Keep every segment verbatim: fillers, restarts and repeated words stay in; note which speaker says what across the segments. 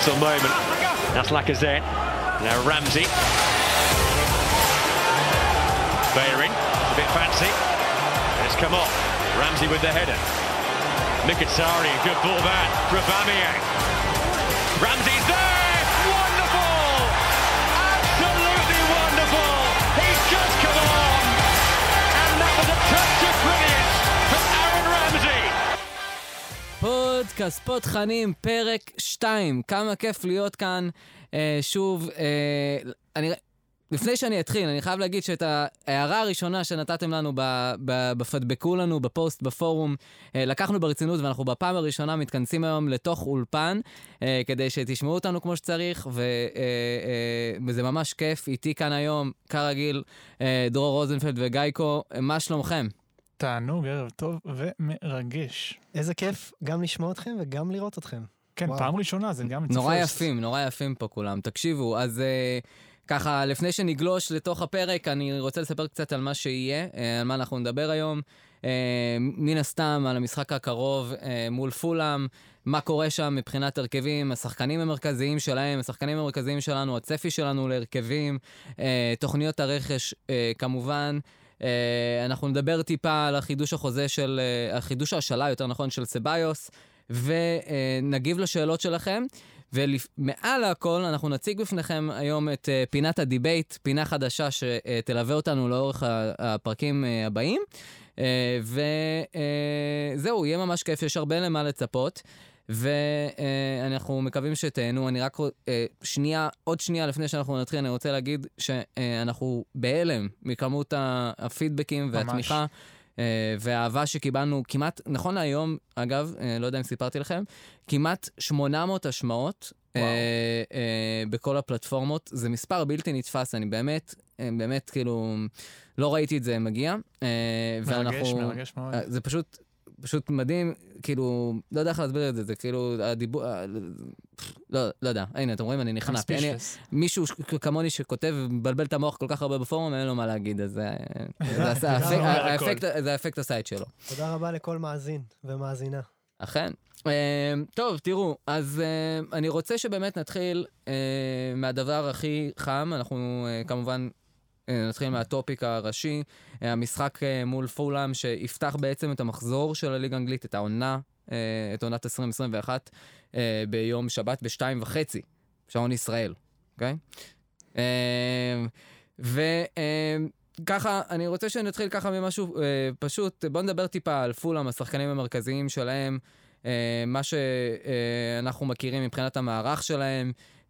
Speaker 1: pivotal moment. That's Lacazette. Now Ramsey. Bellerin, a bit fancy. It's come off. Ramsey with the header. Mkhitaryan, good ball back for Aubameyang. Ramsey's there! Wonderful! Absolutely wonderful! He's just come on! And that was a touch of brilliance from Aaron Ramsey!
Speaker 2: פודקאסט, פודחנים, פרק שתיים. כמה כיף להיות כאן. אה, שוב, אה, אני... לפני שאני אתחיל, אני חייב להגיד שאת ההערה הראשונה שנתתם לנו, בפדבקו לנו, בפוסט, בפורום, לקחנו ברצינות, ואנחנו בפעם הראשונה מתכנסים היום לתוך אולפן, כדי שתשמעו אותנו כמו שצריך, וזה ממש כיף. איתי כאן היום, כרגיל, דרור רוזנפלד וגייקו, מה שלומכם?
Speaker 3: תענוג, ערב טוב ומרגש.
Speaker 4: איזה כיף גם לשמוע אתכם וגם לראות אתכם.
Speaker 3: כן, וואו. פעם ראשונה, זה גם...
Speaker 2: נורא יפים, נורא יפים פה כולם. תקשיבו, אז... ככה, לפני שנגלוש לתוך הפרק, אני רוצה לספר קצת על מה שיהיה, על מה אנחנו נדבר היום. מן הסתם, על המשחק הקרוב מול פולאם, מה קורה שם מבחינת הרכבים, השחקנים המרכזיים שלהם, השחקנים המרכזיים שלנו, הצפי שלנו להרכבים, תוכניות הרכש כמובן. אנחנו נדבר טיפה על החידוש החוזה של, החידוש השאלה, יותר נכון, של סבאיוס, ונגיב לשאלות שלכם. ומעל הכל אנחנו נציג בפניכם היום את uh, פינת הדיבייט, פינה חדשה שתלווה אותנו לאורך הפרקים uh, הבאים, uh, וזהו, uh, יהיה ממש כיף, יש הרבה למה לצפות, ואנחנו uh, מקווים שתהנו. אני רק uh, שנייה, עוד שנייה לפני שאנחנו נתחיל, אני רוצה להגיד שאנחנו uh, בהלם מכמות הפידבקים והתמיכה, Uh, והאהבה שקיבלנו כמעט, נכון היום, אגב, uh, לא יודע אם סיפרתי לכם, כמעט שמונה מאות השמעות uh, uh, בכל הפלטפורמות. זה מספר בלתי נתפס, אני באמת, uh, באמת כאילו, לא ראיתי את זה מגיע. Uh,
Speaker 3: מרגש,
Speaker 2: ואנחנו,
Speaker 3: מרגש מאוד.
Speaker 2: Uh, זה פשוט, פשוט מדהים, כאילו, לא יודע איך להסביר את זה, זה כאילו, הדיבור, לא, לא יודע, הנה, אתם רואים, אני נכנע. מישהו כמוני שכותב, מבלבל את המוח כל כך הרבה בפורום, אין לו מה להגיד, אז זה האפקט הסייט שלו.
Speaker 4: תודה רבה לכל מאזין ומאזינה.
Speaker 2: אכן. טוב, תראו, אז אני רוצה שבאמת נתחיל מהדבר הכי חם, אנחנו כמובן נתחיל מהטופיק הראשי, המשחק מול פולאם שיפתח בעצם את המחזור של הליגה האנגלית, את העונה, את עונת עשרים עשרים ואחת, ביום שבת בשתיים וחצי, שעון ישראל, אוקיי? וככה, אני רוצה שנתחיל ככה ממשהו פשוט, בואו נדבר טיפה על פולאם, השחקנים המרכזיים שלהם, מה שאנחנו מכירים מבחינת המערך שלהם,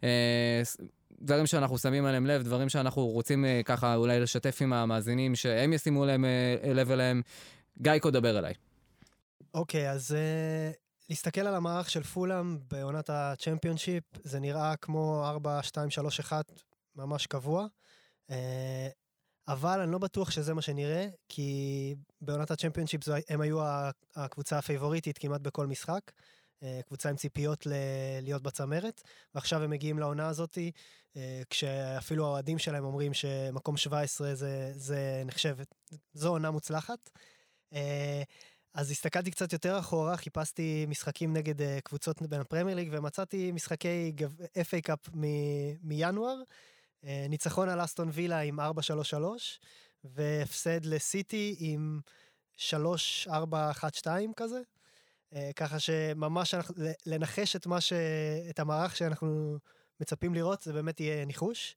Speaker 2: דברים שאנחנו שמים עליהם לב, דברים שאנחנו רוצים ככה אולי לשתף עם המאזינים, שהם ישימו להם לב אליהם. גייקו, דבר אליי.
Speaker 4: אוקיי, אז uh, להסתכל על המערך של פולאם בעונת הצ'מפיונשיפ, זה נראה כמו ארבע שתיים שלוש אחת ממש קבוע, uh, אבל אני לא בטוח שזה מה שנראה, כי בעונת הצ'מפיונשיפ הם היו הקבוצה הפייבוריטית כמעט בכל משחק, קבוצה עם ציפיות ל- להיות בצמרת, ועכשיו הם מגיעים לעונה הזאת, כשאפילו האוהדים שלהם אומרים שמקום שבע עשרה זה, זה נחשב, זו עונה מוצלחת. אז הסתכלתי קצת יותר אחורה, חיפשתי משחקים נגד קבוצות בין הפרמייר ליג, ומצאתי משחקי אף איי קאפ מ- מינואר, ניצחון על אסטון וילה עם ארבע שלוש שלוש, והפסד לסיטי עם שלוש ארבע אחת שתיים כזה. ככה שממש לנחש את מה ש... את המערך שאנחנו מצפים לראות, זה באמת יהיה ניחוש.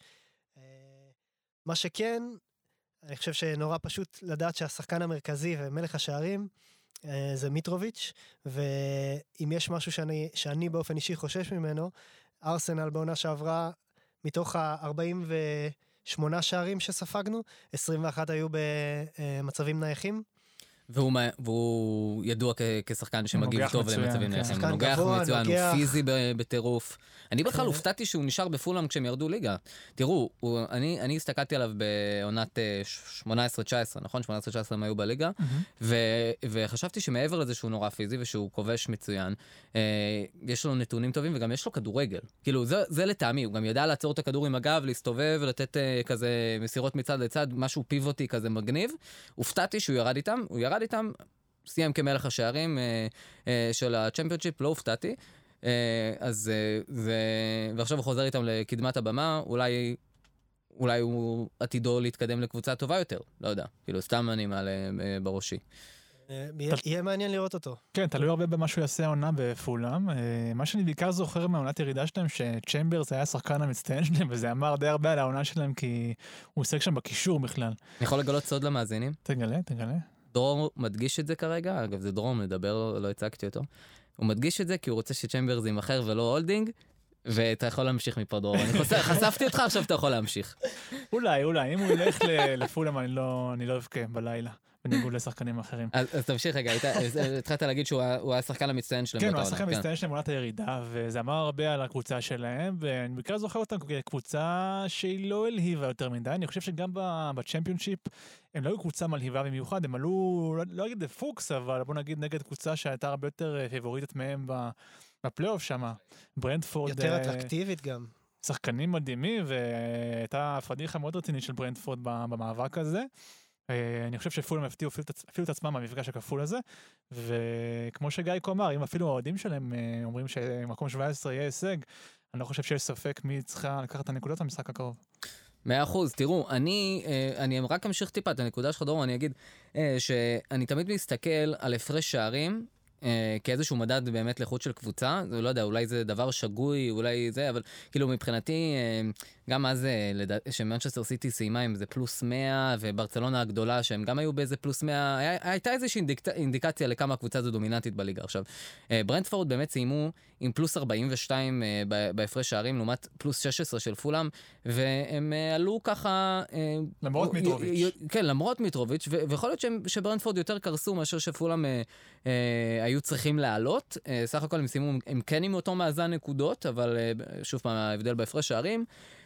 Speaker 4: מה שכן, אני חושב שנורא פשוט לדעת שהשחקן המרכזי ומלך השערים זה מיטרוביץ', ואם יש משהו שאני, שאני באופן אישי חושש ממנו, ארסנל בעונה שעברה, מתוך ה-ארבעים ושמונה שערים שספגנו, עשרים ואחת היו במצבים נייחים,
Speaker 2: והוא, והוא ידוע כ- כשחקן שמגיב טוב למצבים נייחים. הוא נוגח מצוין, הוא פיזי בטירוף. אני בכלל הופתעתי שהוא נשאר בפולאם כשהם ירדו ליגה. תראו, הוא, אני, אני הסתכלתי עליו בעונת שמונה עשרה תשע עשרה, נכון? שמונה עשרה תשע עשרה הם היו בליגה, ו, וחשבתי שמעבר לזה שהוא נורא פיזי ושהוא כובש מצוין, אה, יש לו נתונים טובים וגם יש לו כדורגל. כאילו, זה, זה לטעמי, הוא גם ידע לעצור את הכדור עם הגב, להסתובב ולתת אה, כזה מסירות מצד לצד, משהו פיבוטי כזה מגניב. הופתעתי שהוא ירד איתם, הוא ירד איתם, סיים כמלך השערים אה, אה, של הצ'מפיונשיפ, לא הופתעתי. אז זה... ועכשיו הוא חוזר איתם לקדמת הבמה, אולי... אולי הוא עתידו להתקדם לקבוצה טובה יותר, לא יודע, כאילו סתם אני מעלה בראשי.
Speaker 4: יהיה מעניין לראות אותו.
Speaker 3: כן, תלוי הרבה במה שהוא יעשה העונה בפולאם. מה שאני בעיקר זוכר מהעונת ירידה שלהם, שצ'מברס היה השחקן המצטיין שלהם, וזה אמר די הרבה על העונה שלהם, כי הוא עוסק שם בקישור בכלל.
Speaker 2: אני יכול לגלות סוד למאזינים?
Speaker 3: תגלה, תגלה.
Speaker 2: דרור מדגיש את זה כרגע, אגב זה דרור מדבר, לא הצגתי אותו. הוא מדגיש את זה כי הוא רוצה שצ'מברס יימחר ולא הולדינג, ואתה יכול להמשיך מפה דרור. אני חשפתי אותך, עכשיו אתה יכול להמשיך.
Speaker 3: אולי, אולי, אם הוא ילך לפולאם, אני לא אבכה בלילה. בניגוד לשחקנים אחרים.
Speaker 2: אז תמשיך רגע, התחלת להגיד שהוא השחקן המצטיין שלהם.
Speaker 3: כן, הוא השחקן המצטיין שלהם עונת הירידה, וזה אמר הרבה על הקבוצה שלהם, ואני בעיקר זוכר אותם כקבוצה שהיא לא הלהיבה יותר מדי. אני חושב שגם בצ'מפיונשיפ הם לא היו קבוצה מלהיבה במיוחד, הם עלו, לא אגיד לפוקס, אבל בוא נגיד נגד קבוצה שהייתה הרבה יותר פיבוריטית מהם בפלייאוף שם. ברנדפורד...
Speaker 4: יותר אטרקטיבית גם.
Speaker 3: שחקנים מדהימים, והייתה פדיחה מאוד רצינית של ברנדפורד במאבק הזה. אני חושב שפולאם הפתיעו אפילו את עצמם מהמפגש הכפול הזה, וכמו שגייקו אמר, אם אפילו האוהדים שלהם אומרים שמקום שבע עשרה יהיה הישג, אני לא חושב שיש ספק מי צריכה לקחת את הנקודות במשחק הקרוב.
Speaker 2: מאה אחוז, תראו, אני, אני רק אמשיך טיפה את הנקודה שלך דרור, אני אגיד שאני תמיד מסתכל על הפרש שערים, כאיזשהו מדד באמת לאיכות של קבוצה, זה לא יודע, אולי זה דבר שגוי, אולי זה, אבל כאילו מבחינתי, גם אז שמנצ'סטר סיטי סיימה עם זה פלוס מאה, וברצלונה הגדולה שהם גם היו באיזה פלוס מאה, הייתה איזושהי אינדיקציה לכמה הקבוצה הזו דומיננטית בליגה. עכשיו, ברנדפורד באמת סיימו עם פלוס ארבעים ושתיים בהפרש שערים, לעומת פלוס שש עשרה של פולאם, והם עלו ככה...
Speaker 3: למרות מיטרוביץ'.
Speaker 2: כן, למרות מיטרוביץ', ויכול להיות שברנדפורד יותר קרסו מאשר שפולאם היו צריכים לעלות. סך הכל הם סיימו, הם כן עם אותו מאזן נקודות, אבל שוב פעם, ההבדל בהפרש שערים.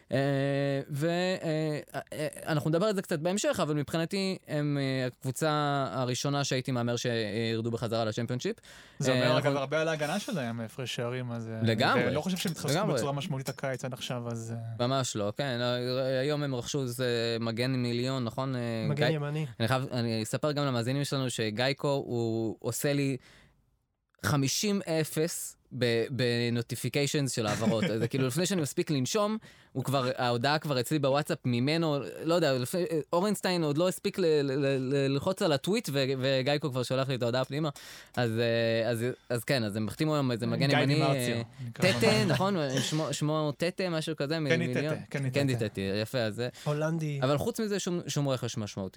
Speaker 2: ואנחנו נדבר על זה קצת בהמשך, אבל מבחינתי הם הקבוצה הראשונה שהייתי מאמר שירדו בחזרה לצ'מפיונשיפ.
Speaker 3: זה אומר אגב הרבה על ההגנה שלהם, הפרש שערים, אז...
Speaker 2: לגמרי.
Speaker 3: אני לא חושב שהם התחזקו בצורה משמעותית הקיץ עד עכשיו, אז...
Speaker 2: ממש לא, כן. היום הם רכשו איזה מגן מיליון, נכון?
Speaker 4: מגן ימני.
Speaker 2: אני אספר גם למאזינים שלנו שגייקו הוא עושה לי חמישים אפס בנוטיפיקיישנס של העברות. זה כאילו לפני שאני מספיק לנשום, הוא כבר, ההודעה כבר אצלי בוואטסאפ ממנו, לא יודע, אורנסטיין עוד לא הספיק ללחוץ על הטוויט, וגייקו כבר שולח לי את ההודעה פנימה. אז כן, אז הם מחתימו היום איזה מגן ימני, טטה, נכון? שמו טטה, משהו כזה,
Speaker 3: קני טטה.
Speaker 2: קני טטה, יפה, אז...
Speaker 4: הולנדי.
Speaker 2: אבל חוץ מזה, שום רכש משמעותי.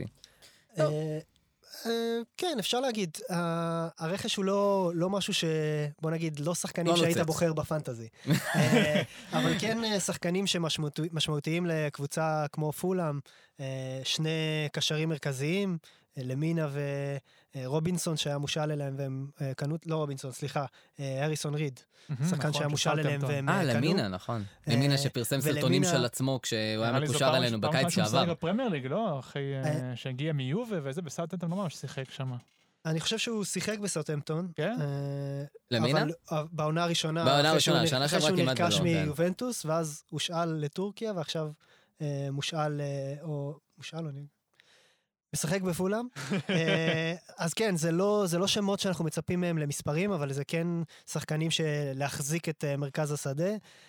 Speaker 4: כן, אפשר להגיד, הרכש הוא לא משהו ש... בוא נגיד, לא שחקנים שהיית בוחר בפנטזי. אבל כן שחקנים שמשמעותיים לקבוצה כמו פולאם, שני קשרים מרכזיים, למינה ורובינסון שהיה מושל אליהם והם קנו, לא רובינסון, סליחה, הריסון ריד, שחקן שהיה מושל אליהם והם קנו.
Speaker 2: אה, למינה, נכון. למינה שפרסם סרטונים של עצמו כשהוא היה מקושר אלינו בקיץ שעבר.
Speaker 3: הוא משחק בפרמייר ליג, לא? אחרי שהגיע מיובה וזה בסאוטהמפטון לא ממש שיחק שם.
Speaker 4: אני חושב שהוא שיחק בסאוטהמפטון.
Speaker 3: כן?
Speaker 2: למינה?
Speaker 4: אבל בעונה הראשונה,
Speaker 2: בעונה הראשונה, שנה
Speaker 4: אחרי
Speaker 2: שעברה
Speaker 4: שהוא
Speaker 2: כמעט
Speaker 4: נרכש מיובנטוס, ואז הושאל לטורקיה, ועכשיו מושאל, או מושאל, אני... משחק בפולאם. אז כן, זה לא, זה לא שמות שאנחנו מצפים מהם למספרים, אבל זה כן שחקנים שלהחזיק את מרכז השדה.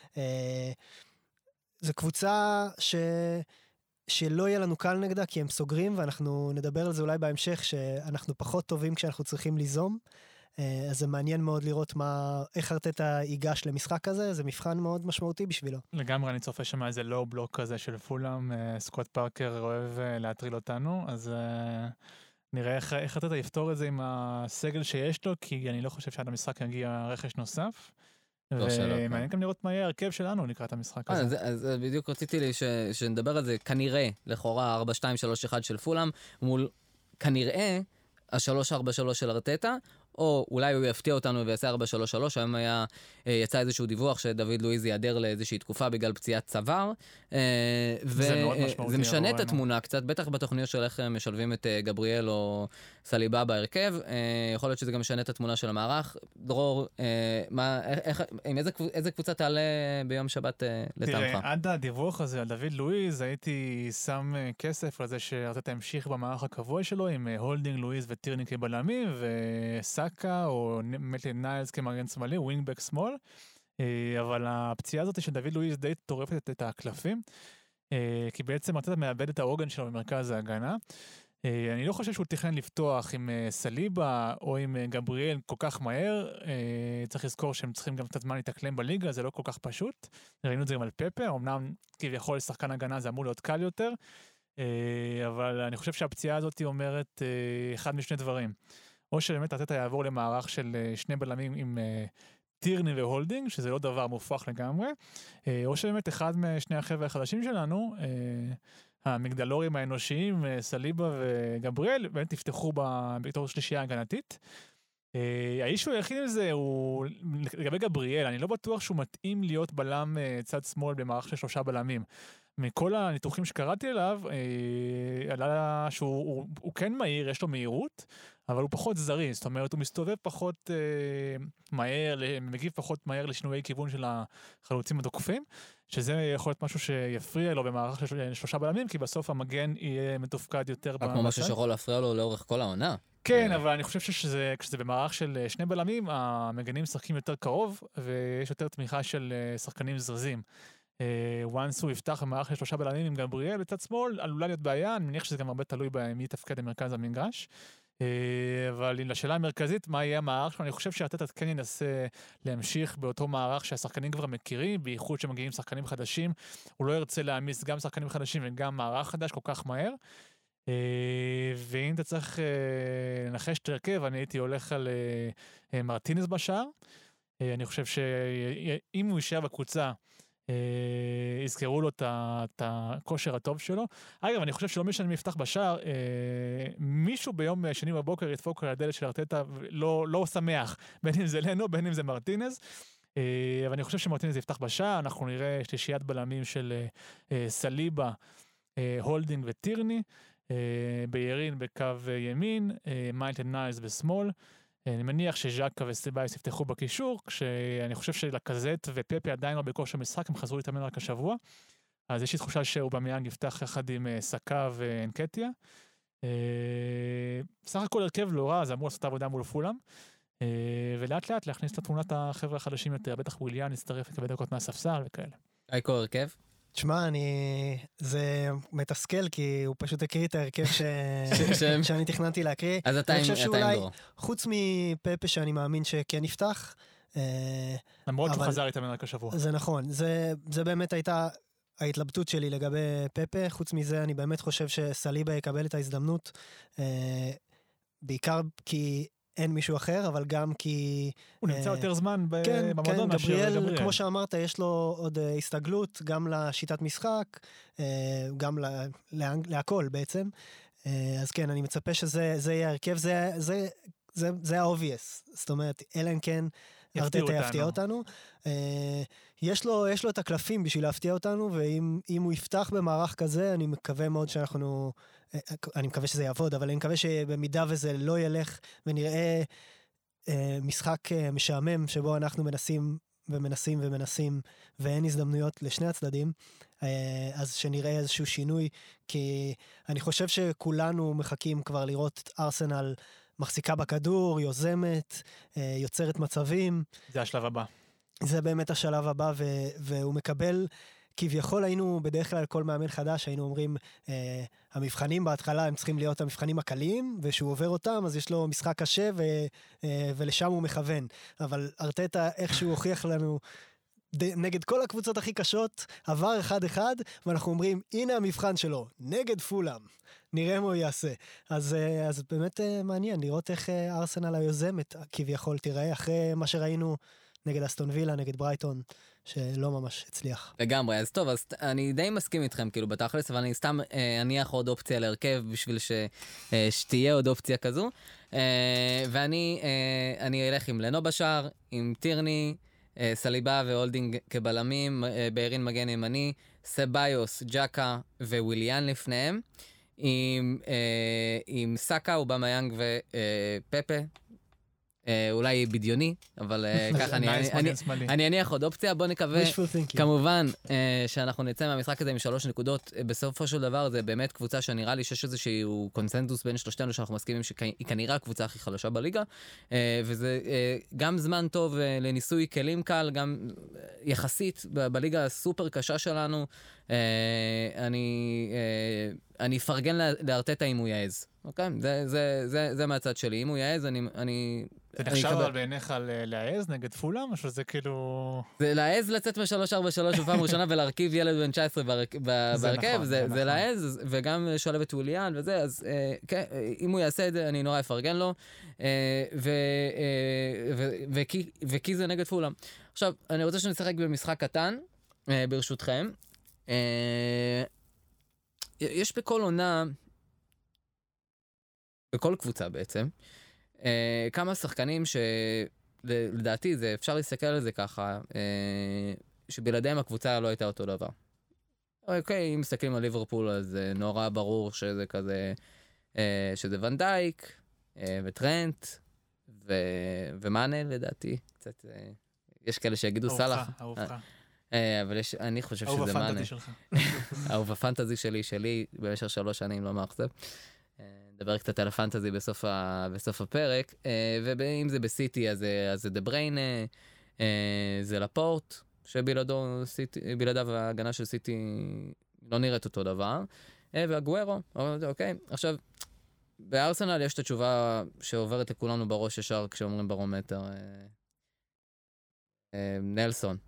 Speaker 4: זו קבוצה ש... שלא יהיה לנו קל נגדה, כי הם סוגרים, ואנחנו נדבר על זה אולי בהמשך, שאנחנו פחות טובים כשאנחנו צריכים ליזום. אז זה מעניין מאוד לראות מה, איך ארטטה ייגש למשחק הזה, זה מבחן מאוד משמעותי בשבילו.
Speaker 3: לגמרי, אני צופה שם איזה לואו בלוק כזה של פולאם, סקוט פארקר אוהב להטריל אותנו, אז נראה איך, איך ארטטה יפתור את זה עם הסגל שיש לו, כי אני לא חושב שעד המשחק יגיע רכש נוסף. ומעניין גם לראות מה יהיה הרכב שלנו לקראת המשחק הזה.
Speaker 2: אז בדיוק רציתי לי שנדבר על זה, כנראה, לכאורה ארבע שתיים שלוש אחת של פולאם, מול כנראה ה-שלוש ארבע שלוש של ארטטה, או אולי הוא יפתיע אותנו ויעשה ארבע שלוש שלוש, היום היה, יצא איזשהו דיווח שדוד לואיז יעדר לאיזושהי תקופה בגלל פציעת צוואר, וזה משנה את התמונה קצת, בטח בתוכניות של איך משלבים את גבריאל או סליבה בהרכב, יכול להיות שזה גם משנה את התמונה של המערך. דרור, מה, איך, עם איזה, איזה קבוצה תעלה ביום שבת לטעמך?
Speaker 3: תראה, עד הדיווח הזה על דוד לואיז, הייתי שם כסף על זה שארטטה המשיך במערך הקבוע שלו, עם הולדינג, לואיז וטירני כבלמים, וסאקה ז'קה או מטלי ניילס כמגן שמאלי, ווינגבק שמאל, אבל הפציעה הזאת של דוד לואיס די טורפת את הקלפים, כי בעצם ארטטה מאבד את העוגן שלו במרכז ההגנה. אני לא חושב שהוא תכנן לפתוח עם סליבה או עם גבריאל כל כך מהר, צריך לזכור שהם צריכים גם קצת זמן להתאקלם בליגה, זה לא כל כך פשוט, ראינו את זה גם על פפה, אמנם כביכול לשחקן הגנה זה אמור להיות קל יותר, אבל אני חושב שהפציעה הזאת אומרת אחד משני דברים, או שבאמת ארטטה יעבור למערך של שני בלמים עם טירני והולדינג, שזה לא דבר מופרך לגמרי, או שבאמת אחד משני החבר'ה החדשים שלנו, המגדלורים האנושיים, סליבה וגבריאל, באמת תפתחו בתור שלישייה הגנתית. האיש היחיד הזה הוא, לגבי גבריאל, אני לא בטוח שהוא מתאים להיות בלם צד שמאל במערך של שלושה בלמים. מכל הניתוחים שקראתי אליו, עלה שהוא הוא, הוא כן מהיר, יש לו מהירות, אבל הוא פחות זריז, זאת אומרת, הוא מסתובב פחות אה, מהר, מגיב פחות מהר לשינויי כיוון של החלוצים התוקפים, שזה יכול להיות משהו שיפריע לו במערך של שלושה בלמים, כי בסוף המגן יהיה מתופקד יותר.
Speaker 2: כמו משהו שיכול להפריע לו לאורך כל העונה.
Speaker 3: כן, אבל אני חושב שזה, כשזה במערך של שני בלמים, המגנים משחקים יותר קרוב, ויש יותר תמיכה של שחקנים זרזים. once הוא יפתח במערך של שלושה בלמים עם גבריאל בצד שמאל, עלולה להיות בעיה, אני מניח שזה גם הרבה תלוי במי יתפקד במרכז המגרש. אבל לשאלה המרכזית, מה יהיה המערך שלו? אני חושב שארטטה כן ינסה להמשיך באותו מערך שהשחקנים כבר מכירים, בייחוד שמגיעים שחקנים חדשים, הוא לא ירצה להעמיס גם שחקנים חדשים וגם מערך חדש כל כך מהר. ואם אתה צריך לנחש את הרכב, אני הייתי הולך על מרטינס בשער. אני חושב שאם הוא יישאר בקבוצה, יזכרו לו את הכושר הטוב שלו. אגב, אני חושב שלא משנה מי יפתח בשער, מישהו ביום שני בבוקר ידפוק על הדלת של ארטטה, לא שמח, בין אם זה לנו, בין אם זה מרטינז, אבל אני חושב שמרטינז יפתח בשער, אנחנו נראה שלישיית בלמים של סליבה, הולדינג וטירני, בירין בקו ימין, מטלי ניילס בשמאל, אני מניח שז'קה וסליבאיוס יפתחו בקישור, כשאני חושב שלקזט ופפה עדיין לא בכושר משחק, הם חזרו להתאמן רק השבוע, אז יש לי תחושה שאובמיאנג יפתח יחד עם סקה ואנקטיה. סך הכל הרכב לא רע, זה אמור לעשות עבודה מול פולאם, ולאט לאט להכניס את התמונת החבר'ה החדשים יותר, בטח וויליאן יצטרף לקבל דקות מהספסל וכאלה.
Speaker 2: אייקו הרכב?
Speaker 4: תשמע, אני... זה מתסכל, כי הוא פשוט הקריא את ההרכב ש... שאני תכננתי להקריא.
Speaker 2: אז אתה עם דור.
Speaker 4: חוץ מפפה שאני מאמין שכן יפתח.
Speaker 3: למרות שהוא חזר איתם רק השבוע.
Speaker 4: זה נכון. זה, זה באמת הייתה ההתלבטות שלי לגבי פפה. חוץ מזה, אני באמת חושב שסליבה יקבל את ההזדמנות. בעיקר כי... אין מישהו אחר, אבל גם כי...
Speaker 3: הוא נמצא יותר זמן במועדון.
Speaker 4: כן, גבריאל, כמו שאמרת, יש לו עוד הסתגלות, גם לשיטת משחק, גם להכל בעצם. אז כן, אני מצפה שזה יהיה הרכב, זה ה-obvious. זאת אומרת, אלא אם כן, ארטטה יפתיע אותנו. יש לו את הקלפים בשביל להפתיע אותנו, ואם הוא יפתח במערך כזה, אני מקווה מאוד שאנחנו... אני מקווה שזה יעבוד, אבל אני מקווה שבמידה וזה לא ילך ונראה אה, משחק אה, משעמם שבו אנחנו מנסים ומנסים ומנסים ואין הזדמנויות לשני הצדדים, אה, אז שנראה איזשהו שינוי, כי אני חושב שכולנו מחכים כבר לראות ארסנל מחזיקה בכדור, יוזמת, אה, יוצרת מצבים.
Speaker 3: זה השלב הבא.
Speaker 4: זה באמת השלב הבא, ו- והוא מקבל... כביכול היינו בדרך כלל כל מאמן חדש, היינו אומרים, אה, המבחנים בהתחלה הם צריכים להיות המבחנים הקלים, ושהוא עובר אותם, אז יש לו משחק קשה, ו, אה, ולשם הוא מכוון. אבל ארטטה, איך שהוא הוכיח לנו, ד, נגד כל הקבוצות הכי קשות, עבר אחד אחד, ואנחנו אומרים, הנה המבחן שלו, נגד פולאם, נראה מה הוא יעשה. אז, אה, אז באמת אה, מעניין, לראות איך אה, ארסנל היוזמת, כביכול תראה, אחרי מה שראינו נגד אסטון וילה, נגד ברייטון, שלא ממש הצליח.
Speaker 2: לגמרי, אז טוב, אז אני די מסכים איתכם, כאילו, בתכלס, אבל אני סתם אה, אניח עוד אופציה להרכב, בשביל ש, אה, שתהיה עוד אופציה כזו, אה, ואני אה, אני אלך עם לנו בשער, עם טירני, אה, סליבה והולדינג כבלמים, אה, בירין מגן ימני, סבאיוס, ג'קה וויליאן לפניהם, עם, אה, עם סקה, אובמיאנג ופפה, אולי בדיוני, אבל ככה אני אניח עוד אופציה, בוא נקווה, כמובן שאנחנו נצא מהמשחק הזה עם שלוש נקודות, בסופו של דבר זה באמת קבוצה שנראה לי שיש איזשהו קונסנזוס בין שלושתנו שאנחנו מסכימים שהיא כנראה הקבוצה הכי חלשה בליגה, וזה גם זמן טוב לניסוי כלים קל, גם יחסית בליגה הסופר קשה שלנו, אני אני אפרגן לארטטה אם הוא יעז. אוקיי? זה, זה, זה, זה מהצד שלי. אם הוא יעז, אני, אני...
Speaker 3: זה נחשב אבל בעיניך להעז נגד פולאם, או שזה כאילו...
Speaker 2: זה להעז לצאת מ-שלוש ארבע שלוש בפעם ראשונה ולהרכיב ילד בן תשע עשרה בהרכב, זה להעז, וגם שולב את אוליאן וזה, אז כן, אם הוא יעשה את זה, אני נורא אפרגן לו, וכי זה נגד פולאם. עכשיו, אני רוצה שנשחק במשחק קטן, ברשותכם. יש בכל עונה... בכל קבוצה בעצם, אה, כמה שחקנים שלדעתי זה, אפשר להסתכל על זה ככה, אה, שבלעדיהם הקבוצה לא הייתה אותו דבר. אוקיי, אם מסתכלים על ליברפול, אז אה, נורא ברור שזה כזה, אה, שזה ון דייק, אה, וטרנט, ו, ומאנה לדעתי, קצת, אה, יש כאלה שיגידו סלח.
Speaker 3: אהובך.
Speaker 2: אה, אבל יש, אני חושב שזה מאנה. אהוב הפנטזי שלך. אהוב הפנטזי שלי, שלי, במשך שלוש שנים לא מאכזב. נדבר קצת על הפנטזי בסוף, ה... בסוף הפרק, ואם זה בסיטי, אז, אז זה דה בריינה, זה לפורט, שבלעדיו בלעדיו ההגנה של סיטי לא נראית אותו דבר, והגוארו, אוקיי. עכשיו, בארסנל יש את התשובה שעוברת לכולנו בראש ישר כשאומרים ברומטר, נלסון.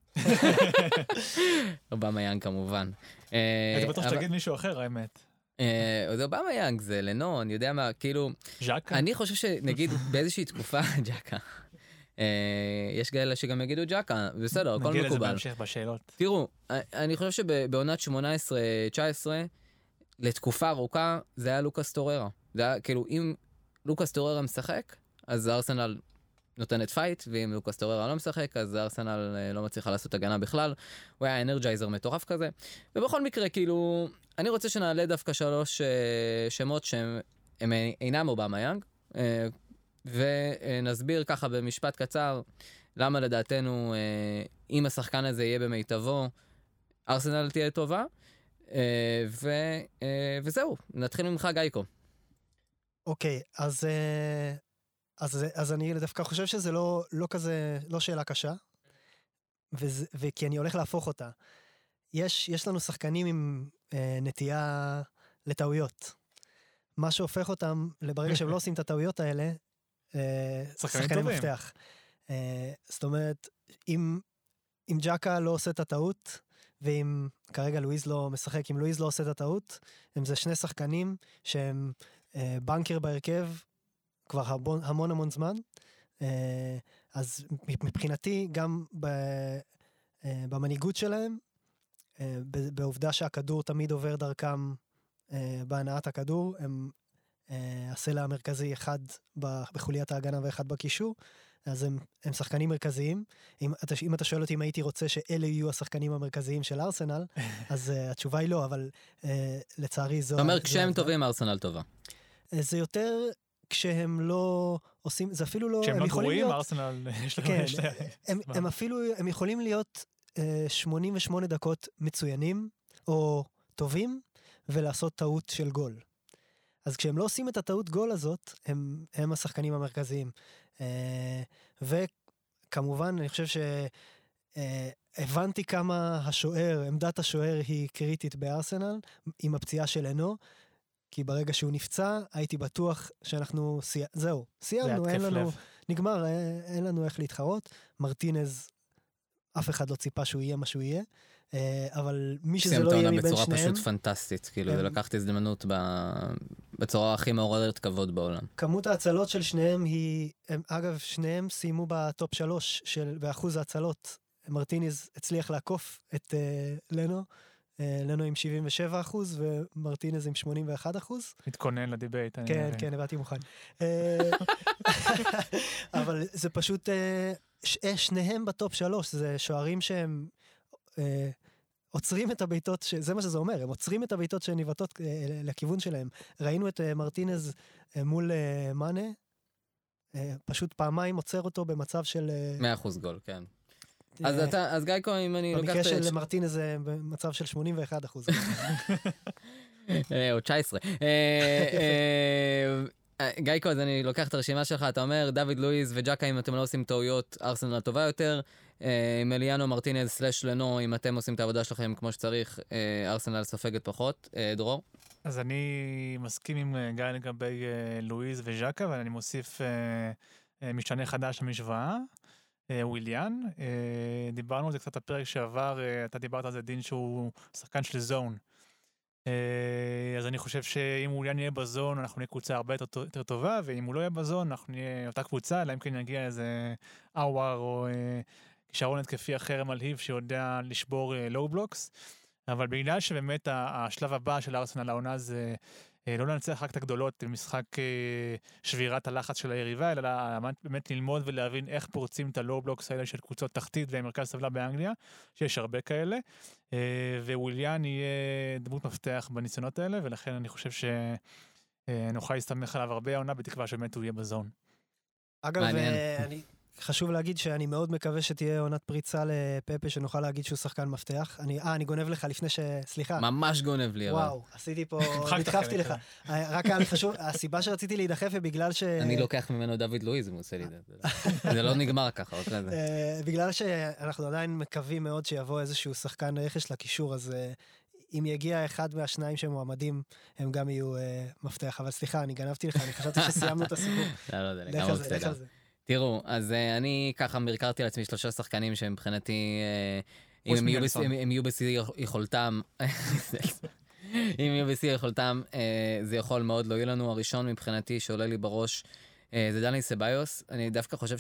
Speaker 2: אובמה יאנג כמובן.
Speaker 3: הייתי בטוח שתגיד מישהו אחר, האמת.
Speaker 2: זה אובמה יאנג, זה לנו, אני יודע מה, כאילו...
Speaker 3: ג'קה?
Speaker 2: אני חושב שנגיד באיזושהי תקופה, ג'קה. יש כאלה שגם יגידו ג'קה, בסדר, הכל מקובל.
Speaker 3: נגיע לזה בהמשך בשאלות.
Speaker 2: תראו, אני חושב שבעונת שמונה עשרה תשע עשרה, לתקופה ארוכה, זה היה לוקאס טוררה. זה היה, כאילו, אם לוקאס טוררה משחק, אז ארסנל נותנת פייט, ואם לוקאס טוררה לא משחק, אז ארסנל לא מצליחה לעשות הגנה בכלל. הוא היה אנרג'ייזר מטורף כזה. ובכל מקרה, כאילו... אני רוצה שנעלה דווקא שלוש uh, שמות שהם הם אינם אובמה יאנג, uh, ונסביר ככה במשפט קצר למה לדעתנו, uh, אם השחקן הזה יהיה במיטבו, ארסנל תהיה טובה, uh, ו, uh, וזהו, נתחיל ממך גייקו.
Speaker 4: אוקיי, okay, אז, uh, אז, אז אני דווקא חושב שזה לא, לא כזה, לא שאלה קשה, וזה, וכי אני הולך להפוך אותה. יש, יש לנו שחקנים עם אה, נטייה לטעויות. מה שהופך אותם, ברגע שהם לא עושים את הטעויות האלה, אה, שחקני מפתח. אה, זאת אומרת, אם, אם ג'קה לא עושה את הטעות, ואם כרגע לואיז לא משחק, אם לואיז לא עושה את הטעות, הם זה שני שחקנים שהם אה, בנקר בהרכב כבר המון המון, המון זמן. אה, אז מבחינתי, גם ב, אה, במנהיגות שלהם, בעובדה שהכדור תמיד עובר דרכם בהנעת הכדור, הם הסלע המרכזי אחד בחוליית ההגנה ואחד בקישור, אז הם, הם שחקנים מרכזיים. אם אתה, אם אתה שואל אותי אם הייתי רוצה שאלה יהיו השחקנים המרכזיים של ארסנל, אז התשובה היא לא, אבל לצערי זו...
Speaker 2: זאת אומרת, כשהם טובים, ארסנל טובה.
Speaker 4: זה יותר כשהם לא עושים, זה אפילו לא...
Speaker 3: כשהם לא גרועים, ארסנל...
Speaker 4: כן, הם, הם אפילו, הם יכולים להיות... שמונים ושמונה דקות מצוינים או טובים ולעשות טעות של גול. אז כשהם לא עושים את הטעות גול הזאת, הם, הם השחקנים המרכזיים. וכמובן, אני חושב שהבנתי כמה השוער, עמדת השוער היא קריטית בארסנל, עם הפציעה של אינו, כי ברגע שהוא נפצע, הייתי בטוח שאנחנו, זהו, סיימנו, אין לנו, נגמר, אין לנו איך להתחרות. מרטינז, אף אחד לא ציפה שהוא יהיה מה שהוא יהיה, אבל מי שזה לא יהיה מבין שניהם...
Speaker 2: בצורה פשוט פנטסטית, כאילו, זה לקחת הזדמנות בצורה הכי מעוררת כבוד בעולם.
Speaker 4: כמות ההצלות של שניהם היא, אגב, שניהם סיימו בטופ שלוש באחוז ההצלות. מרטינז הצליח לעקוף את לנו, לנו עם שבעים ושבע אחוז, ומרטינז עם שמונים ואחד אחוז.
Speaker 3: מתכונן לדיבייט.
Speaker 4: כן, כן, הבאתי מוכן. אבל זה פשוט... שניהם בטופ שלוש, זה שוערים שהם אה, עוצרים את הביתות, ש... זה מה שזה אומר, הם עוצרים את הביתות שניבטות אה, לכיוון שלהם. ראינו את אה, מרטינז אה, מול אה, מאנה, פשוט פעמיים עוצר אותו במצב של...
Speaker 2: מאה אחוז גול, כן. אז אתה, אז גייקו, אם אני לוקח...
Speaker 4: במקרה של מרטינז זה במצב של שמונים ואחד אחוז.
Speaker 2: או תשע עשרה. גייקו, אז אני לוקח את הרשימה שלך, אתה אומר, דוד לואיז וג'קה, אם אתם לא עושים טעויות, ארסנל טובה יותר, מליאנו, מרטינז, סלש לנו, אם אתם עושים את העבודה שלכם כמו שצריך, ארסנל סופגת פחות. דרור?
Speaker 3: אז אני מסכים עם גיא לגבי לואיז וג'קה, אבל אני מוסיף משתנה חדש למשוואה, וויליאן. דיברנו על זה קצת הפרק שעבר, אתה דיברת על זה דין שהוא שחקן של זון. אז אני חושב שאם וויליאן יהיה בזון, אנחנו נהיה קבוצה הרבה יותר, יותר טובה, ואם הוא לא יהיה בזון, אנחנו נהיה אותה קבוצה, אלא אם כן יגיע איזה אוואר או כישרון התקפי אחר מלהיב שיודע לשבור לואו בלוקס. אבל בגלל שבאמת השלב הבא של ארסנל העונה זה לא לנצח רק את הגדולות במשחק שבירת הלחץ של היריבה, אלא באמת ללמוד ולהבין איך פורצים את הלואו בלוקס האלה של קבוצות תחתית ומרכז סבלה באנגליה, שיש הרבה כאלה, וויליאן יהיה דמות מפתח בניסיונות האלה, ולכן אני חושב שנוכל להסתמך עליו הרבה העונה, בתקווה שבאמת הוא יהיה בזון.
Speaker 4: אגב, אני... חשוב להגיד שאני מאוד מקווה שתהיה עונת פריצה לפפה, שנוכל להגיד שהוא שחקן מפתח. אני, אה, אני גונב לך לפני ש... סליחה.
Speaker 2: ממש גונב לי.
Speaker 4: וואו, עשיתי פה... התחפתי לך. רק היה לי חשוב, הסיבה שרציתי להידחף היא בגלל ש...
Speaker 2: אני לוקח ממנו דוד לואיז, הוא עושה לי זה. זה לא נגמר ככה, עוד כזה.
Speaker 4: בגלל שאנחנו עדיין מקווים מאוד שיבוא איזשהו שחקן רכש לקישור, אז אם יגיע אחד מהשניים שמועמדים, הם גם יהיו מפתח. אבל סליחה, אני גנבתי לך, אני חשבתי שסיימנו את הסיפור.
Speaker 2: לא, לא, זה לגמרי בסדר. תראו, אז uh, אני ככה מרקרתי על עצמי שלושה שחקנים שהם מבחינתי, uh, אם הם יהיו בשיא יכולתם, אם יהיו בשיא יכולתם, uh, זה יכול מאוד לא יהיה לנו. הראשון מבחינתי שעולה לי בראש, uh, זה דני סביוס. אני דווקא חושב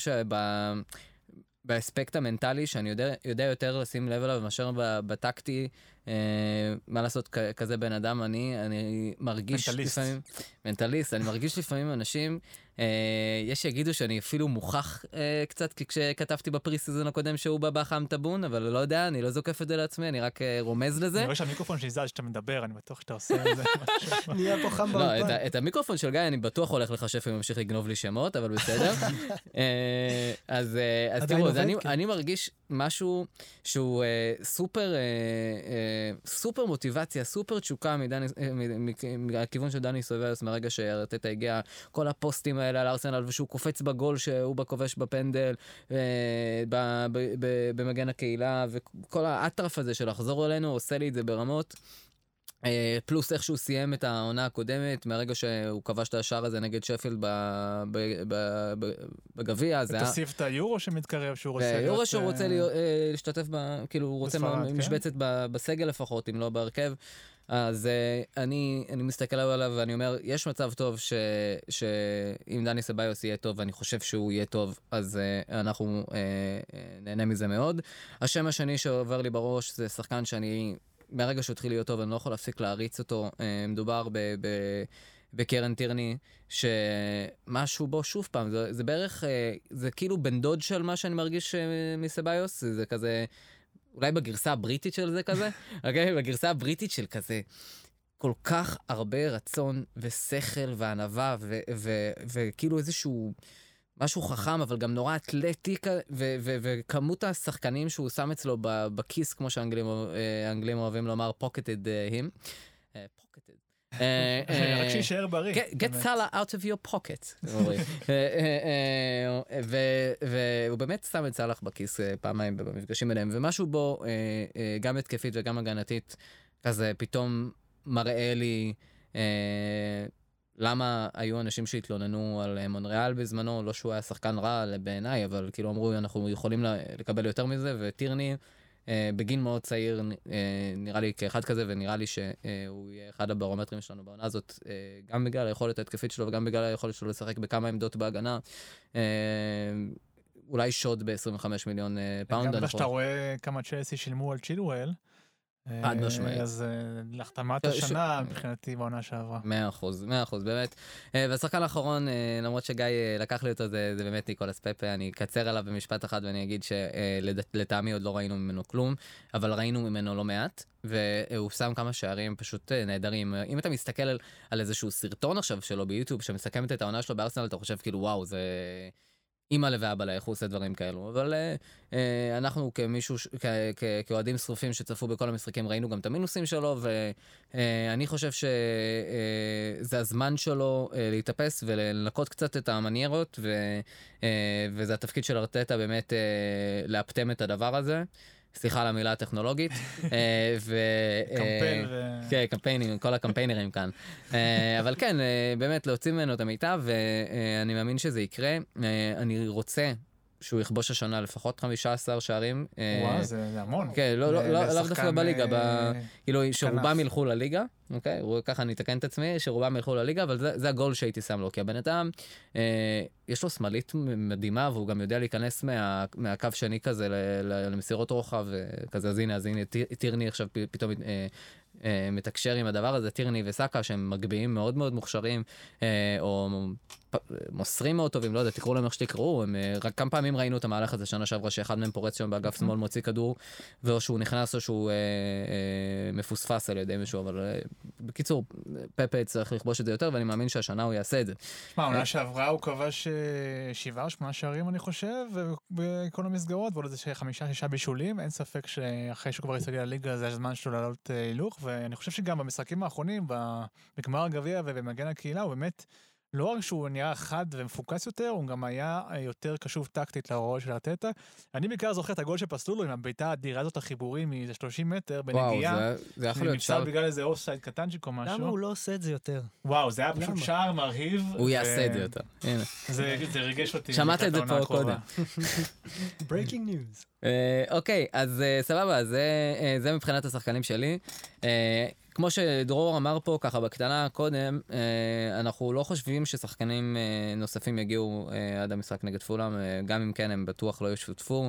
Speaker 2: שבאספקט המנטלי, שאני יודע, יודע יותר לשים לב אליו, מאשר בטקטי, uh, מה לעשות כ- כזה בן אדם, אני, אני מרגיש
Speaker 3: מנטליסט.
Speaker 2: לפעמים, מנטליסט, אני מרגיש לפעמים אנשים, Uh, יש שיגידו שאני אפילו מוכח uh, קצת, כי כשכתבתי בפרי-סיזון הקודם שהוא בא בחם טבון, אבל לא יודע, אני לא זוקף את זה לעצמי, אני רק uh, רומז לזה.
Speaker 3: אני רואה שהמיקרופון שלי זז שאתה מדבר, אני בטוח שאתה עושה את זה.
Speaker 4: נהיה פה חם
Speaker 2: לא,
Speaker 4: באולפן.
Speaker 2: את, את המיקרופון של גיא אני בטוח הולך לחשב אם ממשיך לגנוב לי שמות, אבל בסדר. uh, אז, uh, אז תראו, אז אני, כן. אני מרגיש משהו שהוא uh, סופר, uh, uh, סופר מוטיבציה, סופר תשוקה מדני, מהכיוון של דני סביוס, מהרגע שארטטה הגיע, כל הפוסטים האלה על ארסנל, ושהוא קופץ בגול שהוא בכובש בפנדל, במגן הקהילה, וכל האטרף הזה של לחזור אלינו, עושה לי את זה ברמות. פלוס איך שהוא סיים את העונה הקודמת, מהרגע שהוא כבש את השער הזה נגד שפילד בגביע.
Speaker 3: ותוסיף את היורו שמתקרב, שהוא רוצה להיות...
Speaker 2: יורו שהוא רוצה להשתתף, כאילו הוא רוצה משבצת בסגל לפחות, אם לא בהרכב. אז uh, אני, אני מסתכל עליו ואני אומר, יש מצב טוב ש, שאם דני סביוס יהיה טוב, ואני חושב שהוא יהיה טוב, אז uh, אנחנו uh, uh, נהנה מזה מאוד. השם השני שעובר לי בראש זה שחקן שאני, מהרגע שהוא התחיל להיות טוב, אני לא יכול להפסיק להריץ אותו. Uh, מדובר ב... ב בקרן טירני, שמשהו בו שוב פעם, זה, זה בערך, זה כאילו בן דוד של מה שאני מרגיש מסביוס, זה כזה, אולי בגרסה הבריטית של זה כזה, אוקיי? בגרסה הבריטית של כזה, כל כך הרבה רצון ושכל וענווה, ו- ו- וכאילו איזשהו משהו חכם, אבל גם נורא אתלטי, ו- ו- וכמות השחקנים שהוא שם אצלו בכיס, כמו שהאנגלים אוהבים לומר, pocketed him, pocketed.
Speaker 3: רק שישאר בריא.
Speaker 2: Get Salah out of your pocket. והוא באמת שם את סלאח בכיס פעמיים במפגשים אליהם, ומשהו בו, גם התקפית וגם הגנתית, כזה פתאום מראה לי למה היו אנשים שהתלוננו על מונריאל בזמנו, לא שהוא היה שחקן רע בעיניי, אבל כאילו אמרו, אנחנו יכולים לקבל יותר מזה, וטירני, בגיל מאוד צעיר, נראה לי כאחד כזה, ונראה לי שהוא יהיה אחד הברומטרים שלנו בעונה הזאת, גם בגלל היכולת ההתקפית שלו, וגם בגלל היכולת שלו לשחק בכמה עמדות בהגנה. אולי שוד ב-עשרים וחמישה מיליון פאונד.
Speaker 3: גם כשאתה רואה כמה צ'לסי שילמו על צ'ילואל,
Speaker 2: חד משמעית.
Speaker 3: אז להחתמת השנה מבחינתי בעונה שעברה.
Speaker 2: מאה אחוז, מאה אחוז, באמת. והשחקן האחרון, למרות שגיא לקח לי אותו, זה באמת ניקולס פפה, אני אקצר עליו במשפט אחד ואני אגיד שלטעמי עוד לא ראינו ממנו כלום, אבל ראינו ממנו לא מעט, והוא שם כמה שערים פשוט נהדרים. אם אתה מסתכל על, על איזשהו סרטון עכשיו שלו ביוטיוב, שמסכמת את העונה שלו בארסנל, אתה חושב כאילו וואו, זה אמא ואבא לה, איך הוא עושה דברים כאלו. אבל אה, אנחנו כמישהו, כ, כ, כאוהדים שרופים שצפו בכל המשחקים, ראינו גם את המינוסים שלו, ואני חושב שזה הזמן שלו אה, להתאפס ולנקות קצת את המניירות, ו, אה, וזה התפקיד של ארטטה באמת אה, לאפטם את הדבר הזה. סליחה על המילה הטכנולוגית.
Speaker 3: קמפיין ו...
Speaker 2: כן, קמפיינים, כל הקמפיינרים כאן. אבל כן, באמת להוציא ממנו את המיטב, ואני מאמין שזה יקרה. אני רוצה שהוא יכבוש השנה לפחות חמישה עשר שערים.
Speaker 3: וואו, זה המון.
Speaker 2: כן, לא דווקא בליגה, כאילו שרובם ילכו לליגה, אוקיי? ככה אני אתקן את עצמי, שרובם ילכו לליגה, אבל זה הגול שהייתי שם לו, כי הבן אדם, יש לו שמאלית מדהימה, והוא גם יודע להיכנס מהקו שני כזה למסירות רוחב, כזה, אז הנה, אז הנה, טירני עכשיו פתאום מתקשר עם הדבר הזה, טירני וסאקה, שהם מגביעים מאוד מאוד מוכשרים, או מוסרים מאוד טובים, לא יודע, תקראו להם איך שתקראו, הם, רק כמה פעמים ראינו את המהלך הזה שנה שעברה, שאחד מהם פורץ שם באגף שמאל מוציא כדור, ואו שהוא נכנס או שהוא אה, אה, מפוספס על ידי מישהו, אבל אה, בקיצור, פפה צריך לכבוש את זה יותר, ואני מאמין שהשנה הוא יעשה את זה.
Speaker 3: שמע, עונה שעברה הוא כבש שבעה או שמונה שערים, אני חושב, בכל המסגרות, ועוד איזה חמישה, שישה בישולים, אין ספק שאחרי שהוא כבר יסגל לליגה, זה הזמן שלו לעלות הילוך, ואני חושב שגם במשחקים האחרונים, בגמר הגביע ובמגן הקהילה, הוא באמת לא רק שהוא נראה חד ומפוקס יותר, הוא גם היה יותר קשוב טקטית להוראות של ארטטה. אני בעיקר זוכר את הגול שפסלו לו עם הביתה האדירה הזאת החיבורים מאיזה שלושים מטר בנגיעה.
Speaker 2: וואו, זה, זה יכול להיות שער.
Speaker 3: בגלל איזה אופסייד קטנצ'יק או משהו.
Speaker 4: למה הוא לא עושה את זה יותר?
Speaker 3: וואו, זה היה פשוט שער מרהיב.
Speaker 2: הוא יעשה את זה יותר. הנה.
Speaker 3: זה, זה ריגש אותי.
Speaker 2: שמעת את זה פה קודם.
Speaker 4: Breaking news.
Speaker 2: אוקיי, אז סבבה, זה מבחינת השחקנים שלי. כמו שדרור אמר פה ככה בקטנה קודם, אנחנו לא חושבים ששחקנים נוספים יגיעו עד המשחק נגד פולאם, גם אם כן הם בטוח לא ישותפו,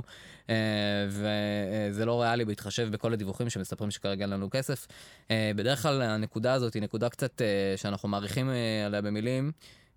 Speaker 2: וזה לא ריאלי בהתחשב בכל הדיווחים שמספרים שכרגע אין לנו כסף. בדרך כלל הנקודה הזאת היא נקודה קצת שאנחנו מעריכים עליה במילים,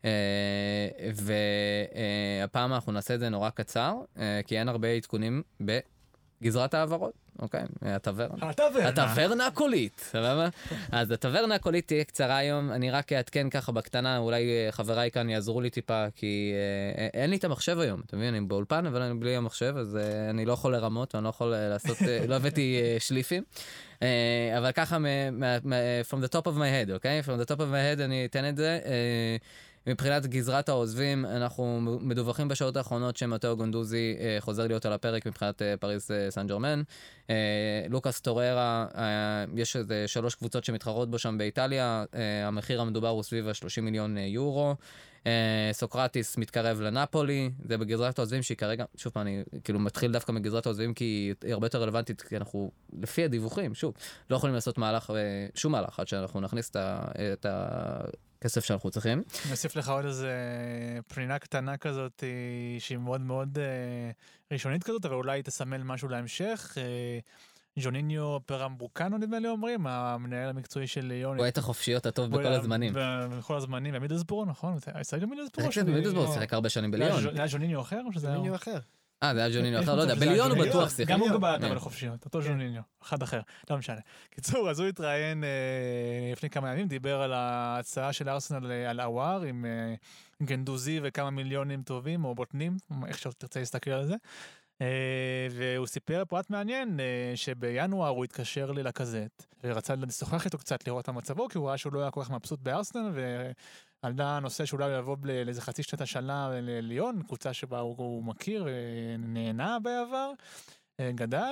Speaker 2: והפעם אנחנו נעשה את זה נורא קצר, כי אין הרבה עדכונים בגזרת העברות. אוקיי, הטברנה.
Speaker 3: הטברנה.
Speaker 2: הטברנה הקולית, סבבה? אז הטברנה הקולית תהיה קצרה היום, אני רק אעדכן ככה בקטנה, אולי חבריי כאן יעזרו לי טיפה, כי אה, אין לי את המחשב היום, אתה מבין? אני באולפן, אבל אני בלי המחשב, אז אה, אני לא יכול לרמות, ואני לא יכול לעשות, אה, לא הבאתי אה, שליפים. אה, אבל ככה, מ- מ- מ- from the top of my head, אוקיי? From the top of my head אני אתן את זה. אה, מבחינת גזרת העוזבים, אנחנו מדווחים בשעות האחרונות שמטאו גונדוזי אה, חוזר להיות על הפרק מבחינת אה, פריס אה, סן ג'רמן. אה, לוקאס טוררה, אה, יש איזה שלוש קבוצות שמתחרות בו שם באיטליה, אה, המחיר המדובר הוא סביב ה-שלושים מיליון אה, יורו. אה, סוקרטיס מתקרב לנפולי, זה בגזרת העוזבים שהיא כרגע, שוב פעם, אני כאילו מתחיל דווקא מגזרת העוזבים כי היא הרבה יותר רלוונטית, כי אנחנו, לפי הדיווחים, שוב, לא יכולים לעשות מהלך, אה, שום מהלך, עד שאנחנו נכניס את ה... את ה כסף שאנחנו צריכים.
Speaker 3: אני אוסיף לך עוד איזה פנינה קטנה כזאת, שהיא מאוד מאוד ראשונית כזאת, אבל אולי תסמל משהו להמשך. ז'וניניו פרמבוקנו, נדמה לי אומרים, המנהל המקצועי של ליון.
Speaker 2: הוא את החופשיות הטוב בכל הזמנים.
Speaker 3: בכל הזמנים, ומידלסבורו, נכון? זה גם מידלסבורו.
Speaker 2: מידלסבורו שיחק הרבה שנים בליון.
Speaker 3: זה היה ז'וניניו אחר?
Speaker 4: ז'וניניו אחר.
Speaker 2: אה, זה היה ג'וניניו אחר, לא יודע, בליון הוא בטוח שיחק.
Speaker 3: גם הוא גבעת, אבל חופשיות, אותו ג'וניניו, אחד אחר, לא משנה. קיצור, אז הוא התראיין לפני כמה ימים, דיבר על ההצעה של ארסנל על אוואר, עם גנדוזי וכמה מיליונים טובים, או בוטנים, איך שתרצה להסתכל על זה. והוא סיפר פרט מעניין, שבינואר הוא התקשר לי לקזט, ורצה לשוחח איתו קצת לראות את המצבו, כי הוא ראה שהוא לא היה כל כך מבסוט בארסנל, ו... עלדה הנושא שאולי יבוא לאיזה חצי שנת השנה לליון, קבוצה שבה הוא, הוא מכיר ונהנה בעבר, גדל,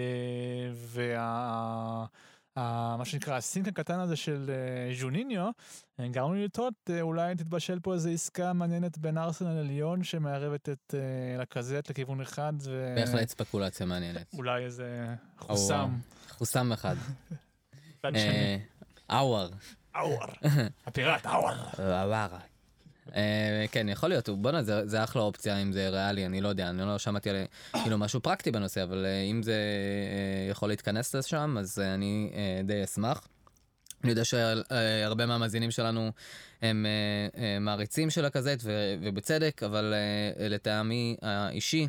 Speaker 3: ומה שנקרא הסינק הקטן הזה של ז'וניניו, גרם לי לטעות, אולי תתבשל פה איזו עסקה מעניינת בין ארסנל לליון, שמערבת את לקזט לכיוון אחד. ו...
Speaker 2: בהחלט ספקולציה מעניינת.
Speaker 3: אולי איזה חוסם.
Speaker 2: חוסם אחד.
Speaker 3: צד שני.
Speaker 2: אוואר.
Speaker 3: אוואר. הפיראט, אוואר.
Speaker 2: אוואר. כן, יכול להיות, בוא'נה, זה אחלה אופציה אם זה ריאלי, אני לא יודע, אני לא שמעתי על כאילו משהו פרקטי בנושא, אבל אם זה יכול להתכנס לשם, אז אני די אשמח. אני יודע שהרבה מהמאזינים שלנו הם מעריצים של הקזט, ובצדק, אבל לטעמי האישי,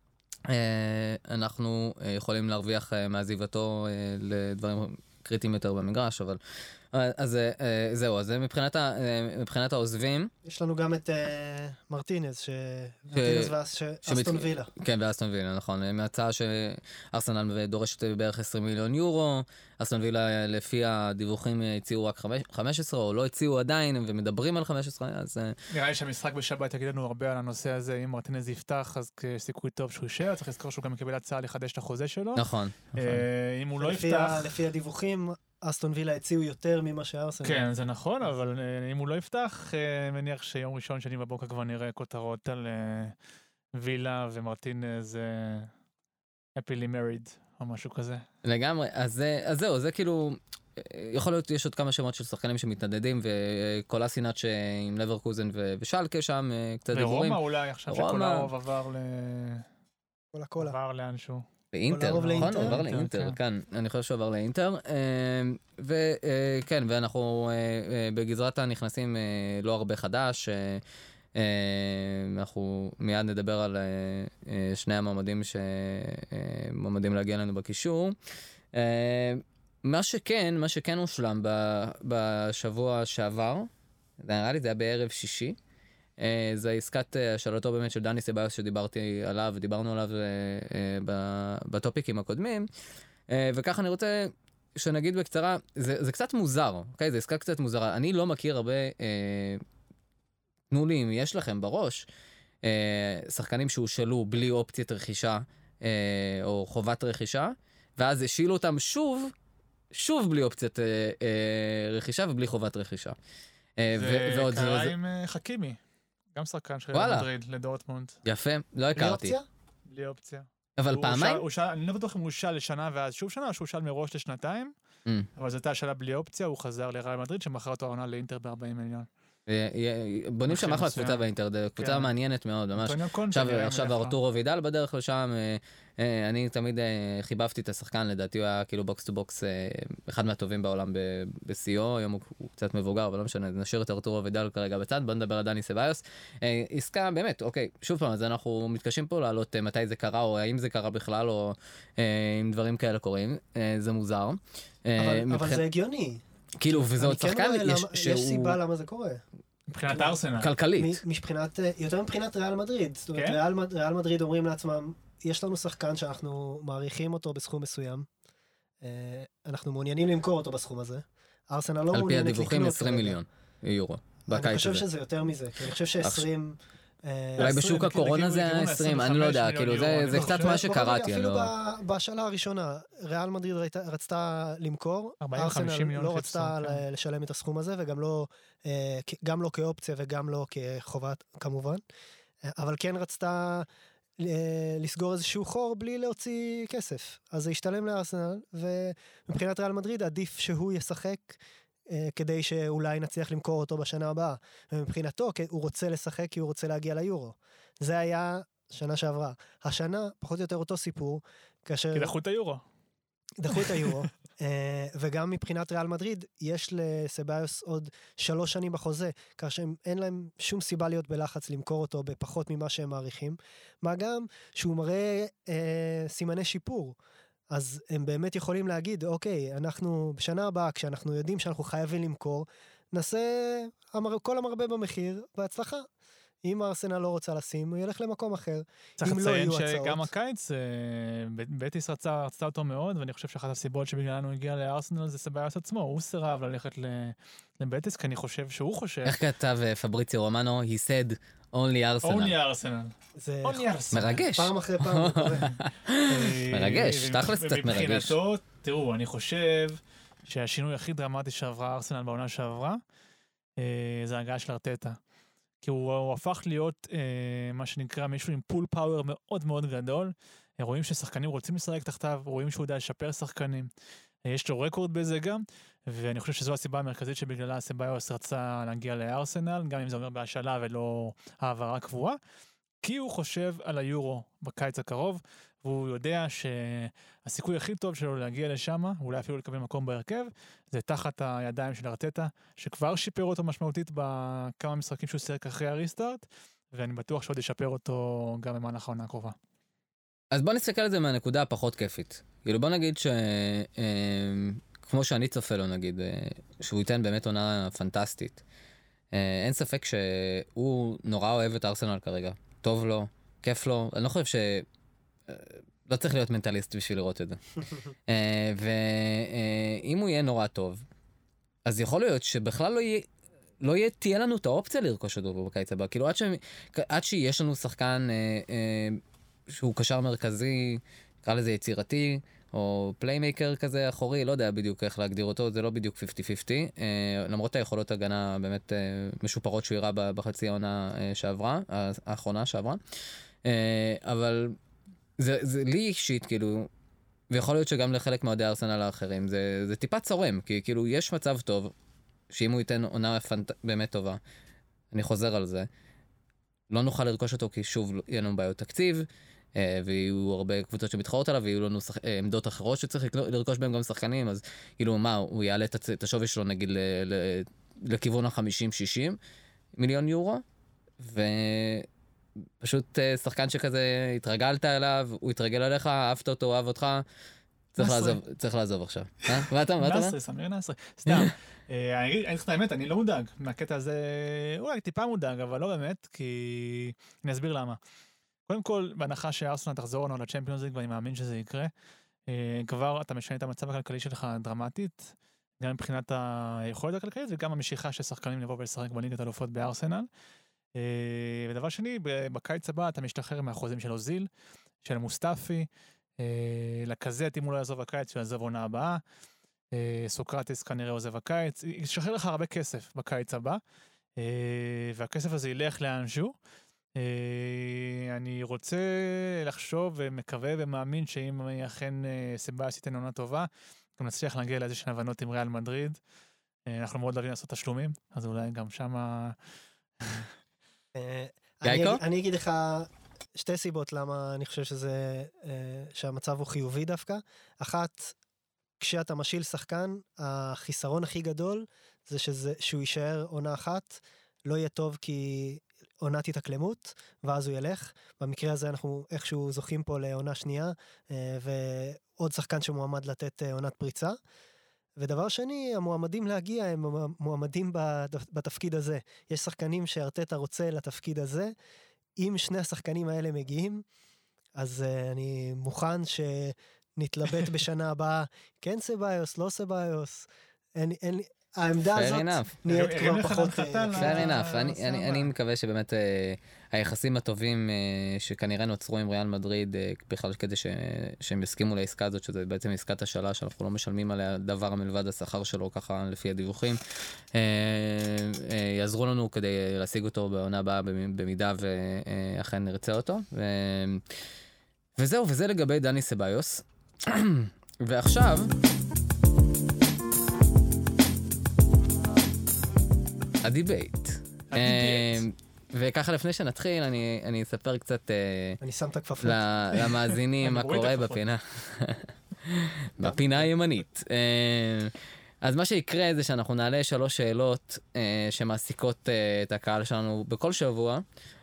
Speaker 2: אנחנו יכולים להרוויח מעזיבתו לדברים קריטיים יותר במגרש, אבל אז זהו, אז מבחינת מבחינת העוזבים.
Speaker 4: יש לנו גם את מרטינז, מרטינז ואסטון וילה.
Speaker 2: כן, ואסטון וילה, נכון. מהצעה שארסנל דורשת בערך עשרים מיליון יורו, אסטון וילה לפי הדיווחים הציעו רק חמש עשרה, או לא הציעו עדיין, ומדברים על חמש עשרה, אז...
Speaker 3: נראה לי שהמשחק בשבת יגיד לנו הרבה על הנושא הזה, אם מרטינז יפתח, אז סיכוי טוב שהוא יישאר, צריך לזכור שהוא גם יקבל הצעה לחדש את החוזה שלו.
Speaker 2: נכון.
Speaker 3: אם הוא לא יפתח...
Speaker 4: לפי הדיווחים, אסטון וילה הציעו יותר ממה שארסנל.
Speaker 3: כן, זה נכון, אבל אם הוא לא יפתח, מניח שיום ראשון שני בבוקר כבר נראה כותרות על וילה ומרטינז happily married או משהו כזה.
Speaker 2: לגמרי, אז זהו, זה כאילו, יכול להיות יש עוד כמה שמות של שחקנים שמתנדדים, וקולאסינאץ' עם לברקוזן ושלקה שם, קצת דיבורים.
Speaker 3: ורומא אולי, עכשיו שקולרוב עבר ל...
Speaker 4: קולה קולה.
Speaker 3: עבר לאנשהו.
Speaker 2: לאינטר, נכון? הוא עבר לאינטר, כאן, אני חושב שהוא עבר לאינטר, וכן, ואנחנו בגזרת הנכנסים לא הרבה חדש, אנחנו מיד נדבר על שני המועמדים שמועמדים להגיע לנו בקישור. מה שכן, מה שכן הושלם בשבוע שעבר, נראה לי זה היה בערב שישי, זה עסקת השאלתו באמת של דני סבאיוס שדיברתי עליו ודיברנו עליו בטופיקים הקודמים, וכך אני רוצה שנגיד בקצרה, זה, זה קצת מוזר, אוקיי? זה עסקה קצת מוזרה. אני לא מכיר הרבה, תנו לי אם יש לכם בראש, שחקנים שהושאלו בלי אופציית רכישה או חובת רכישה, ואז השאילו אותם שוב, שוב בלי אופציית רכישה ובלי חובת רכישה.
Speaker 3: זה קרה עם חכימי. גם שחקן של ריאל מדריד לדורטמונד.
Speaker 2: יפה, לא הכרתי.
Speaker 4: בלי אופציה?
Speaker 3: בלי אופציה.
Speaker 2: אבל פעמיים?
Speaker 3: אני לא בטוח אם הוא שאל לשנה ואז שוב שנה, או שהוא שאל מראש לשנתיים, אבל זו הייתה שאלה בלי אופציה, הוא חזר לריאל מדריד שמכר אותו העונה לאינטר ב-ארבעים מיליון.
Speaker 2: בונים שם אחלה קבוצה באינטר, קבוצה מעניינת מאוד, ממש. עכשיו ארתורו וידל בדרך לשם, אני תמיד חיבבתי את השחקן, לדעתי הוא היה כאילו בוקס טו בוקס, אחד מהטובים בעולם בסיו, היום הוא קצת מבוגר, אבל לא משנה, נשאיר את ארתורו וידל כרגע בצד, בוא נדבר על דני סבאיוס. עסקה באמת, אוקיי, שוב פעם, אז אנחנו מתקשים פה לעלות מתי זה קרה, או האם זה קרה בכלל, או אם דברים כאלה קורים, זה מוזר.
Speaker 4: אבל זה הגיוני.
Speaker 2: כאילו, וזה עוד שחקן
Speaker 4: יש סיבה למה זה קורה.
Speaker 3: מבחינת ארסנל.
Speaker 2: כלכלית.
Speaker 4: מבחינת, יותר מבחינת ריאל מדריד. זאת אומרת, ריאל מדריד אומרים לעצמם, יש לנו שחקן שאנחנו מעריכים אותו בסכום מסוים. אנחנו מעוניינים למכור אותו בסכום הזה. ארסנל לא מעוניינת לקנות.
Speaker 2: על פי הדיווחים עשרים מיליון יורו.
Speaker 4: אני חושב שזה יותר מזה. אני חושב ש-עשרים...
Speaker 2: אולי בשוק הקורונה זה היה עשרים, אני לא יודע, כאילו זה קצת מה שקראתי.
Speaker 4: אפילו בשאלה הראשונה, ריאל מדריד רצתה למכור, ארסנל לא רצתה לשלם את הסכום הזה, וגם לא כאופציה וגם לא כחובת כמובן, אבל כן רצתה לסגור איזשהו חור בלי להוציא כסף. אז זה השתלם לארסנל, ומבחינת ריאל מדריד עדיף שהוא ישחק כדי שאולי נצליח למכור אותו בשנה הבאה. ומבחינתו, הוא רוצה לשחק כי הוא רוצה להגיע ליורו. זה היה שנה שעברה. השנה, פחות או יותר אותו סיפור, כאשר...
Speaker 3: כי דחו את היורו.
Speaker 4: דחו את היורו. וגם מבחינת ריאל מדריד, יש לסבאיוס עוד שלוש שנים בחוזה, כאשר אין להם שום סיבה להיות בלחץ למכור אותו בפחות ממה שהם מעריכים. מה גם שהוא מראה אה, סימני שיפור. אז הם באמת יכולים להגיד, אוקיי, אנחנו בשנה הבאה, כשאנחנו יודעים שאנחנו חייבים למכור, נעשה המר... כל המרבה במחיר, בהצלחה. אם ארסנל לא רוצה לשים, הוא ילך למקום אחר.
Speaker 3: צריך לציין שגם הקיץ, בטיס רצה, רצתה אותו מאוד, ואני חושב שאחת הסיבות שבגללנו הגיע לארסנל זה סבאיוס עצמו, הוא סירב ללכת לבטיס, כי אני חושב שהוא חושב...
Speaker 2: איך כתב פבריציו רומנו? He said only Arsenal.
Speaker 3: only Arsenal.
Speaker 2: מרגש.
Speaker 4: פעם אחרי פעם.
Speaker 2: מרגש, תכלס קצת מרגש.
Speaker 3: מבחינתו, תראו, אני חושב שהשינוי הכי דרמטי שעברה ארסנל בעונה שעברה, זה ההגעה של ארטטה. כי הוא, הוא הפך להיות אה, מה שנקרא מישהו עם פול פאוור מאוד מאוד גדול. רואים ששחקנים רוצים לשחק תחתיו, רואים שהוא יודע לשפר שחקנים. יש לו רקורד בזה גם, ואני חושב שזו הסיבה המרכזית שבגללה סביוס רצה להגיע לארסנל, גם אם זה אומר בהשאלה ולא העברה קבועה, כי הוא חושב על היורו בקיץ הקרוב, והוא יודע שהסיכוי הכי טוב שלו להגיע לשם, אולי אפילו לקבל מקום בהרכב, זה תחת הידיים של ארטטה, שכבר שיפר אותו משמעותית בכמה משחקים שהוא שיחק אחרי הריסטארט, ואני בטוח שעוד ישפר אותו גם במהלך העונה הקרובה.
Speaker 2: אז בוא נסתכל על זה מהנקודה הפחות כיפית. כאילו בוא נגיד ש... כמו שאני צופה לו נגיד, שהוא ייתן באמת עונה פנטסטית. אין ספק שהוא נורא אוהב את ארסנל כרגע. טוב לו, כיף לו. אני לא חושב ש... לא צריך להיות מנטליסט בשביל לראות את זה. ואם הוא יהיה נורא טוב, אז יכול להיות שבכלל לא יהיה... לא יהיה, תהיה לנו את האופציה לרכוש אותו בקיץ הבא. כאילו עד, ש... עד שיש לנו שחקן אה, אה, שהוא קשר מרכזי, נקרא לזה יצירתי, או פליימייקר כזה אחורי, לא יודע בדיוק איך להגדיר אותו, זה לא בדיוק חמישים חמישים, אה, למרות היכולות הגנה באמת אה, משופרות שהוא הראה בחצי העונה אה, שעברה, האחרונה שעברה. אה, אבל זה, זה לי אישית, כאילו, ויכול להיות שגם לחלק מהעודי ארסנל האחרים, זה, זה טיפה צורם, כי כאילו יש מצב טוב, שאם הוא ייתן עונה פנט... באמת טובה, אני חוזר על זה, לא נוכל לרכוש אותו כי שוב יהיה לנו בעיות תקציב, אה, ויהיו הרבה קבוצות שמתחרות עליו, ויהיו לנו שח... אה, עמדות אחרות שצריך לרכוש בהם גם שחקנים, אז כאילו מה, הוא יעלה את, הצ... את השווי שלו נגיד ל... ל... לכיוון ה-חמישים שישים מיליון יורו, ופשוט אה, שחקן שכזה התרגלת אליו, הוא התרגל עליך, אהבת אותו, אוהב אותך, צריך לעזוב, צריך לעזוב עכשיו. מה אתה אומר?
Speaker 3: נאסרי, סמיר נאסרי. סתם, אני אגיד לך את האמת, אני לא מודאג. מהקטע הזה, אולי טיפה מודאג, אבל לא באמת, כי אני אסביר למה. קודם כל, בהנחה שארסנל תחזור לנו לצ'מפיונס ליג, ואני מאמין שזה יקרה, כבר אתה משנה את המצב הכלכלי שלך דרמטית, גם מבחינת היכולת הכלכלית, וגם המשיכה של שחקנים לבוא ולשחק בליגת האלופות בארסנל. ודבר שני, בקיץ הבא אתה משתחרר מהחוזים של אוזיל, של מוסטפי, לקזט, אם הוא לא יעזוב הקיץ, הוא יעזוב עונה הבאה. סוקרטס כנראה עוזב הקיץ. ישחרר לך הרבה כסף בקיץ הבא, והכסף הזה ילך לאנשהו. אני רוצה לחשוב ומקווה ומאמין שאם אכן סביוס ייתן עונה טובה, גם נצליח להגיע לאיזה שני הבנות עם ריאל מדריד. אנחנו מאוד אוהבים לעשות תשלומים, אז אולי גם שמה...
Speaker 4: אני אגיד לך... שתי סיבות למה אני חושב שזה, שהמצב הוא חיובי דווקא. אחת, כשאתה משיל שחקן, החיסרון הכי גדול זה שזה, שהוא יישאר עונה אחת, לא יהיה טוב כי עונת התאקלמות, ואז הוא ילך. במקרה הזה אנחנו איכשהו זוכים פה לעונה שנייה, ועוד שחקן שמועמד לתת עונת פריצה. ודבר שני, המועמדים להגיע הם מועמדים בתפקיד הזה. יש שחקנים שארטטה רוצה לתפקיד הזה, אם שני השחקנים האלה מגיעים, אז uh, אני מוכן שנתלבט בשנה הבאה, כן סביוס, לא סביוס, אין, אין, העמדה הזאת נהיית כבר פחות...
Speaker 2: fair enough, אני, אני, אני מקווה שבאמת uh, היחסים הטובים uh, שכנראה נוצרו עם ריאל מדריד, uh, בכלל כדי ש, שהם יסכימו לעסקה הזאת, שזה בעצם עסקת השאלה, שאנחנו לא משלמים עליה דבר מלבד השכר שלו, ככה לפי הדיווחים, uh, uh, יעזרו לנו כדי להשיג אותו בעונה הבאה, במידה ואכן נרצה אותו. ו... וזהו, וזה לגבי דני סביוס. ועכשיו... הדיבייט. וככה לפני שנתחיל, אני, אני אספר קצת
Speaker 4: אני שם את הכפפות.
Speaker 2: למאזינים מה קורה בפינה. בפינה הימנית. אז מה שיקרה זה שאנחנו נעלה שלוש שאלות שמעסיקות את הקהל שלנו בכל שבוע.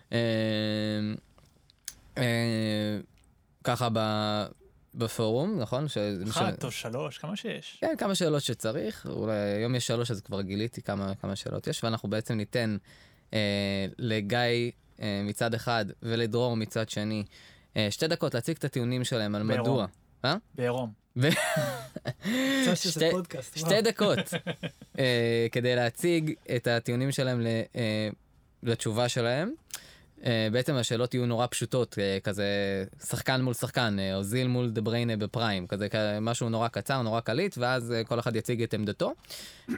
Speaker 2: ככה ב... בפורום, נכון?
Speaker 3: אחת או שלוש, כמה שיש.
Speaker 2: כן, כמה שאלות שצריך. אולי היום יש שלוש, אז כבר גיליתי כמה, כמה שאלות יש, ואנחנו בעצם ניתן אה, לגיא אה, מצד אחד ולדרור מצד שני אה, שתי דקות להציג את הטיעונים שלהם על
Speaker 3: בעירום.
Speaker 2: מדוע. אה?
Speaker 3: בעירום.
Speaker 2: שתי, שתי דקות אה, כדי להציג את הטיעונים שלהם ל, אה, לתשובה שלהם. Uh, בעצם השאלות יהיו נורא פשוטות, uh, כזה שחקן מול שחקן, uh, אוזיל מול דה בריינה בפריים, כזה משהו נורא קצר, נורא קליט, ואז uh, כל אחד יציג את עמדתו. uh,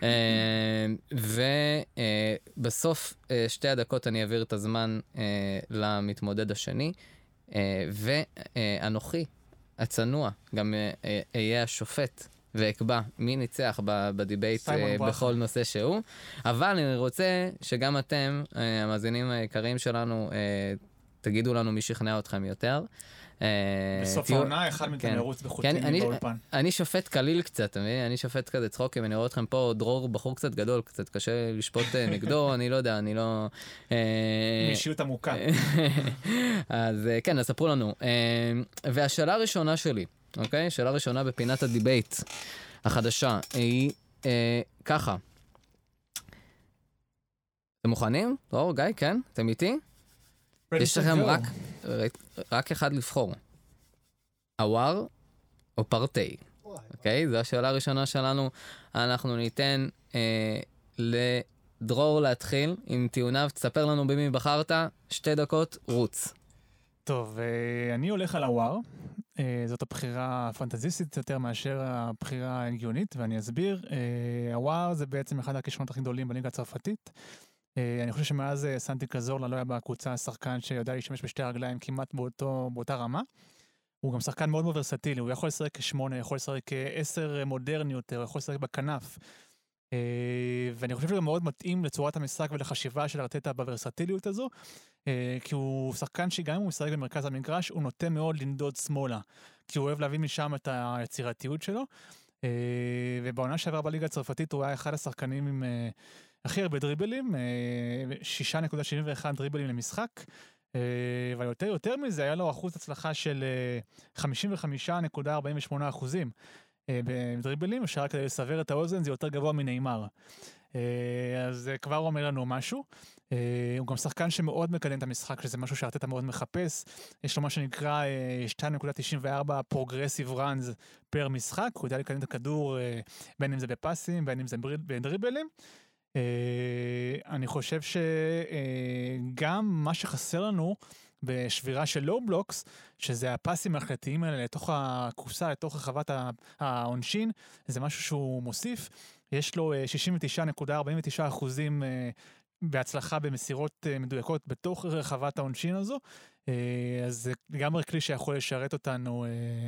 Speaker 2: ובסוף uh, uh, שתי הדקות אני אעביר את הזמן uh, למתמודד השני, uh, ואנוכי, הצנוע, גם אהיה uh, uh, השופט ואקבע מי ניצח בדיבייט בכל נושא שהוא. אבל אני רוצה שגם אתם, המאזינים היקרים שלנו, תגידו לנו מי שכנע אתכם יותר.
Speaker 3: בסוף העונה, אחד מכם ירוץ בחוטים באולפן.
Speaker 2: אני שופט קליל קצת, אני שופט כזה צחוקים, אני רואה אתכם פה, דרור בחור קצת גדול, קצת קשה לשפוט נגדו, אני לא יודע, אני לא...
Speaker 3: מאישיות עמוקה.
Speaker 2: אז כן, אז ספרו לנו. והשאלה הראשונה שלי, אוקיי? שאלה ראשונה בפינת הדיבייט החדשה, היא ככה. אתם מוכנים? דרור, גיא, כן? אתם איתי? יש לכם רק, רק אחד לבחור. אוואר או פרטי. אוקיי? זו השאלה הראשונה שלנו. אנחנו ניתן אה, לדרור להתחיל עם טיעוניו. תספר לנו במי בחרת. שתי דקות, רוץ.
Speaker 3: טוב, אה, אני הולך על אוואר. אה, זאת הבחירה הפנטזיסטית יותר מאשר הבחירה ההגיונית, ואני אסביר. אה, אוואר זה בעצם אחד הכישרונות הכי גדולים בליגה הצרפתית. אני חושב שמאז סנטי קזורלה לא היה בקבוצה שחקן שיודע להשתמש בשתי הרגליים כמעט באותו, באותה רמה. הוא גם שחקן מאוד מאוד ורסטילי, הוא יכול לשחק כשמונה, יכול לשחק כעשר מודרני יותר, הוא יכול לשחק בכנף. ואני חושב שזה מאוד מתאים לצורת המשחק ולחשיבה של ארטטה בוורסטיליות הזו, כי הוא שחקן שגם אם הוא משחק במרכז המגרש, הוא נוטה מאוד לנדוד שמאלה, כי הוא אוהב להביא משם את היצירתיות שלו. ובעונה שעברה בליגה הצרפתית הוא היה אחד השחקנים עם הכי הרבה דריבלים, שישה נקודה שבעים ואחת דריבלים למשחק, ויותר יותר מזה היה לו אחוז הצלחה של חמישים וחמש נקודה ארבעים ושמונה אחוזים בדריבלים, שרק כדי לסבר את האוזן זה יותר גבוה מנאמר. אז כבר הוא אומר לנו משהו. הוא גם שחקן שמאוד מקדם את המשחק, שזה משהו שארטטה מאוד מחפש. יש לו מה שנקרא שתיים נקודה תשעים וארבע פרוגרסיב ראנז פר משחק, הוא יודע לקדם את הכדור בין אם זה בפסים, בין אם זה בדריבלים. אני חושב שגם מה שחסר לנו בשבירה של לואו בלוקס, שזה הפסים ההחלטיים האלה לתוך הקופסה, לתוך רחבת העונשין, זה משהו שהוא מוסיף. יש לו שישים ותשע נקודה ארבעים ותשע אחוזים בהצלחה במסירות מדויקות בתוך רחבת העונשין הזו, אז זה גם כלי שיכול לשרת אותנו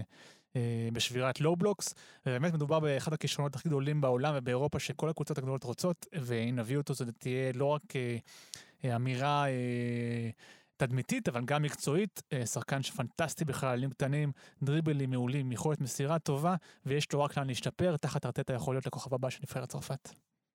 Speaker 3: בשבירת לואו בלוקס. באמת מדובר באחד הכישרונות הכי גדולים בעולם ובאירופה שכל הקבוצות הגדולות רוצות, ואם נביא אותו זה תהיה לא רק אמירה תדמיתית, אבל גם מקצועית. שחקן שפנטסטי בכלל, עלים קטנים, דריבלים מעולים, יכולת מסירה טובה, ויש לו רק לאן להשתפר, תחת ארטטה יכול להיות לכוכב הבא של נבחרת צרפת.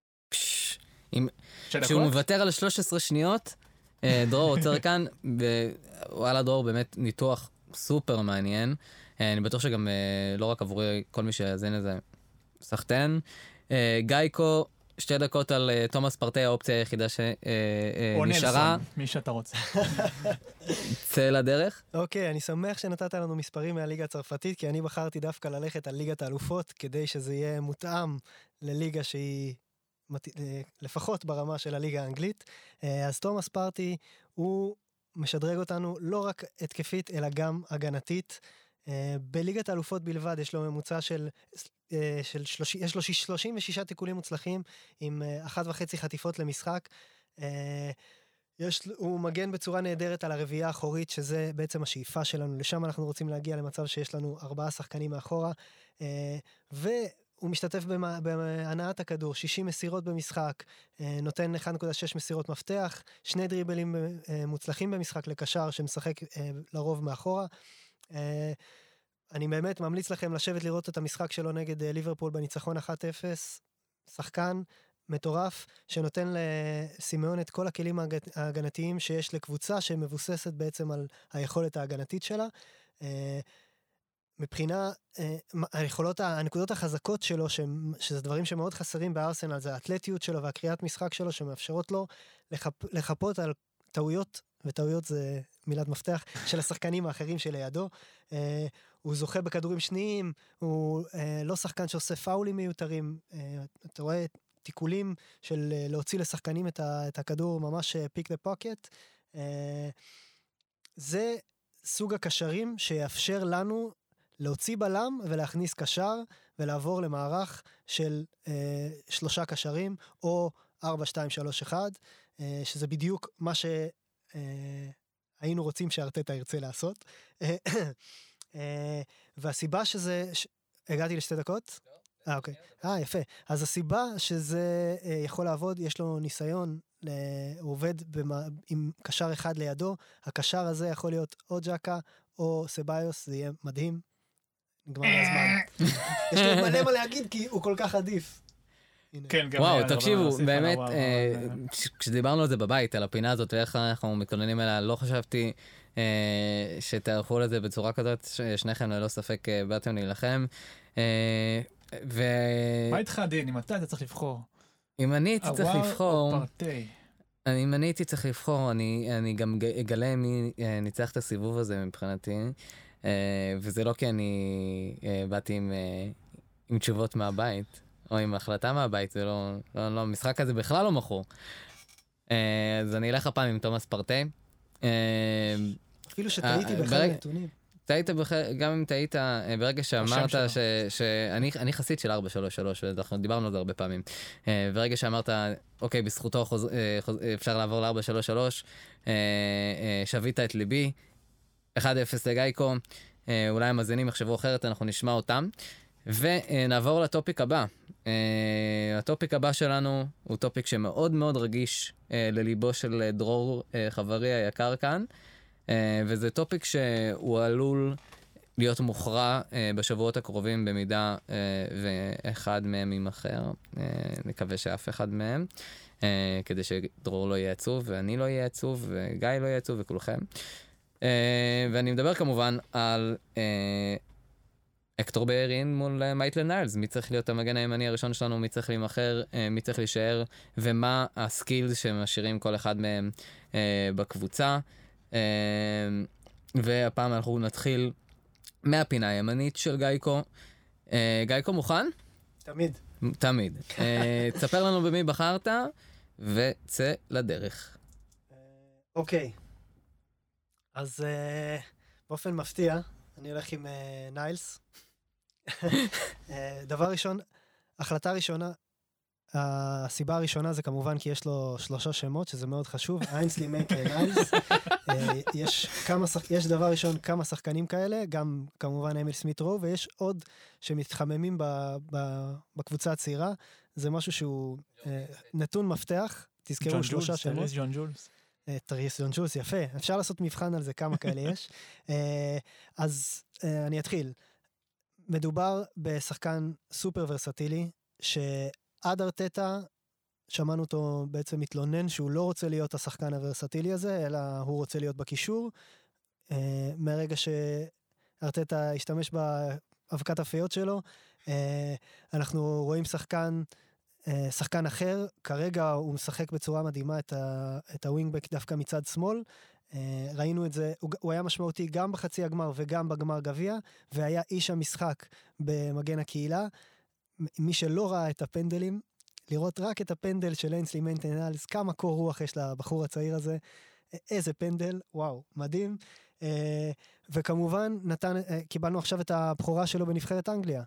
Speaker 2: כשהוא מוותר על שלוש עשרה שניות, דרור עוצר כאן, וואלה דרור באמת ניתוח סופר מעניין. אני בטוח שגם לא רק עבורי כל מי שיאזין לזה סחטן. גייקו, שתי דקות על תומאס פרטי, האופציה היחידה שנשארה.
Speaker 3: מי שאתה רוצה.
Speaker 2: צא לדרך.
Speaker 4: אוקיי, אני שמח שנתת לנו מספרים מהליגה הצרפתית, כי אני בחרתי דווקא ללכת על ליגת האלופות, כדי שזה יהיה מותאם לליגה שהיא לפחות ברמה של הליגה האנגלית. אז תומאס פרטי הוא משדרג אותנו לא רק התקפית, אלא גם הגנתית. בליגת האלופות בלבד יש לו ממוצע של, של שלושים, יש לו שלושים ושישה תיקולים מוצלחים עם אחת וחצי חטיפות למשחק. יש, הוא מגן בצורה נהדרת על הרביעייה האחורית, שזה בעצם השאיפה שלנו. לשם אנחנו רוצים להגיע למצב שיש לנו ארבעה שחקנים מאחורה, והוא משתתף בהנעת הכדור, שישים מסירות במשחק, נותן אחת נקודה שש מסירות מפתח, שני דריבלים מוצלחים במשחק לקשר שמשחק לרוב מאחורה. אני באמת ממליץ לכם לשבת לראות את המשחק שלו נגד ליברפול בניצחון אחת אפס, שחקן מטורף שנותן לסימאון את כל הכלים ההגנתיים שיש לקבוצה שמבוססת בעצם על היכולת ההגנתית שלה. מבחינה היכולות, הנקודות החזקות שלו, שזה דברים שמאוד חסרים בארסנל, זה האתלטיות שלו והקריאת משחק שלו שמאפשרות לו לחפ, לחפות על טעויות, וטעויות זה מילת מפתח, של השחקנים האחרים שלידו. אה, הוא זוכה בכדורים שניים, הוא אה, לא שחקן שעושה פאולים מיותרים, אה, אתה רואה תיקולים של אה, להוציא לשחקנים את, ה, את הכדור, ממש פיק דה פוקט. אה, זה סוג הקשרים שיאפשר לנו להוציא בלם ולהכניס קשר, ולעבור למערך של אה, שלושה קשרים, או ארבע שתיים שלוש אחת, אה, שזה בדיוק מה ש... היינו רוצים שארטטה ירצה לעשות. והסיבה שזה... הגעתי לשתי דקות? אה, אוקיי. אה, יפה. אז הסיבה שזה יכול לעבוד, יש לו ניסיון, הוא עובד עם קשר אחד לידו, הקשר הזה יכול להיות או ג'קה או סביוס, זה יהיה מדהים. נגמר הזמן. יש לי מלא מה להגיד, כי הוא כל כך עדיף.
Speaker 2: וואו, תקשיבו, באמת, כשדיברנו על זה בבית, על הפינה הזאת, ואיך אנחנו מתכוננים אליה, לא חשבתי שתערכו לזה בצורה כזאת, שניכם ללא ספק באתם להילחם.
Speaker 3: מה איתך, דין? אם אתה צריך לבחור?
Speaker 2: אם אני הייתי צריך לבחור... אם אני הייתי צריך לבחור, אני גם אגלה מי ניצח את הסיבוב הזה מבחינתי, וזה לא כי אני באתי עם תשובות מהבית, או עם החלטה מהבית, זה לא, לא, לא, המשחק הזה בכלל לא מכור. אז אני אלך הפעם עם תומאס פרטי.
Speaker 4: אפילו שטעיתי בכלל נתונים.
Speaker 2: טעית בכלל, גם אם טעית, ברגע שאמרת שאני חסיד של ארבע שלוש שלוש, ואנחנו דיברנו על זה הרבה פעמים. ברגע שאמרת, אוקיי, בזכותו אפשר לעבור ל-ארבע שלוש שלוש, שבית את ליבי, אחד אפס לגייקו, אולי המאזינים יחשבו אחרת, אנחנו נשמע אותם. ונעבור לטופיק הבא. הטופיק הבא שלנו הוא טופיק שמאוד מאוד רגיש לליבו של דרור חברי היקר כאן, וזה טופיק שהוא עלול להיות מוכרע בשבועות הקרובים במידה ואחד מהם יימכר. נקווה שאף אחד מהם, כדי שדרור לא יהיה עצוב, ואני לא יהיה עצוב, וגיא לא יהיה עצוב, וכולכם. ואני מדבר כמובן על... אקטור בארין מול מייטלן ניילס, מי צריך להיות המגן הימני הראשון שלנו, מי צריך להימחר, מי צריך להישאר, ומה הסקילס שמשאירים כל אחד מהם בקבוצה. והפעם אנחנו נתחיל מהפינה הימנית של גייקו. גייקו מוכן?
Speaker 4: תמיד.
Speaker 2: תמיד. תספר לנו במי בחרת, וצא לדרך.
Speaker 4: אוקיי. אז באופן מפתיע, אני הולך עם ניילס. דבר ראשון, החלטה ראשונה, הסיבה הראשונה זה כמובן כי יש לו שלושה שמות, שזה מאוד חשוב, אינסלי מייקל ניילס. יש כמה, יש דבר ראשון כמה שחקנים כאלה, גם כמובן אמיל סמית רו, ויש עוד שמתחממים בקבוצה הצעירה, זה משהו שהוא נתון מפתח, תזכרו שלושה שמות.
Speaker 3: טריס ג'ון ג'ולס.
Speaker 4: טריס ג'ון ג'ולס, יפה, אפשר לעשות מבחן על זה כמה כאלה יש. אז אני אתחיל. מדובר בשחקן סופר ורסטילי, שעד ארטטה שמענו אותו בעצם מתלונן שהוא לא רוצה להיות השחקן הוורסטילי הזה, אלא הוא רוצה להיות בקישור. מהרגע שארטטה השתמש באבקת הפיות שלו, אנחנו רואים שחקן, שחקן אחר, כרגע הוא משחק בצורה מדהימה את, ה, את הווינגבק דווקא מצד שמאל, ראינו את זה, הוא, הוא היה משמעותי גם בחצי הגמר וגם בגמר גביע, והיה איש המשחק במגן הקהילה. מי שלא ראה את הפנדלים, לראות רק את הפנדל של אינסלי מייקל ניילס, כמה קור רוח יש לבחור הצעיר הזה, איזה פנדל, וואו, מדהים. וכמובן נתן, קיבלנו עכשיו את הבחורה שלו בנבחרת אנגליה.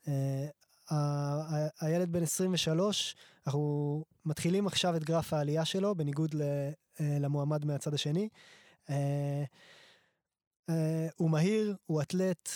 Speaker 4: הילד בן עשרים ושלוש, אנחנו מתחילים עכשיו את גרף העלייה שלו, בניגוד למועמד מהצד השני. הוא מהיר, הוא אתלט,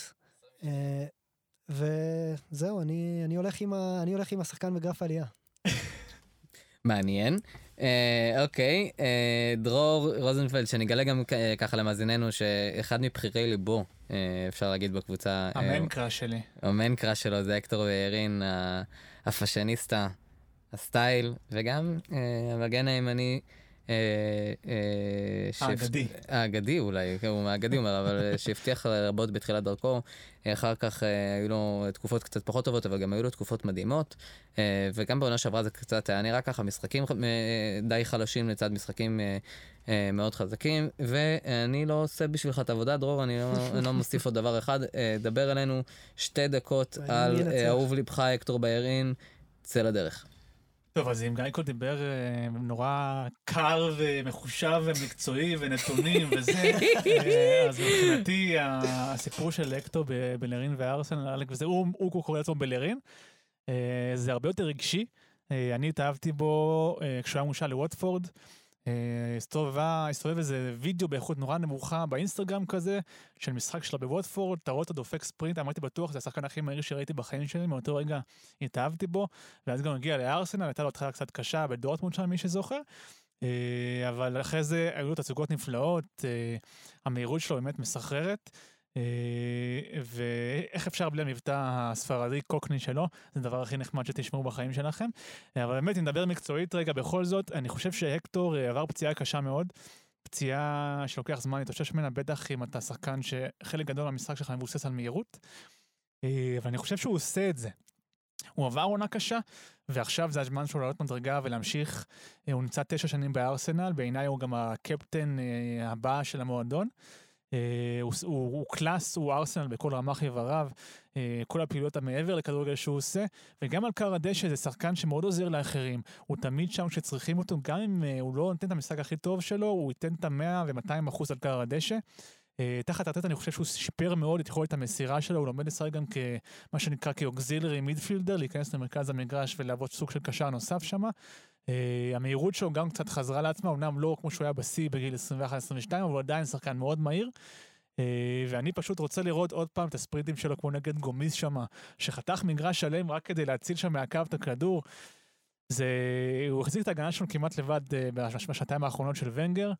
Speaker 4: וזהו, אני, אני הולך עם ה, אני הולך עם השחקן בגרף העלייה.
Speaker 2: מעניין. אוקיי, דרור רוזנפלד, שנגלה גם ככה למאזיננו, שאחד מבחירי ליבו, אפשר להגיד בקבוצה...
Speaker 3: המן קראש שלי.
Speaker 2: המן קראש שלו, זה אקטור בארין, הפאשיניסטה, הסטייל, וגם המגן הימני...
Speaker 3: האגדי.
Speaker 2: האגדי אולי, הוא מהאגדי אומר, אבל שהבטיח רבות בתחילת דרכו, אחר כך היו לו תקופות קצת פחות טובות, אבל גם היו לו תקופות מדהימות, וגם בעונה שעברה זה קצת היה נראה ככה, משחקים די חלשים לצד משחקים מאוד חזקים, ואני לא עושה בשבילך את העבודה, דרור, אני לא מוסיף עוד דבר אחד, דבר אלינו שתי דקות על אהוב לבך אקטור בארין, צא לדרך.
Speaker 3: טוב, אז אם גייקו דיבר נורא קר ומחושב ומקצועי ונתונים וזה, אז מבחינתי הסיפור של אקטור בלרין וארסנל, וזה, הוא קורא לעצמו בלרין, זה הרבה יותר רגשי. אני התאהבתי בו כשהוא היה מושל לווטפורד, הסתובבה, הסתובב איזה וידאו באיכות נורא נמוכה באינסטגרם כזה, של משחק שלה בווטפורד, אתה רואה אותו דופק ספרינט, אמרתי בטוח, זה השחקן הכי מהיר שראיתי בחיים שלי, מאותו רגע התאהבתי בו, ואז גם הגיע לארסנל, הייתה לו התחלה קצת קשה בדורטמונד שם, מי שזוכר, אבל אחרי זה היו לו תצוגות נפלאות, המהירות שלו באמת מסחררת, ואיך אפשר בלי המבטא הספרדי קוקני שלו, זה הדבר הכי נחמד שתשמעו בחיים שלכם, אבל באמת אם נדבר מקצועית רגע בכל זאת, אני חושב שהקטור עבר פציעה קשה מאוד, פציעה שלוקח זמן להתאושש ממנה, בטח אם אתה שחקן שחלק גדול מהמשחק שלך מבוסס על מהירות, אבל אני חושב שהוא עושה את זה. הוא עבר עונה קשה, ועכשיו זה הזמן שלו לעלות מדרגה ולהמשיך, הוא נמצא תשע שנים בארסנל, בעיניי הוא גם הקפטן הבא של המועדון, הוא, הוא, הוא קלאס, הוא ארסנל בכל רמ"ח איבריו, כל הפעילויות המעבר לכדורגל שהוא עושה, וגם על קר הדשא זה שחקן שמאוד עוזר לאחרים, הוא תמיד שם כשצריכים אותו, גם אם הוא לא נותן את המשחק הכי טוב שלו, הוא ייתן את ה-מאה ו-מאתיים אחוז על קר הדשא, תחת ארטטה אני חושב שהוא שיפר מאוד את יכולת המסירה שלו, הוא לומד לשחק גם כמה שנקרא כאוקזילרי מידפילדר, להיכנס למרכז המגרש ולעבוד סוג של קשר נוסף שם, המהירות שלו גם קצת חזרה לעצמה, אמנם לא כמו שהוא היה בסי בגיל עשרים ואחת עשרים ושתיים, אבל עדיין שחקן מאוד מהיר, ואני פשוט רוצה לראות עוד פעם את הספרינטים שלו כמו נגד גומיז שם, שחתך מגרש שלם רק כדי להציל שם מהקו את הכדור, זה, הוא החזיק את ההגנה שלנו כמעט לבד בשנתיים האחרונות של ונגר,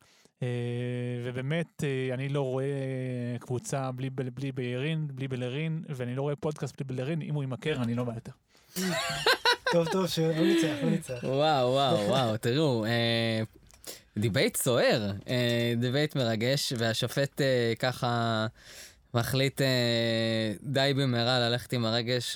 Speaker 3: ובאמת אני לא רואה קבוצה בלי, בלי ביירין, בלי בלרין, ואני לא רואה פודקאסט בלי בלרין, אם הוא ימכר אני לא בא יותר.
Speaker 4: טוב, טוב, שהוא ניצח, הוא ניצח.
Speaker 2: וואו, וואו, וואו, תראו, דיבייט סוער, דיבייט מרגש, והשופט ככה מחליט די במהרה ללכת עם הרגש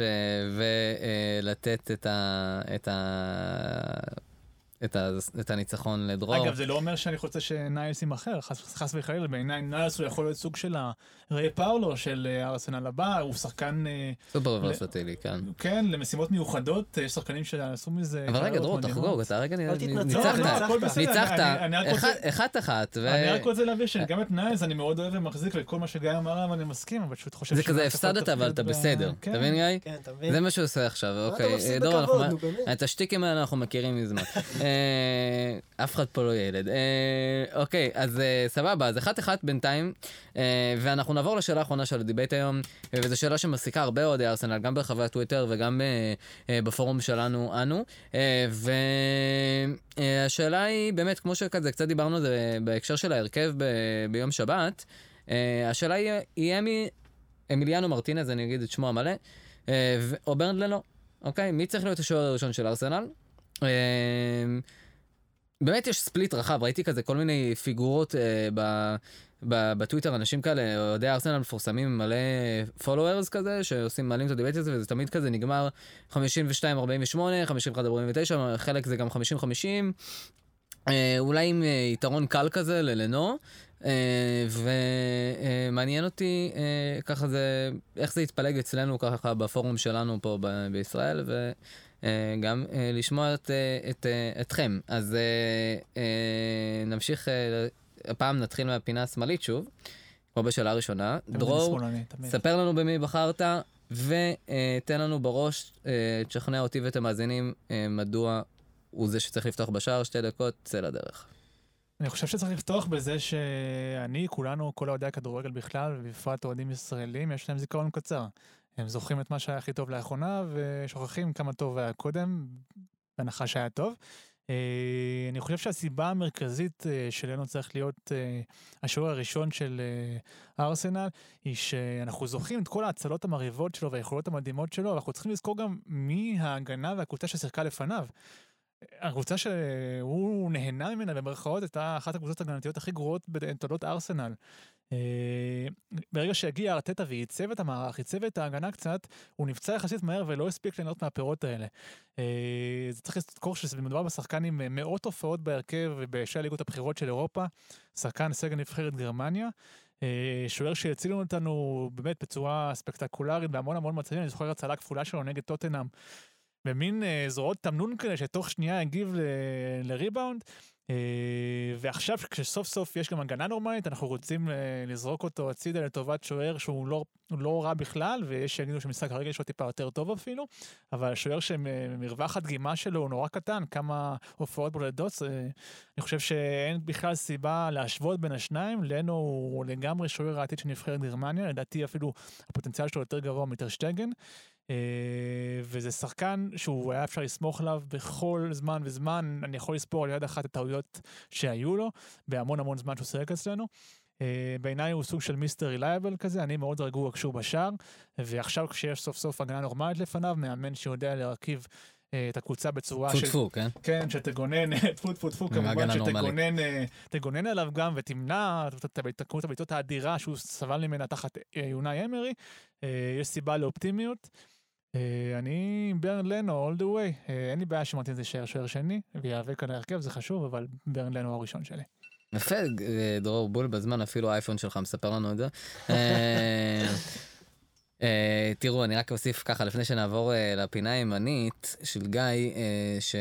Speaker 2: ולתת את ה... את ה... את, ה, את הניצחון לדרור.
Speaker 3: אגב, זה לא אומר שאני חושב שניילס ימחר, חס, חס וחלילה, בעיניי ניילס הוא יכול להיות סוג של הרי פאולו של ארסנל הבא, הוא שחקן...
Speaker 2: סופר ורסטילי, כן.
Speaker 3: כן, למשימות מיוחדות, יש שחקנים שעשו מזה...
Speaker 2: אבל רגע, דרור, תחגוג, אתה רגע
Speaker 4: ניצחת,
Speaker 2: ניצחת, אחת אחת.
Speaker 3: אני רק רוצה להביא שגם את ניילס אני מאוד אוהב ומחזיק, וכל מה שגיא אמר, ואני מסכים, אבל פשוט חושב...
Speaker 2: זה כזה הפסדת, אבל אתה בסדר. אתה מבין, גיא?
Speaker 4: כן, אתה מבין.
Speaker 2: זה מה שהוא עושה עכשיו, אוקיי. דרור, את השטיקים האלה אנחנו מכירים מזמן. אף אחד פה לא ילד. אוקיי, אז סבבה, אז אחת אחת בינתיים, ואנחנו נעבור לשאלה האחרונה של הדיבייט היום, וזו שאלה שמסיקה הרבה אוהדי ארסנל, גם ברחבי הטוויטר וגם בפורום שלנו אנו, והשאלה היא באמת, כמו שכזה, קצת דיברנו זה בהקשר של ההרכב ביום שבת, השאלה היא, יהיה אמיליאנו מרטינז, אני אגיד את שמו המלא, או ברנדלי לא, אוקיי? מי צריך להיות השוער הראשון של ארסנל? באמת יש ספליט רחב, ראיתי כזה כל מיני פיגורות בטוויטר, אנשים כאלה, אוהדי ארסנל מפורסמים מלא פולוורס כזה, שעושים מעלים את הדיבייט הזה, וזה תמיד כזה נגמר חמישים ושתיים ארבעים ושמונה, חמישים ואחת ארבעים ותשע, חלק זה גם חמישים חמישים, אולי עם יתרון קל כזה ללנו, ומעניין אותי ככה זה, איך זה יתפלג אצלנו ככה בפורום שלנו פה בישראל, ו... גם לשמוע את, את, אתכם. אז נמשיך, הפעם נתחיל מהפינה השמאלית שוב, כמו בשאלה הראשונה. דרור, ספר לנו במי בחרת, ותן לנו בראש, תשכנע אותי ואת המאזינים, מדוע הוא זה שצריך לפתוח בשער, שתי דקות, צא לדרך.
Speaker 3: אני חושב שצריך לפתוח בזה שאני, כולנו, כל אוהדי הכדורגל בכלל, ובפרט אוהדים ישראלים, יש להם זיכרון קצר. הם זוכרים את מה שהיה הכי טוב לאחרונה, ושוכחים כמה טוב היה קודם, בהנחה שהיה טוב. אני חושב שהסיבה המרכזית שלנו צריך להיות השוער הראשון של ארסנל, היא שאנחנו זוכרים את כל ההצלות המריבות שלו והיכולות המדהימות שלו, אבל אנחנו צריכים לזכור גם מי ההגנה והקבוצה ששיחקה לפניו. הקבוצה שהוא נהנה ממנה במרכאות, הייתה אחת הקבוצות הגנתיות הכי גרועות בתולדות ארסנל. ברגע שהגיע ארטטה וייצב את המערך, ייצב את ההגנה קצת, הוא נפצע יחסית מהר ולא הספיק ליהנות מהפירות האלה. זה צריך לזכור שזה מדובר בשחקן עם מאות הופעות בהרכב ובשתי הליגות הבחירות של אירופה, שחקן סגל נבחרת גרמניה, שוער שהצילו אותנו באמת בצורה ספקטקולרית בהמון המון מצבים. אני זוכר הצלה כפולה שלו נגד טוטנהאם, במין זרועות תמנון כאלה שתוך שנייה הגיב ל- לריבאונד, ועכשיו כשסוף סוף יש גם הגנה נורמלית, אנחנו רוצים לזרוק אותו הצידה לטובת שוער שהוא לא, לא רע בכלל, ויש שיגידו שמשחק הרגל שלו טיפה יותר טוב אפילו, אבל שוער שמרווח הדגימה שלו הוא נורא קטן, כמה הופעות בולדות, אני חושב שאין בכלל סיבה להשוות בין השניים, לנו הוא לגמרי שוער העתיד של נבחרת גרמניה, לדעתי אפילו הפוטנציאל שלו יותר גבוה מטרשטגן, וזה שחקן שהוא היה אפשר לסמוך עליו בכל זמן וזמן, אני יכול לספור על יד אחת את הטעויות שהיו לו, בהמון המון זמן שהוא שיחק אצלנו, בעיניי הוא סוג של מיסטר רילייבל כזה, אני מאוד רגוע כשהוא בשער, ועכשיו כשיש סוף סוף הגנה נורמלית לפניו, מאמן שיודע להרכיב את הקבוצה בצורה
Speaker 2: של... פוט-פו, כן?
Speaker 3: כן, שתגונן, פוט-פוט-פו, כמובן שתגונן תגונן עליו גם, ותמנע את כמות הבעיטות האדירה שהוא סבל ממנה תחת יונאי אמרי, יש סיבה לאופטימיות, אני ברן לנו all the way, אין לי בעיה שמרטין זה שער שוער שני, ויאבק על ההרכב, זה חשוב, אבל ברן לנו הראשון שלי.
Speaker 2: יפה, דרור בול בזמן, אפילו האייפון שלך מספר לנו את זה. תראו, אני רק אוסיף ככה, לפני שנעבור לפינה הימנית של גיא, ש...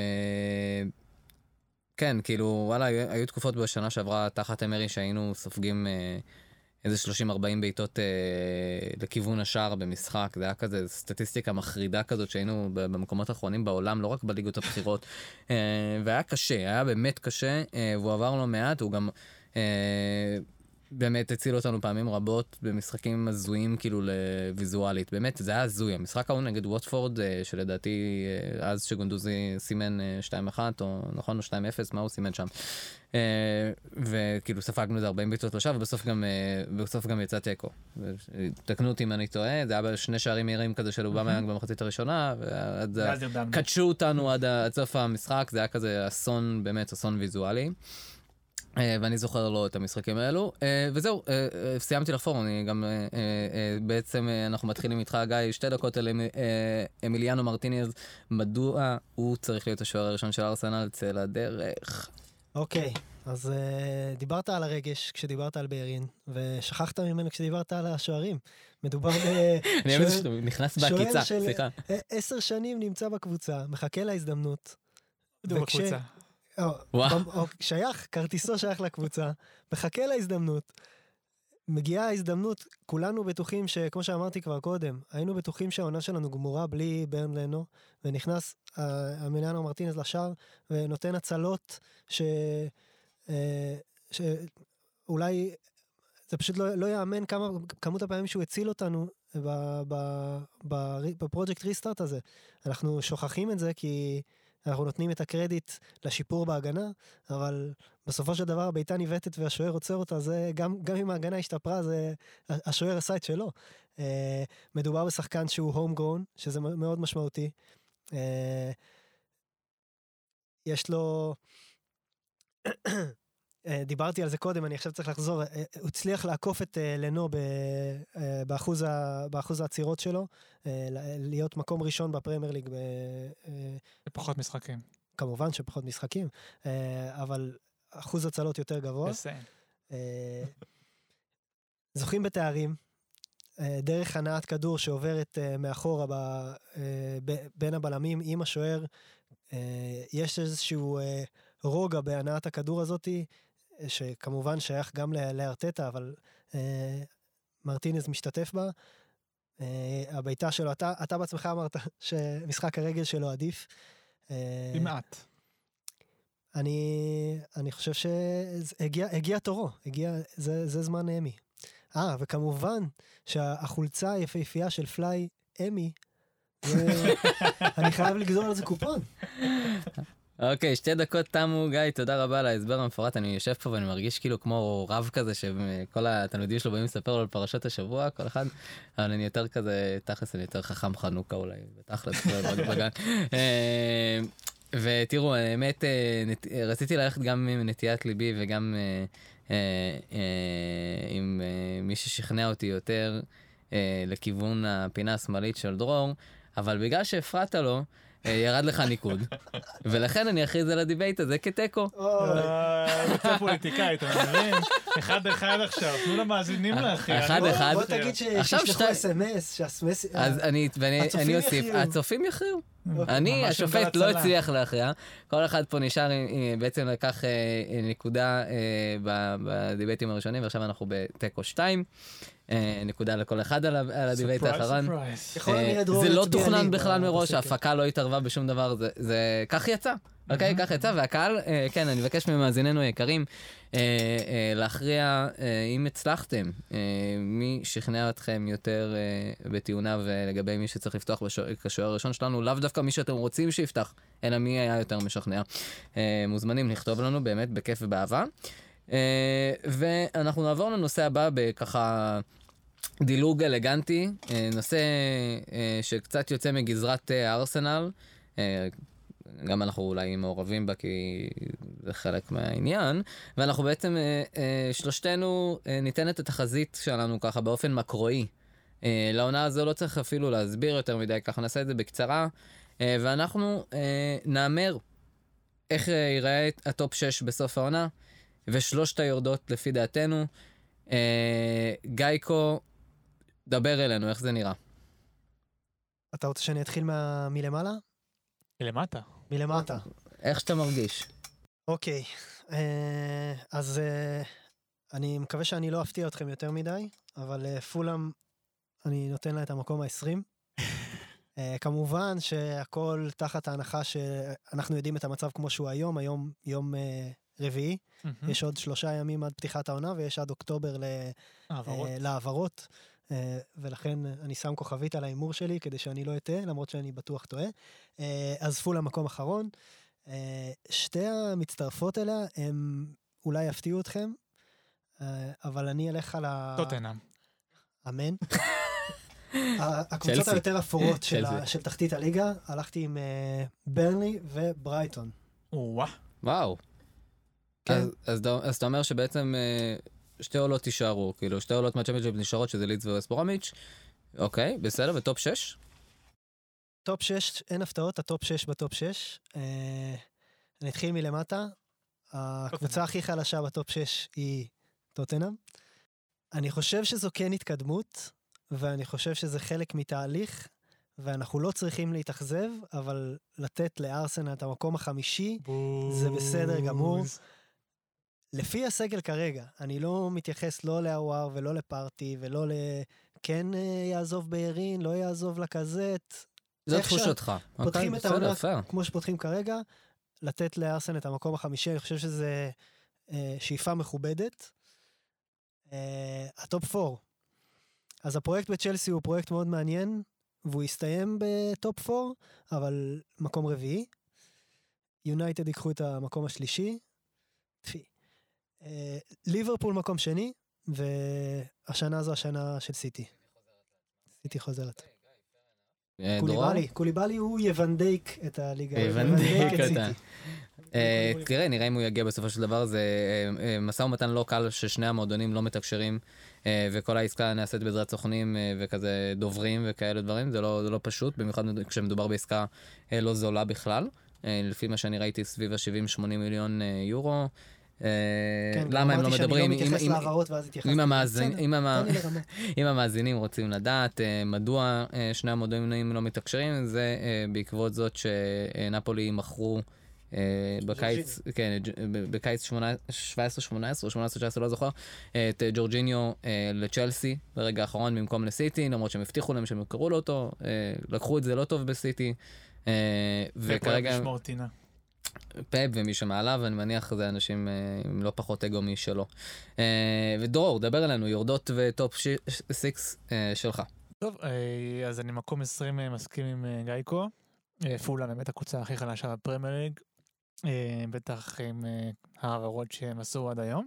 Speaker 2: כן, כאילו, וואלה, היו תקופות בשנה שעברה תחת אמרי שהיינו סופגים איזה שלושים ארבעים בעיטות לכיוון השער במשחק, זה היה כזה סטטיסטיקה מחרידה כזאת שהיינו במקומות האחרונים בעולם, לא רק בליגות הבחירות, והיה קשה, היה באמת קשה, והוא עבר לו מעט, הוא גם... באמת הציל אותנו פעמים רבות במשחקים הזויים כאילו לוויזואלית, באמת זה היה הזוי, המשחק ההוא נגד ווטפורד שלדעתי אז שגונדוזי סימן שתיים אחת או נכון או שתיים אפס, מה הוא סימן שם, וכאילו ספגנו את ארבעים בעיטות לשער ובסוף גם, בסוף גם יצא תיקו, תקנו אותי אם אני טועה, זה היה בשני שערים מהירים כזה של אובמה במחצית הראשונה, קדשו אותנו עד סוף המשחק, זה היה כזה אסון, באמת אסון ויזואלי. ואני זוכר לו את המשחקים האלו, וזהו, סיימתי לחפור, אני גם, בעצם אנחנו מתחילים איתך, גיא, שתי דקות אל אמיליאנו מרטינז, מדוע הוא צריך להיות השוער הראשון של ארסנל, צא לדרך.
Speaker 4: אוקיי, אז דיברת על הרגש כשדיברת על ביירין, ושכחת ממנו כשדיברת על השוערים. מדובר בשוער של עשר שנים נמצא בקבוצה, מחכה להזדמנות.
Speaker 3: בקבוצה.
Speaker 4: שייך, כרטיסו שייך לקבוצה, מחכה להזדמנות, מגיעה ההזדמנות, כולנו בטוחים שכמו שאמרתי כבר קודם, היינו בטוחים שהעונה שלנו גמורה בלי ברן לנו, ונכנס אמיליאנו מרטינז לשער, ונותן הצלות שאולי זה פשוט לא יאמן כמות הפעמים שהוא הציל אותנו בפרויקט ריסטארט הזה. אנחנו שוכחים את זה כי אנחנו נותנים את הקרדיט לשיפור בהגנה, אבל בסופו של דבר הבעיטה ניבטת והשוער עוצר אותה, זה גם, גם אם ההגנה השתפרה, זה, השוער עשה את שלו. מדובר בשחקן שהוא הום גרון, שזה מאוד משמעותי. יש לו... דיברתי על זה קודם, אני עכשיו צריך לחזור, הוא הצליח לעקוף את לנו באחוז, באחוז העצירות שלו, להיות מקום ראשון בפרמייר ליג.
Speaker 3: בפחות משחקים.
Speaker 4: כמובן שפחות משחקים, אבל אחוז הצלות יותר גבוה. זוכים בתארים, דרך הנעת כדור שעוברת מאחורה בין הבלמים עם השוער, יש איזשהו רוגע בהנעת הכדור הזאת, שכמובן שייך גם לארטטה, אבל מרטינז משתתף בה. הבעיטה שלו, אתה, אתה בעצמך אמרת שמשחק הרגל שלו עדיף.
Speaker 3: במעט.
Speaker 4: אני, אני חושב שהגיע, הגיע תורו, הגיע, זה, זה זמן אמי. אה, וכמובן שהחולצה היפהפייה של פליי אמי, אני חייב לגזור על זה קופון.
Speaker 2: אוקיי, שתי דקות תמו, גיא, תודה רבה על ההסבר המפורט, אני יושב פה ואני מרגיש כאילו כמו רב כזה, שכל התלמידים שלו באים לספר לו על פרשת השבוע, כל אחד, אבל אני יותר כזה, תכלס, אני יותר חכם חנוכה אולי, בתכלס, בגן. ותראו, האמת, רציתי ללכת גם עם נטיית ליבי וגם עם מי ששכנע אותי יותר לכיוון הפינה השמאלית של דרור, אבל בגלל שהפרעת לו, ירד לך ניקוד, ולכן אני אכריז על הדיבייט הזה כטקו.
Speaker 3: זה פוליטיקאי, אתה מבין? אחד אחד עכשיו, תנו למאזינים לאחי.
Speaker 2: אחד אחד.
Speaker 4: בוא תגיד שישלחו אס אם אס, שהסמס...
Speaker 2: אז אני אוסיף, הצופים יכריעו. אני, השופט לא הצליח להכריע. כל אחד פה נשאר, בעצם לקח נקודה בדיבייטים הראשונים, ועכשיו אנחנו בטקו שתיים. נקודה לכל אחד על הדיבייט האחרון. זה לא תוכנן בכלל מראש, ההפקה לא התערבה בשום דבר, זה כך יצא. אוקיי, כך יצא, והקהל, כן, אני מבקש ממאזיננו היקרים, להכריע אם הצלחתם, מי שכנע אתכם יותר בטיעוניו לגבי מי שצריך לפתוח כשוער הראשון שלנו, לאו דווקא מי שאתם רוצים שיפתח, אלא מי היה יותר משכנע. מוזמנים לכתוב לנו באמת בכיף ובאהבה. ואנחנו נעבור לנושא הבא בככה דילוג אלגנטי, נושא שקצת יוצא מגזרת הארסנל, גם אנחנו אולי מעורבים בה כי זה חלק מהעניין, ואנחנו בעצם שלושתנו ניתן את התחזית שלנו ככה באופן מקרואי. לעונה הזו לא צריך אפילו להסביר יותר מדי, ככה נעשה את זה בקצרה, ואנחנו נאמר איך ייראה הטופ שש בסוף העונה, ושלושת היורדות לפי דעתנו. גייקו, דבר אלינו, איך זה נראה?
Speaker 4: אתה רוצה שאני אתחיל מלמעלה?
Speaker 3: מלמטה.
Speaker 4: מלמטה.
Speaker 2: איך שאתה מרגיש?
Speaker 4: אוקיי, אז אני מקווה שאני לא אפתיע אתכם יותר מדי, אבל פולאם, אני נותן לה את המקום ה-עשרים. כמובן שהכל תחת ההנחה שאנחנו יודעים את המצב כמו שהוא היום, היום יום רביעי, יש עוד שלושה ימים עד פתיחת העונה, ויש עד אוקטובר לעברות, ולכן אני שם כוכבית על האימור שלי, כדי שאני לא אטעה, למרות שאני בטוח טועה. אז פולאם מקום אחרון. שתי המצטרפות אליה, הם אולי יפתיעו אתכם, אבל אני אלך על ה...
Speaker 3: טוטנהאם.
Speaker 4: אמן. הקבוצות היותר אפורות של תחתית הליגה, הלכתי עם ברנלי וברייטון.
Speaker 2: וואו. אז אתה אומר שבעצם שתי עולות תישארו, כאילו שתי עולות מהצ'מפיונשיפ נשארות, שזה לידס וווסט ברומיץ'. אוקיי, בסדר, וטופ שש?
Speaker 4: טופ שש, אין הפתעות, הטופ שש בטופ שש. אני אתחיל מלמטה. הקבוצה הכי חלשה בטופ שש היא טוטנהאם. אני חושב שזו כן התקדמות, ואני חושב שזה חלק מתהליך, ואנחנו לא צריכים להתאכזב, אבל לתת לארסנל את המקום החמישי, זה בסדר גמור. לפי הסגל כרגע, אני לא מתייחס לא לאוואר ולא לפארטי, ולא לכן יעזוב בירין, לא יעזוב לקזט.
Speaker 2: זו תחושתך.
Speaker 4: פותחים את העונה כמו שפותחים כרגע, לתת לארסנל את המקום החמישי, אני חושב שזה שאיפה מכובדת. הטופ פור. אז הפרויקט בצ'לסי הוא פרויקט מאוד מעניין, והוא יסתיים בטופ פור, אבל מקום רביעי. יונייטד ייקחו את המקום השלישי. תפי. ליברפול מקום שני, והשנה זו השנה של סיטי. סיטי חוזרת. קוליבאלי, קוליבאלי הוא יוונדייק את הליגה.
Speaker 2: יוונדייק את סיטי. תראה, נראה אם הוא יגיע בסופו של דבר, זה מסע ומתן לא קל ששני המועדונים לא מתקשרים, וכל העסקה נעשית בעזרת סוכנים וכזה דוברים וכאלה דברים, זה לא פשוט, במיוחד כשמדובר בעסקה לא זולה בכלל, לפי מה שאני ראיתי סביב ה-שבעים שמונים מיליון יורו. למה הם לא מדברים אם המאזינים רוצים לדעת מדוע שני המועדונים לא מתקשרים, זה בעקבות זאת שנפולי מכרו בקיץ, כן, בקיץ שבע עשרה שמונה עשרה או שמונה עשרה תשע עשרה, לא זוכר, את ג'ורג'יניו לצ'לסי ברגע האחרון במקום לסיטי, למרות שהם הבטיחו להם שהם יקראו לו אותו, לקחו את זה לא טוב בסיטי, וכרגע פאפ ומי שמעליו, ואני מניח זה אנשים עם לא פחות אגו משלו. ודרור, דבר אלינו, יורדות וטופ שש שלך.
Speaker 3: טוב, אז אני מקום עשרים מסכים עם גייקו, פולאם באמת הקבוצה הכי חלשה בפרמייר ליג, בטח עם העברות שהם עשו עד היום.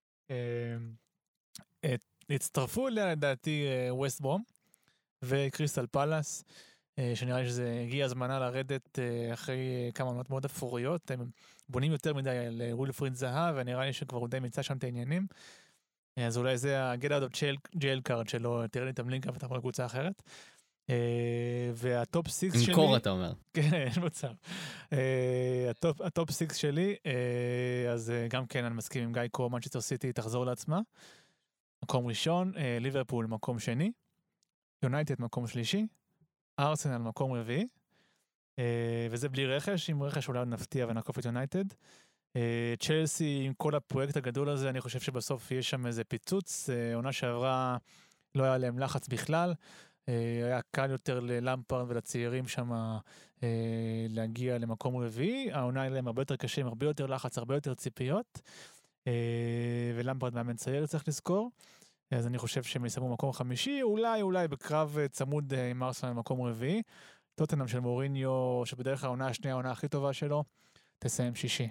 Speaker 3: הצטרפו אליה לדעתי ווסט ברום וקריסטל פלאס, שנראה לי שזה הגיע הזמנה לרדת אחרי כמה עונות מאוד אפוריות, הם בונים יותר מדי על וילפריד זהה, ונראה לי שכבר הוא די מצא שם את העניינים, אז אולי זה ה-get out of jail card שלו, תראה לי את המלינק, אבל תחול לקבוצה אחרת. והטופ סיקס שלי...
Speaker 2: נקור אתה אומר.
Speaker 3: כן, אין מצב. הטופ סיקס שלי, אז גם כן אני מסכים עם גייקו, מנצ'סטר סיטי תחזור לעצמה, מקום ראשון, ליברפול מקום שני, יונייטד מקום שלישי, ארסנל מקום רביעי, וזה בלי רכש, עם רכש אולי נפתיע ונעקוף את יונייטד. צ'לסי, עם כל הפרויקט הגדול הזה, אני חושב שבסוף יש שם איזה פיצוץ, עונה שעברה לא היה להם לחץ בכלל, היה קל יותר ללמפרד ולצעירים שם להגיע למקום רביעי, העונה היה להם הרבה יותר קשה, עם הרבה יותר לחץ, הרבה יותר ציפיות, ולמפרד מאמן צעיר צריך לזכור, אז אני חושב שהם יסיימו מקום חמישי, אולי אולי בקרב צמוד עם ארסנל למקום רביעי, טוטנהאם של מוריניו, שבדרך העונה השנייה, העונה הכי טובה שלו, תסיים שישי.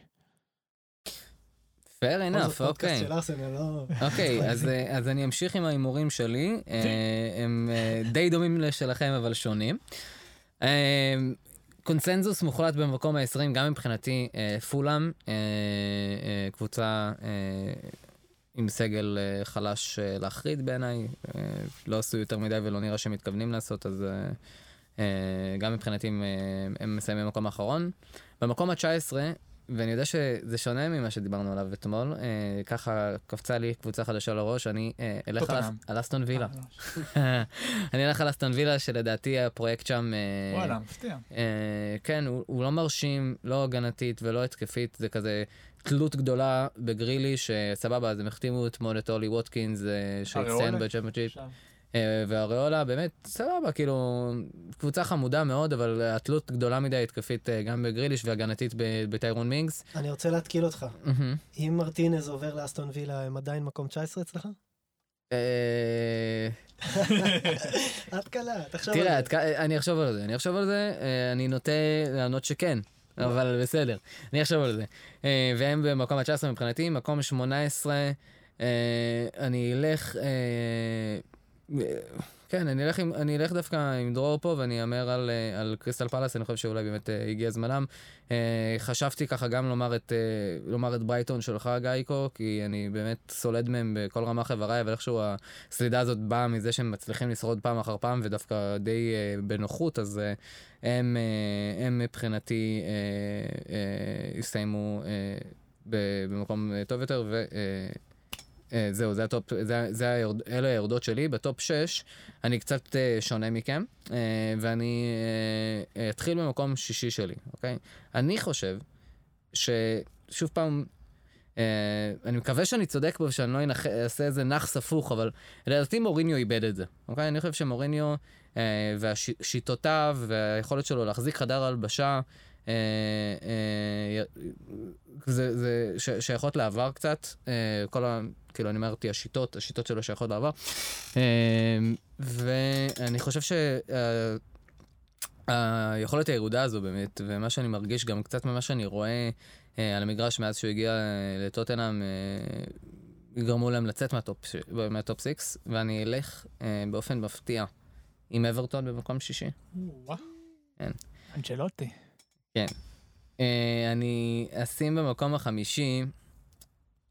Speaker 2: fair enough, אוקיי. אוקיי, אז אני אמשיך עם האימורים שלי, הם די דומים לשלכם אבל שונים. קונסנזוס מוחלט במקום ה-עשרים, גם מבחינתי פולאם, קבוצה עם סגל חלש להחריד בעיניי, לא עשו יותר מדי ולא נראה שהם מתכוונים לעשות, אז גם מבחינתי הם מסיימים במקום האחרון. במקום ה-תשע עשרה, ואני יודע שזה שונה ממה שדיברנו עליו אתמול, אה, ככה קפצה לי קבוצה חדשה לראש, אני אה, אלך על, על אסטון וילה. אני אלך על אסטון וילה, שלדעתי הפרויקט שם... אה,
Speaker 3: וואלה, מפתיע.
Speaker 2: אה, כן, הוא, הוא לא מרשים, לא הגנתית ולא התקפית, זה כזה תלות גדולה בגרילי, שסבבה, אז הם החתימו אתמול את אולי ווטקינס, שהצטיין בצ'מפיונשיפ. והריולה באמת סבבה, כאילו קבוצה חמודה מאוד, אבל התלות גדולה מדי התקפית גם בגריליש והגנתית בטיירון מינגס.
Speaker 4: אני רוצה להתקיל אותך. אם מרטינז עובר לאסטון וילה, הם עדיין מקום תשע עשרה אצלך? את קלה, תחשוב על זה.
Speaker 2: תראה, אני אחשוב על זה, אני אחשוב על זה, אני נוטה לענות שכן, אבל בסדר, אני אחשוב על זה. והם במקום ה-תשע עשרה מבחינתי, מקום שמונה עשרה, אני אלך... כן, אני אלך, עם, אני אלך דווקא עם דרור פה, ואני אמר על, על קריסטל פלאס, אני חושב שאולי באמת הגיע זמנם. חשבתי ככה גם לומר את, לומר את ברייטון שלך, גייקו, כי אני באמת סולד מהם בכל רמה חבריי, אבל איכשהו הסלידה הזאת באה מזה שהם מצליחים לשרוד פעם אחר פעם, ודווקא די בנוחות, אז הם, הם מבחינתי יסיימו במקום טוב יותר, ו... זהו, זה הטופ, זה, זה הירד, אלה הירדות שלי. בטופ שש, אני קצת uh, שונה מכם, uh, ואני uh, אתחיל במקום שישי שלי, אוקיי? אני חושב ששוב פעם, uh, אני מקווה שאני צודק בו, שאני לא אנח, אעשה איזה נחס הפוך, אבל לדעתי מוריניו איבד את זה, אוקיי? אני חושב שמוריניו uh, והשיטותיו והיכולת שלו להחזיק חדר הלבשה, Uh, uh, זה, זה ש, שייכות לעבר קצת, uh, כל ה... כאילו אני אמרתי, השיטות, השיטות שלו שייכות לעבר, uh, ואני חושב שהיכולת uh, הירודה הזו באמת, ומה שאני מרגיש גם קצת ממה שאני רואה uh, על המגרש מאז שהוא הגיע uh, לטוטנהאם, uh, גרמו להם לצאת מהטופ, מהטופ סיקס, ואני אלך uh, באופן מפתיע עם אברטון במקום שישי.
Speaker 3: וואו,
Speaker 2: כן.
Speaker 3: אנצ'לוטי.
Speaker 2: כן. Uh, אני אשים במקום החמישי uh,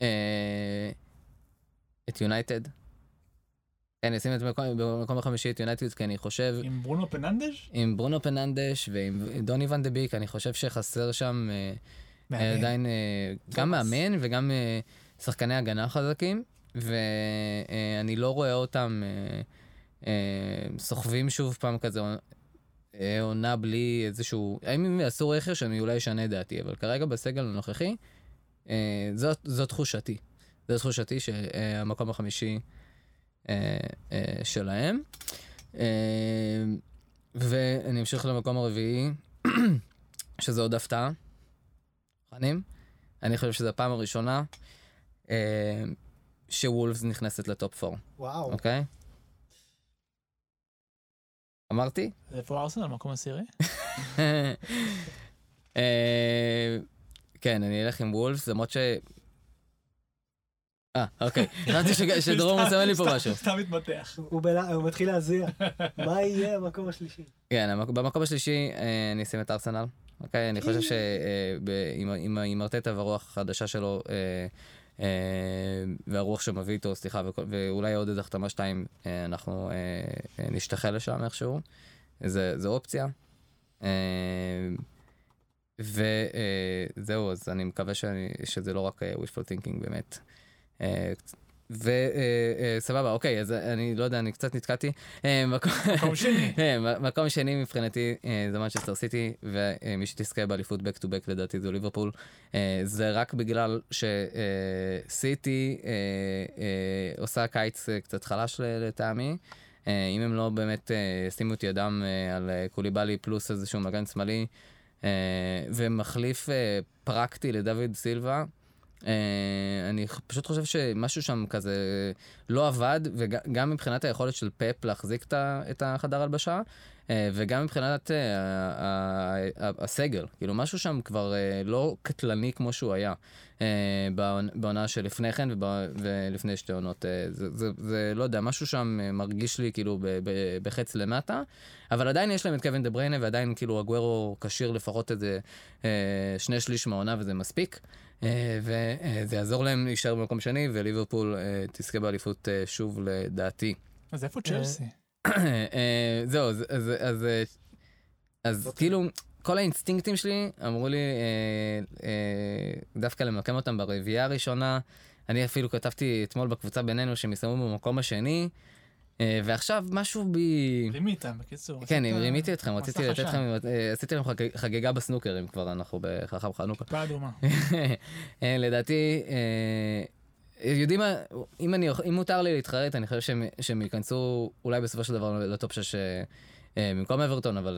Speaker 2: את יונייטד. כן, אני אשים את במקום, במקום החמישי את יונייטד, כי אני חושב...
Speaker 3: עם ברונו פננדש?
Speaker 2: עם ברונו פננדש ועם דוני ון דה ביק, אני חושב שחסר שם uh, עדיין uh, גם מאמן וגם uh, שחקני הגנה חזקים, ואני uh, לא רואה אותם uh, uh, סוחבים שוב פעם כזה... עונה בלי איזשהו... האם הם יעשו רכש, אני אולי אשנה דעתי, אבל כרגע בסגל הנוכחי, אה, זאת, זאת תחושתי. זאת תחושתי שהמקום החמישי אה, אה, שלהם. אה, ואני אמשיך למקום הרביעי, שזה עוד הפתעה. חנים? אני חושב שזו הפעם הראשונה אה, שוולפס נכנסת לטופ פור.
Speaker 4: וואו.
Speaker 2: אוקיי? אמרתי?
Speaker 3: זה פה ארסנל, מקום עשירי?
Speaker 2: כן, אני אלך עם וולפס, למרות ש... אה, אוקיי. חשבתי שדרור מסמן לי פה משהו.
Speaker 3: סתם מתמתח.
Speaker 4: הוא מתחיל להזיע. מה יהיה המקום השלישי?
Speaker 2: כן, במקום השלישי אני אשים את ארסנל. אוקיי, אני חושב שעם ארטטה והרוח החדשה שלו, והרוח שמביא איתו, סליחה, ואולי עוד איזה החתמה שתיים, אנחנו נשתחל לשם איכשהו. זו אופציה. וזהו, אז אני מקווה שזה לא רק wishful thinking באמת. וסבבה, אוקיי, אז אני לא יודע, אני קצת נתקעתי.
Speaker 3: מקום שני.
Speaker 2: מקום שני מבחינתי זה מנצ'סטר סיטי, ומי שתזכה באליפות back to back לדעתי זו ליברפול. זה רק בגלל שסיטי עושה קיץ קצת חלש לטעמי. אם הם לא באמת שימו את ידם על קוליבאלי פלוס איזשהו מגן שמאלי, ומחליף פרקטי לדוד סילבה, אני פשוט חושב שמשהו שם כזה לא עבד, וגם מבחינת היכולת של פפ להחזיק את החדר הלבשה, וגם מבחינת הסגל, כאילו משהו שם כבר לא קטלני כמו שהוא היה בעונה שלפני כן ולפני שתי עונות. זה לא יודע, משהו שם מרגיש לי כאילו בחץ למטה, אבל עדיין יש להם את קווין דה בריינה, ועדיין כאילו אגוארו כשיר לפחות איזה שני שליש מהעונה, וזה מספיק. וזה יעזור להם להישאר במקום שני, וליברפול תזכה באליפות שוב לדעתי.
Speaker 3: אז איפה צ'לסי?
Speaker 2: זהו, אז כאילו כל האינסטינקטים שלי אמרו לי דווקא למקם אותם ברביעייה הראשונה. אני אפילו כתבתי אתמול בקבוצה בינינו שהם יסיימו במקום השני, ועכשיו משהו ב...
Speaker 3: רימית, בקיצור.
Speaker 2: כן, רימיתי אתכם, רציתי לתת לכם, עשיתי לכם חגיגה בסנוקר, אם כבר אנחנו בחכם חנוכה.
Speaker 3: באדומה.
Speaker 2: לדעתי, יודעים מה, אם מותר לי להתחרט, אני חושב שהם ייכנסו אולי בסופו של דבר לטופ שש במקום אברטון, אבל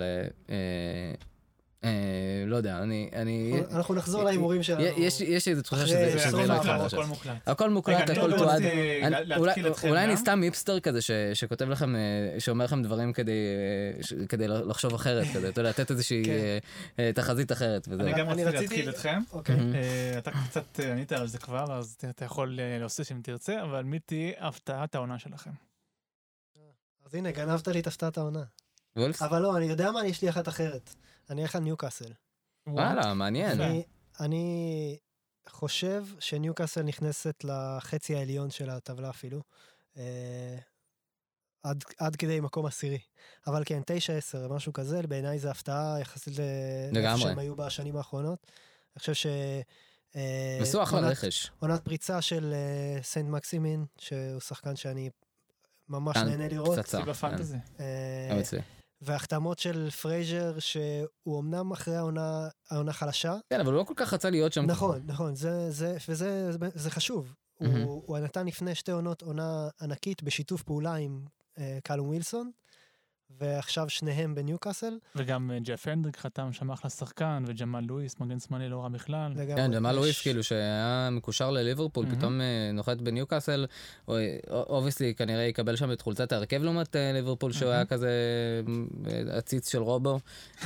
Speaker 2: לא יודע, אני...
Speaker 4: אנחנו נחזור להימורים שלנו.
Speaker 2: יש איזו תחושה שזה לא יקרה.
Speaker 3: הכל מוקלט.
Speaker 2: הכל מוקלט, הכל תועד. אולי אני סתם היפסטר כזה שכותב לכם, שאומר לכם דברים כדי לחשוב אחרת, כדי לתת איזושהי תחזית אחרת.
Speaker 3: אני גם רציתי להתחיל אתכם. אתה קצת ענית על זה כבר, אז אתה יכול להוסיף אם תרצה, אבל מי תהיה הפתעת העונה שלכם?
Speaker 4: אז הנה, גנבת לי את הפתעת העונה. אבל לא, אני יודע מה, יש לי אחת אחרת. אני אלך על ניוקאסל.
Speaker 2: וואלה, מעניין.
Speaker 4: אני, אני חושב שניוקאסל נכנסת לחצי העליון של הטבלה אפילו, אה, עד, עד כדי מקום עשירי. אבל כן, תשע עשר, משהו כזה, בעיניי זה הפתעה יחסית לאיפה שהם היו בשנים האחרונות. אני חושב ש...
Speaker 2: מסו אחלה רכש.
Speaker 4: עונת פריצה של uh, סנט מקסימין, שהוא שחקן שאני ממש נהנה לראות.
Speaker 2: פצצה.
Speaker 3: בפנטזי.
Speaker 2: גם אצלי.
Speaker 4: והחתמות של פרייזר, שהוא אמנם אחרי העונה, העונה חלשה.
Speaker 2: כן, אבל הוא לא כל כך רצה להיות שם.
Speaker 4: נכון, נכון, זה, זה, וזה, זה, זה חשוב. Mm-hmm. הוא, הוא נתן לפני שתי עונות עונה ענקית בשיתוף פעולה עם אה, קלום ווילסון, ועכשיו שניהם בניוקאסל.
Speaker 3: וגם ג'ף הנדריק חתם שם אחלה שחקן, וג'מאל לואיס, מגן שמאלי לא רע בכלל.
Speaker 2: כן, ג'מאל לואיס כאילו שהיה מקושר לליברפול, פתאום נוחת בניוקאסל, אובייסלי כנראה יקבל שם את חולצת ההרכב לעומת ליברפול, שהוא היה כזה עציץ של רובו.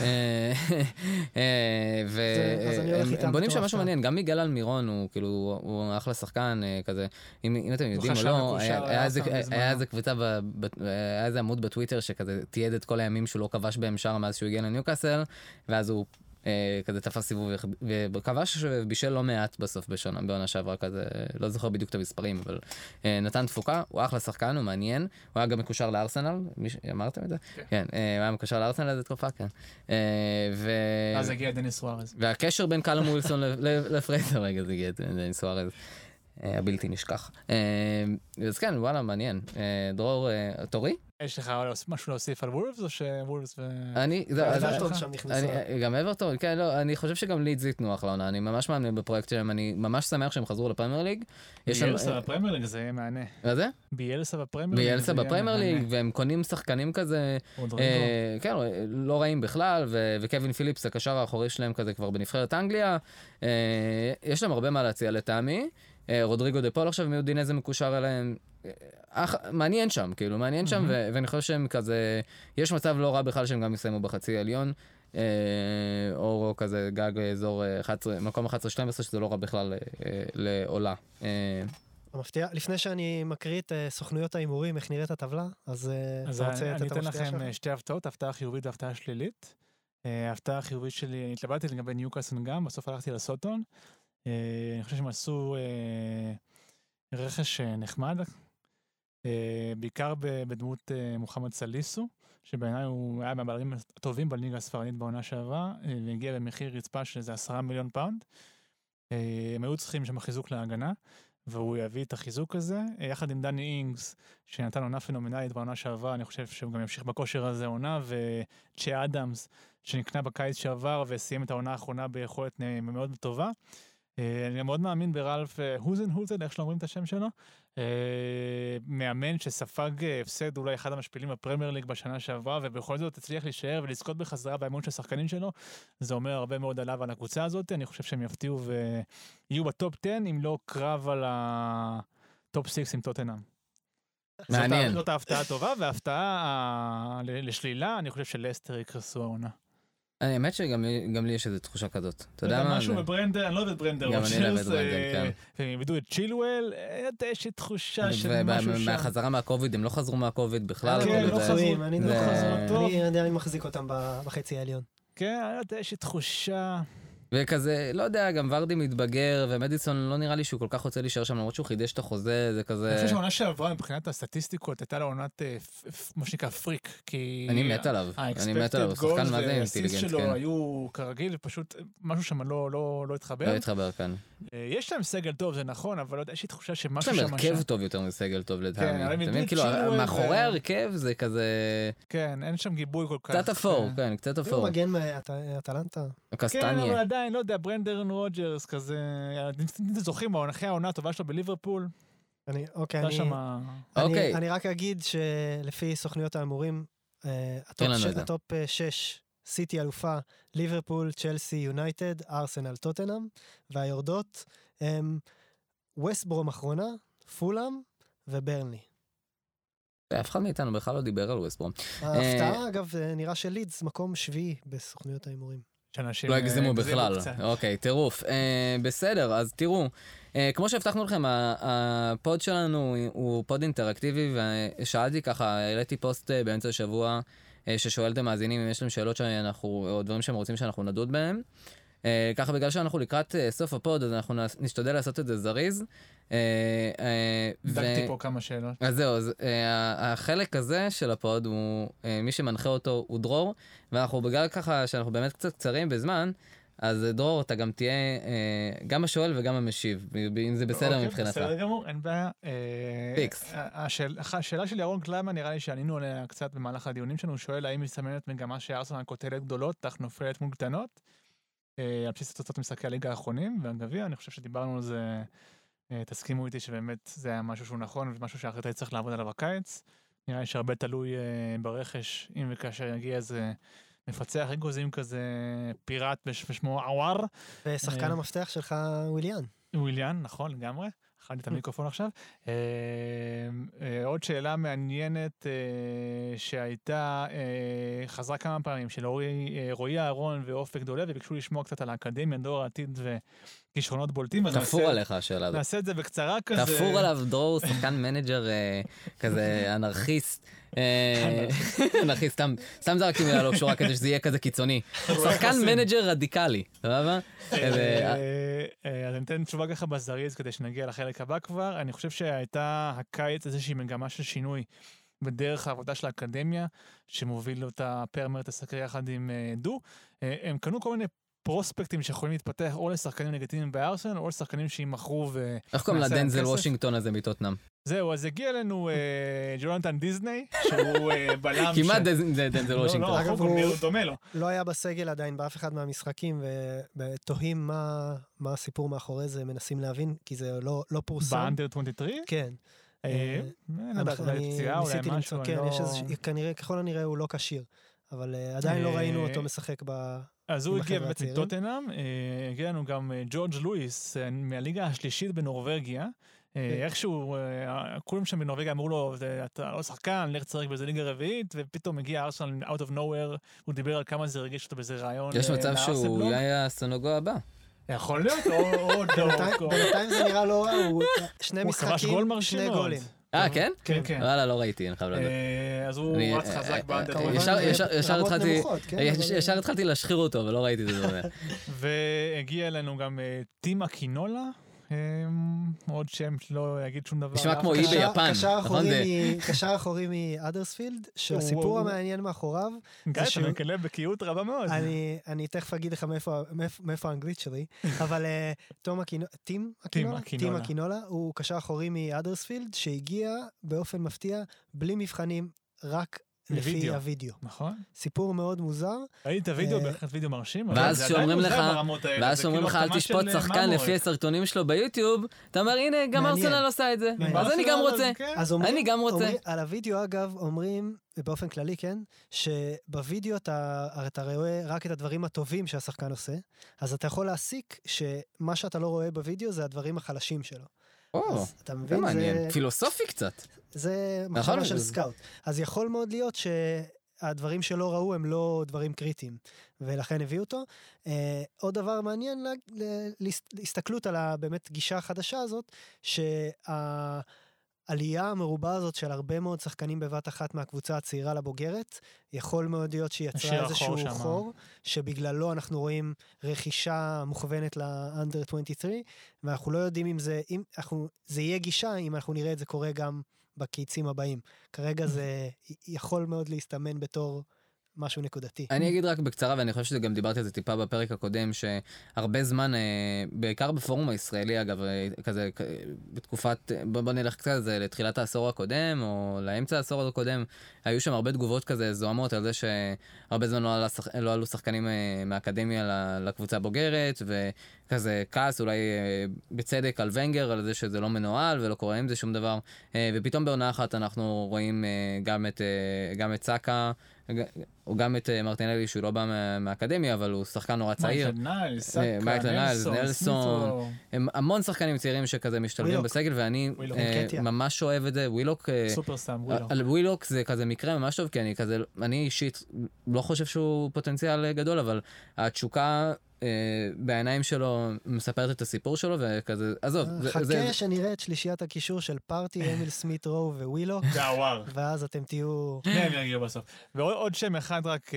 Speaker 2: והם בונים שם משהו מעניין, גם מיגל אלמירון הוא כאילו, הוא אחלה שחקן כזה, אם אתם יודעים או לא, היה איזה קבוצה, היה איזה עמוד בטוויטר שכזה תיעד את כל הימים שהוא לא כבש בהם שער מאז שהוא הגיע לניוקאסל, ואז הוא אה, כזה תפס סיבוב וכבש ובישל לא מעט בסוף בשונה, בעונה שעברה כזה, לא זוכר בדיוק את המספרים, אבל אה, נתן תפוקה, הוא אחלה שחקן, הוא מעניין, הוא היה גם מקושר לארסנל, מיש... אמרתם את זה? כן, כן אה, הוא היה מקושר לארסנל איזה תקופה, כן. אה, ו...
Speaker 3: אז הגיע דניס סוארז.
Speaker 2: והקשר בין קלום ווילסון לפרייזר, רגע, זה הגיע דניס סוארז. הבלתי נשכח. אז כן, וואלה, מעניין. דרור, תורי?
Speaker 3: יש לך משהו להוסיף על וולפס, או שוולפס ו...
Speaker 2: אני,
Speaker 4: אברטון שם נכנסה.
Speaker 2: גם אברטון, כן, לא, אני חושב שגם לידס ייתנו אחלה עונה, אני ממש מאמין בפרויקט שלהם, אני ממש שמח שהם חזרו לפרמייר ליג.
Speaker 3: ביאלסה בפרמייר ליג זה יהיה מענה.
Speaker 2: מה זה?
Speaker 3: ביאלסה בפרמייר ליג.
Speaker 2: ביאלסה בפרמייר ליג, והם קונים שחקנים כזה, כן, לא רעים בכלל, וקווין פיליפס, הקשר האחורי שלהם כזה כבר בנבחרת אנגליה, יש להם הרבה מה להציע לטעמי. רודריגו דה פול עכשיו מיודין איזה מקושר אליהם, מעניין שם, כאילו, מעניין שם, ואני חושב שהם כזה, יש מצב לא רע בכלל שהם גם יסיימו בחצי העליון, או כזה גג אזור מקום אחת עשרה שתים עשרה, שזה לא רע בכלל לעולה.
Speaker 4: המפתיע, לפני שאני מקריא את סוכנויות האימורים, איך נראית הטבלה, אז אתה רוצה את המפתיע שלך?
Speaker 3: אני אתן לכם שתי הפתעות, הפתעה חיובית והפתעה שלילית. ההפתעה החיובית שלי, אני התלבטתי לגבי ניוקאסל גם, בסוף הלכתי לסוטון. אני חושב שהם עשו רכש נחמד, בעיקר בדמות מוחמד סליסו, שבעיניי הוא היה מהבעלים הטובים בליגה הספרדית בעונה שעברה, והגיע במחיר רצפה שזה עשרה מיליון פאונד. הם היו צריכים שם חיזוק להגנה, והוא יביא את החיזוק הזה, יחד עם דני אינגס, שנתן עונה פנומנלית בעונה שעברה, אני חושב שהוא גם ימשיך בכושר הזה עונה, וצ'ה אדמס, שנקנה בקיץ שעבר, וסיים את העונה האחרונה ביכולת מאוד טובה. אני גם מאוד מאמין ברלף הוזן הוזן, איך שלא אומרים את השם שלו, מאמן שספג הפסד אולי אחד המשפילים בפרמייר ליג בשנה שעברה, ובכל זאת הצליח להישאר ולזכות בחזרה באמון של השחקנים שלו, זה אומר הרבה מאוד עליו על הקבוצה הזאת, אני חושב שהם יפתיעו ויהיו בטופ עשר, אם לא קרב על הטופ שש עם טוטנהאם.
Speaker 2: מעניין.
Speaker 3: זאת ההפתעה הטובה, וההפתעה לשלילה, אני חושב שלסטר יקרסו העונה.
Speaker 2: האמת שגם לי יש איזו תחושה כזאת. אתה יודע מה?
Speaker 3: משהו בברנדר, אני לא אוהב את ברנדר.
Speaker 2: גם אני לא אוהב את ברנדר, כן.
Speaker 3: והם יבידו את צ'ילואל, יש לי תחושה של משהו שם.
Speaker 2: ומהחזרה מהקוביד, הם לא חזרו מהקוביד בכלל.
Speaker 3: כן, לא חזרו.
Speaker 4: אני לא חזרו טוב. אני מחזיק אותם בחצי העליון.
Speaker 3: כן, יש לי תחושה.
Speaker 2: וכזה, לא יודע, גם ורדי מתבגר, ומדיסון לא נראה לי שהוא כל כך רוצה להישאר שם, למרות שהוא חידש את החוזה, זה כזה...
Speaker 3: אני חושב שהעונה שעברה מבחינת הסטטיסטיקות, הייתה לה עונת, מה שנקרא, פריק, כי...
Speaker 2: אני מת עליו, אני מת עליו, הוא שחקן מה זה אינטליגנט,
Speaker 3: כן. שלו היו כרגיל, ופשוט משהו שם לא התחבר.
Speaker 2: לא התחבר, כן.
Speaker 3: יש להם סגל טוב, זה נכון, אבל יש לי תחושה שמשהו
Speaker 2: שם...
Speaker 3: שם...
Speaker 2: יש להם הרכב טוב יותר מסגל טוב לדעמי. אתה מבין, כאילו, מאחורי ההרכב זה כזה...
Speaker 3: כן, אין שם גיבוי כל כך.
Speaker 2: קצת אפור, כן, קצת אפור.
Speaker 4: הוא מגן מאטלנטה.
Speaker 3: כן, אבל עדיין, לא יודע, ברנדרן רוג'רס, כזה, אתם זוכרים, אחרי העונה הטובה שלו בליברפול?
Speaker 4: אני, אוקיי, אני, אני, אני רק אגיד שלפי סוכניות האמורים, הטופ שש, סיטי אלופה, ליברפול, צ'לסי, יונייטד, ארסנל, טוטנהאם, והיורדות הם ווסט ברום אחרונה, פולאם וברנלי.
Speaker 2: אף אחד מאיתנו בכלל לא דיבר על ווסט ברום.
Speaker 4: ההפתעה, אגב, נראה שלידס מקום שביעי בסוכניות האמורים.
Speaker 2: לא הגזימו בכלל, אוקיי, טירוף. בסדר, אז תראו, כמו שהבטחנו לכם, הפוד שלנו הוא פוד אינטראקטיבי, ושאלתי ככה, העליתי פוסט באמצע השבוע, ששואל את המאזינים אם יש להם שאלות שאנחנו, או דברים שהם רוצים שאנחנו נדוד בהם. ככה בגלל שאנחנו לקראת סוף הפוד, אז אנחנו נשתדל לעשות את זה זריז.
Speaker 3: דקתי פה כמה שאלות.
Speaker 2: אז זהו, החלק הזה של הפוד, מי שמנחה אותו הוא דרור, ואנחנו בגלל ככה שאנחנו באמת קצת קצרים בזמן, אז דרור, אתה גם תהיה גם השואל וגם המשיב, אם זה בסדר מבחינתך.
Speaker 3: בסדר גמור, אין בעיה.
Speaker 2: פיקס.
Speaker 3: השאלה של ירון קליימן, נראה לי שענינו עליה קצת במהלך הדיונים שלנו, הוא שואל האם מסתמנת מגמה שארסנל כותלת גדולות, תח נופלת מול קטנות, על בסיס תוצאות משחקי הליגה האחרונים, והגביע, אני חושב שדיברנו על זה, תסכימו איתי שבאמת זה היה משהו שהוא נכון, ומשהו שאחרי צריך לעבוד עליו הקיץ. נראה לי שהרבה תלוי ברכש, אם וכאשר יגיע איזה מפצח ריגוזים כזה פיראט בשמו עוואר.
Speaker 4: ושחקן המפתח שלך וויליאן.
Speaker 3: וויליאן, נכון, לגמרי. אכלתי את המיקרופון עכשיו. עוד שאלה מעניינת שהייתה, חזרה כמה פעמים, של רועי אהרון ואופק דולב, וביקשו לשמוע קצת על האקדמיה, דור העתיד וכישרונות בולטים.
Speaker 2: תפור עליך השאלה הזאת.
Speaker 3: נעשה את זה בקצרה כזה.
Speaker 2: תפור עליו דרור, שחקן מנג'ר כזה אנרכיסט. אנרכיסט, סתם זה רק מילה לא קשורה כדי שזה יהיה כזה קיצוני. שחקן מנג'ר רדיקלי, סבבה?
Speaker 3: אז אני אתן תשובה ככה בזריז כדי שנגיע לחלק הבא כבר. אני חושב שהייתה הקיץ איזושהי מגמה של שינוי בדרך העבודה של האקדמיה, שמוביל אותה פרמר תסקר יחד עם דו. הם קנו כל מיני פרוספקטים שיכולים להתפתח או לשחקנים נגטיביים בארסנל, או לשחקנים שימחרו ו...
Speaker 2: איך קוראים לדנזל וושינגטון הזה מטוטנהאם?
Speaker 3: זהו, אז הגיע לנו ג'ונתן דיזני, שהוא בלם...
Speaker 2: כמעט דנזל וושינגטון.
Speaker 3: לא, לא, הוא דומה לו.
Speaker 4: לא היה בסגל עדיין באף אחד מהמשחקים, ותוהים מה הסיפור מאחורי זה, מנסים להבין, כי זה לא פורסם.
Speaker 3: באנדר עשרים ושלוש?
Speaker 4: כן.
Speaker 3: אני
Speaker 4: ניסיתי למצוא, כן, כנראה, ככל הנראה הוא לא קשיר, אבל עדיין לא ראינו אותו משחק ב...
Speaker 3: אז הוא הגיע באמת מטוטנהאם, הגיע לנו גם ג'ורג' לואיס מהליגה השלישית בנורווגיה, איכשהו, כולם שם בנורווגיה אמרו לו, אתה לא שחקן, לך צריך באיזה ליגה רביעית, ופתאום הגיע ארסנל out of nowhere, הוא דיבר על כמה זה הרגיש אותו באיזה רעיון.
Speaker 2: יש מצב שהוא יהיה הסנוגו הבא.
Speaker 3: יכול להיות, או דוקו.
Speaker 4: בינתיים זה נראה לא רע, הוא שני משחקים, שני גולים.
Speaker 2: אה, כן?
Speaker 3: כן, כן.
Speaker 2: וואלה, לא ראיתי, אני חייב לדעת.
Speaker 3: אז הוא רץ חזק באנדר.
Speaker 2: ישר התחלתי להשחיר אותו, אבל לא ראיתי את זה.
Speaker 3: והגיע אלינו גם טימה קינולה, עוד שם שלא יגיד שום דבר.
Speaker 2: נשמע כמו אי ביפן, נכון זה?
Speaker 4: קשר אחורי מאדרספילד, שהסיפור המעניין מאחוריו...
Speaker 3: גיא, אתה מקלה בקיאות רבה מאוד.
Speaker 4: אני תכף אגיד לך מאיפה האנגלית שלי, אבל טים אקינולה, הוא קשר אחורי מאדרספילד, שהגיע באופן מפתיע, בלי מבחנים, רק לפי הווידאו.
Speaker 3: נכון.
Speaker 4: סיפור מאוד מוזר.
Speaker 3: ראית הווידאו, בהחלט וידאו מרשים.
Speaker 2: ואז שאומרים לך, ואז שאומרים לך, אל תשפוט שחקן לפי הסרטונים שלו ביוטיוב, אתה אומר, הנה, גם ארסנל עושה את זה. אז אני גם רוצה. אני גם רוצה.
Speaker 4: על הווידאו, אגב, אומרים, באופן כללי, כן, שבווידאו אתה רואה רק את הדברים הטובים שהשחקן עושה, אז אתה יכול להסיק שמה שאתה לא רואה בווידאו זה הדברים החלשים שלו.
Speaker 2: או, זה מעניין. פילוסופי קצת.
Speaker 4: זה מחשבה של סקאוט. אז יכול מאוד להיות שהדברים שלא ראו הם לא דברים קריטיים, ולכן הביאו אותו. עוד דבר מעניין, להסתכלות על באמת גישה החדשה הזאת, שהעלייה המרובה הזאת של הרבה מאוד שחקנים בבת אחת מהקבוצה הצעירה לבוגרת, יכול מאוד להיות שהיא יצרה איזשהו חור, שבגללו אנחנו רואים רכישה מוכוונת ל-Under עשרים ושלוש, ואנחנו לא יודעים אם זה, אם אנחנו, זה יהיה גישה, אם אנחנו נראה את זה קורה גם בקיצים הבאים. כרגע זה יכול מאוד להסתמן בתור משהו נקודתי.
Speaker 2: אני אגיד רק בקצרה, ואני חושב שגם דיברתי על זה טיפה בפרק הקודם, שהרבה זמן, בעיקר בפורום הישראלי, אגב, כזה, בתקופת, בוא נלך קצת לזה, לתחילת העשור הקודם, או לאמצע העשור הקודם, היו שם הרבה תגובות כזה זוהמות על זה שהרבה זמן לא, לא עלו שחקנים מהאקדמיה לקבוצה הבוגרת, וכזה כעס, אולי בצדק על ונגר, על זה שזה לא מנוהל, ולא קורה עם זה שום דבר. ופתאום בעונה אחת אנחנו רואים גם את, גם את סאקה, או גם את מרטינלי, שהוא לא בא מהאקדמיה, אבל הוא שחקן נורא צעיר.
Speaker 3: מייקל ניילס, סאקה,
Speaker 2: נלסון. הם המון שחקנים צעירים שכזה משתלבים בסגל, ואני ממש אוהב את זה. ווילוק,
Speaker 3: סופרסטאם, ווילוק.
Speaker 2: על ווילוק זה כזה מקרה ממש טוב, כי אני כזה, אני אישית לא חושב שהוא פוטנציאל גדול, אבל התשוקה בעיניים שלו מספרת את הסיפור שלו, וכזה, עזוב.
Speaker 4: חכה שנראה את שלישיית הקישור של פארטי, אמיל סמית רו ווילו, ואז אתם תהיו...
Speaker 3: שניהם יגיעו בסוף. ועוד שם אחד רק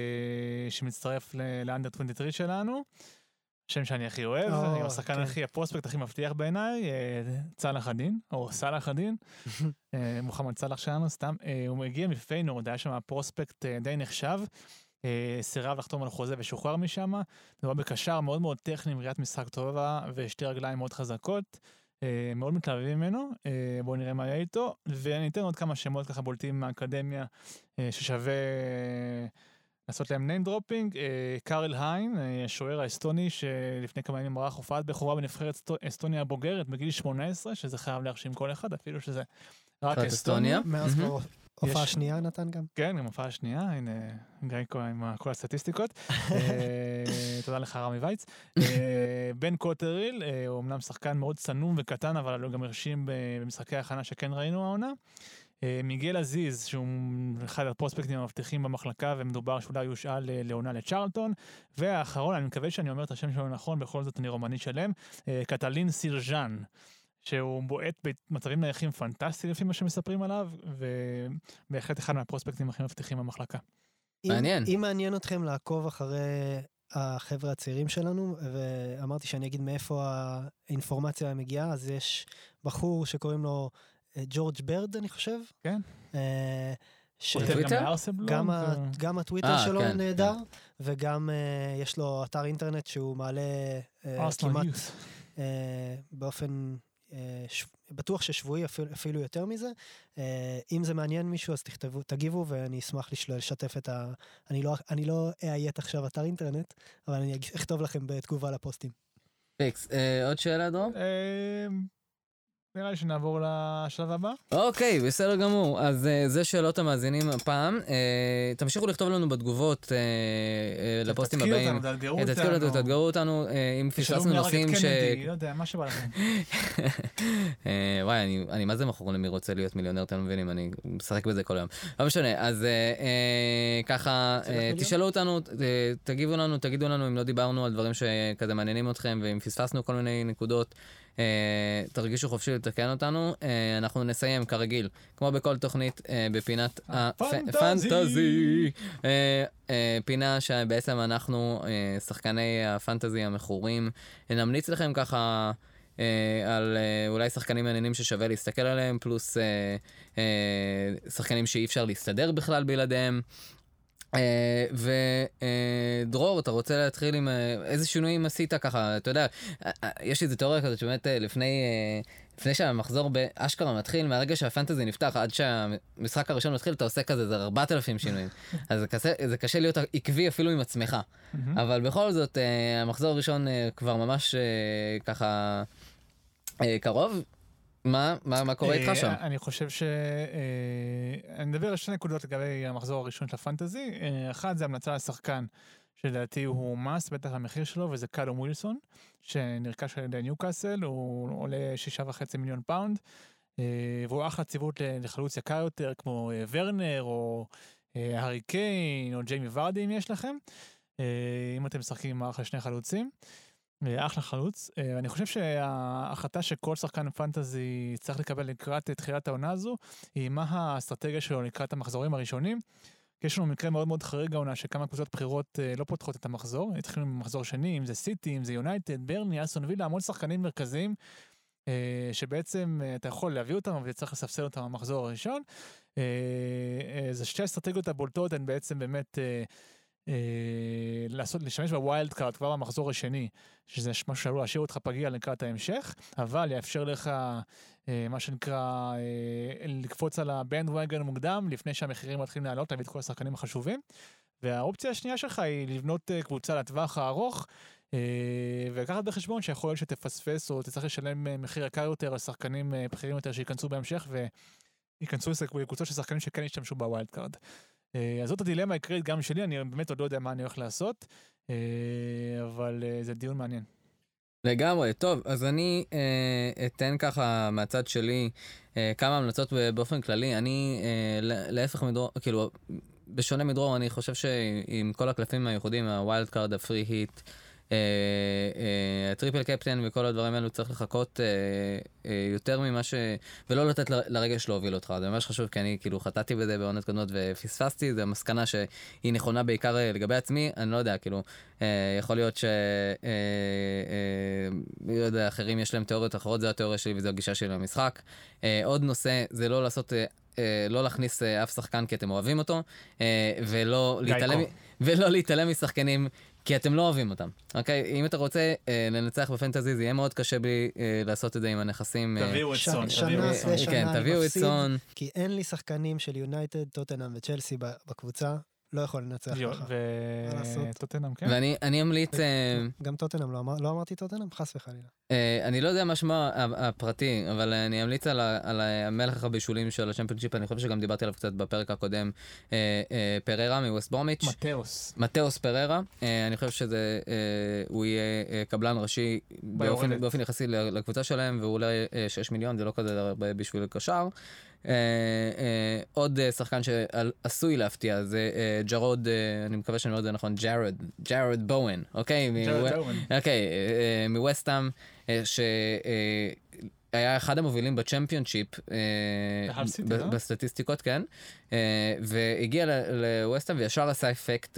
Speaker 3: שמצטרף לאנדר עשרים ושלוש שלנו, שם שאני הכי אוהב, עם השחקן הכי, הפרוספקט הכי מבטיח בעיניי, צלח הדין, או סלח הדין, מוחמד סלח שלנו, סתם, הוא מגיע מפיינורד, היה שם הפרוספקט די נחשב, סירב לחתום על חוזה ושוחרר משם, מדובר בקשר מאוד מאוד טכני, מריאת משחק טובה ושתי רגליים מאוד חזקות, מאוד מתלהבים ממנו, בואו נראה מה יהיה איתו, ואני אתן עוד כמה שמות ככה בולטים מהאקדמיה, ששווה לעשות להם name dropping, קארל היין, השוער האסטוני, שלפני כמה ימים ערך הופעת בכורה בנבחרת אסטוניה הבוגרת, בגיל שמונה עשרה, שזה חייב להרשים כל אחד, אפילו שזה רק אסטוניה.
Speaker 4: מאז כבר הופעה שנייה נתן גם.
Speaker 3: כן, גם הופעה שנייה, הנה גיא עם כל הסטטיסטיקות. תודה לך רמי וייץ. בן קוטריל, הוא אמנם שחקן מאוד צנום וקטן, אבל הוא גם הרשים במשחקי ההכנה שכן ראינו העונה. מיגל עזיז, שהוא אחד הפרוספקטים המבטיחים במחלקה, ומדובר שאולי יושאל לעונה לצ'רלטון. והאחרון, אני מקווה שאני אומר את השם שלו נכון, בכל זאת אני רומני שלם, קטלין סירג'אן. שהוא בועט במצבים נייחים פנטסטי לפי מה שמספרים עליו, ובהחלט אחד מהפרוספקטים הכי מבטיחים במחלקה.
Speaker 2: מעניין.
Speaker 4: אם מעניין אתכם לעקוב אחרי החבר'ה הצעירים שלנו, ואמרתי שאני אגיד מאיפה האינפורמציה מגיעה, אז יש בחור שקוראים לו ג'ורג' ברד, אני חושב.
Speaker 3: כן.
Speaker 4: גם הטוויטר שלו נהדר, וגם יש לו אתר אינטרנט שהוא מעלה כמעט באופן... בטוח ששבועי אפילו יותר מזה. אם זה מעניין מישהו, אז תכתבו, תגיבו, ואני אשמח לשתף את ה... אני לא, אני לא אעיית עכשיו אתר אינטרנט, אבל אני אכתוב לכם בתגובה לפוסטים.
Speaker 2: פיקס, עוד שאלה, דרום?
Speaker 3: נראה לי שנעבור לשלב הבא.
Speaker 2: אוקיי, בסדר גמור. אז זה שאלות המאזינים הפעם. תמשיכו לכתוב לנו בתגובות לפוסטים הבאים.
Speaker 3: תתקיעו אותנו, תאתגרו אותנו.
Speaker 2: תאתגרו אותנו, אם פספסנו נושאים ש...
Speaker 3: לא יודע, מה שבא לכם.
Speaker 2: וואי, אני מה זה מכור למי רוצה להיות מיליונר, אתם מבינים, אני משחק בזה כל היום. לא משנה, אז ככה, תשאלו אותנו, תגיבו לנו, תגידו לנו אם לא דיברנו על דברים שכזה מעניינים אתכם, ואם פספסנו כל מיני נקודות, Uh, תרגישו חופשי לתקן אותנו. uh, אנחנו נסיים כרגיל כמו בכל תוכנית uh, בפינת הפנטזי, uh, uh, פינה שבעצם אנחנו uh, שחקני הפנטזי המכורים, נמליץ לכם ככה uh, אה, על אה, אולי שחקנים מעניינים ששווה להסתכל עליהם, פלוס אה, אה, שחקנים שאי אפשר להסתדר בכלל בלעדיהם. ודרור, אתה רוצה להתחיל עם איזה שינויים עשית ככה, אתה יודע, יש איזו תיאוריה כזאת שבאמת לפני, לפני שהמחזור באשכרה מתחיל, מהרגע שהפנטזי נפתח עד שהמשחק הראשון מתחיל, אתה עושה כזה, זה ארבעת אלפים שינויים. אז זה קשה, זה קשה להיות עקבי אפילו עם עצמך. אבל בכל זאת, המחזור הראשון כבר ממש ככה קרוב. מה, מה, מה קורה איתך שם?
Speaker 3: אני חושב ש... אני מדבר על שתי נקודות לגבי המחזור הראשון של הפנטזי. אחד זה המלצה לשחקן, שלדעתי הוא מס, בטח המחיר שלו, וזה קלום ווילסון, שנרכש על ידי ניוקאסל, הוא עולה שישה וחצי מיליון פאונד, והוא אחלה ציוות לחלוץ יקר יותר, כמו ורנר, או הארי קיין, או ג'יימי ורדי, אם יש לכם, אם אתם משחקים עם אחלה שני חלוצים. אחלה חלוץ. אני חושב שההחלטה שכל שחקן פנטזי צריך לקבל לקראת תחילת העונה הזו, היא מה האסטרטגיה שלו לקראת המחזורים הראשונים. יש לנו מקרה מאוד מאוד חריג העונה שכמה קבוצות בחירות לא פותחות את המחזור, התחילו ממחזור שני, אם זה סיטי, אם זה יונייטד, ברני, אסטון וילה, המון שחקנים מרכזיים, שבעצם אתה יכול להביא אותם, אבל צריך לספסל אותם במחזור הראשון. זה שתי האסטרטגיות הבולטות, הן בעצם באמת... לעשות, לשמש בווילד קארד כבר במחזור השני, שזה משהו שעלול להשאיר אותך פגיע לקראת ההמשך, אבל יאפשר לך מה שנקרא לקפוץ על הבנדווגן מוקדם, לפני שהמחירים מתחילים לעלות, להביא את כל השחקנים החשובים. והאופציה השנייה שלך היא לבנות קבוצה לטווח הארוך, ולקחת בחשבון שיכול להיות שתפספס או תצטרך לשלם מחיר יקר יותר על שחקנים בכירים יותר שיכנסו בהמשך, וייכנסו לקבוצות של שחקנים שכן ישתמשו בווילד קארד. אז זאת הדילמה העיקרית גם שלי, אני באמת עוד לא יודע מה אני הולך לעשות, אבל זה דיון מעניין.
Speaker 2: לגמרי, טוב, אז אני אה, אתן ככה מהצד שלי אה, כמה המלצות באופן כללי. אני אה, להפך מדרור, כאילו, בשונה מדרור, אני חושב שעם כל הקלפים הייחודים, הווילד קארד, הפרי היט, הטריפל קפטן וכל הדברים האלו צריך לחכות יותר ממה ש... ולא לתת לרגע להוביל אותך. זה ממש חשוב, כי אני כאילו חטאתי בזה בעונות קודמות ופספסתי, זה המסקנה שהיא נכונה בעיקר לגבי עצמי, אני לא יודע, כאילו, יכול להיות ש... לא יודע, אחרים יש להם תיאוריות אחרות, זה התיאוריה שלי וזו הגישה שלי למשחק. עוד נושא, זה לא לעשות... לא להכניס אף שחקן כי אתם אוהבים אותו, ולא להתעלם, ולא להתעלם משחקנים כי אתם לא אוהבים אותם. אוקיי? אם אתה רוצה לנצח בפנטזי, זה יהיה מאוד קשה בי לעשות את זה עם הנכסים.
Speaker 3: תביאו את סון.
Speaker 4: שנה אחרי שנה
Speaker 2: אני מפסיד,
Speaker 4: כי אין לי שחקנים של יונייטד, טוטנהאם וצ'לסי בקבוצה, לא יכול לנצח ככה.
Speaker 3: וטוטנהאם, כן?
Speaker 2: ואני אמליץ...
Speaker 4: גם טוטנהאם, לא אמרתי טוטנהאם? חס וחלילה.
Speaker 2: אני לא יודע מה שמה הפרטי, אבל אני אמליץ על המלך הבישולים של הצ'מפיונשיפ, אני חושב שגם דיברתי עליו קצת בפרק הקודם, פררה מווסט ברומיץ'.
Speaker 3: מתאוס.
Speaker 2: מתאוס פררה. אני חושב שזה, הוא יהיה קבלן ראשי באופן יחסי לקבוצה שלהם, והוא אולי שש מיליון, זה לא כזה הרבה בשביל קשר. עוד שחקן שעשוי להפתיע, זה ג'רוד, אני מקווה שאני אומר את זה נכון, ג'רד, ג'רד בואן, אוקיי?
Speaker 3: ג'רד בואן.
Speaker 2: אוקיי, מווסטהאם, שהיה אחד המובילים בצ'מפיונשיפ, בסטטיסטיקות, כן, והגיע לווסטהאם וישר עשה אפקט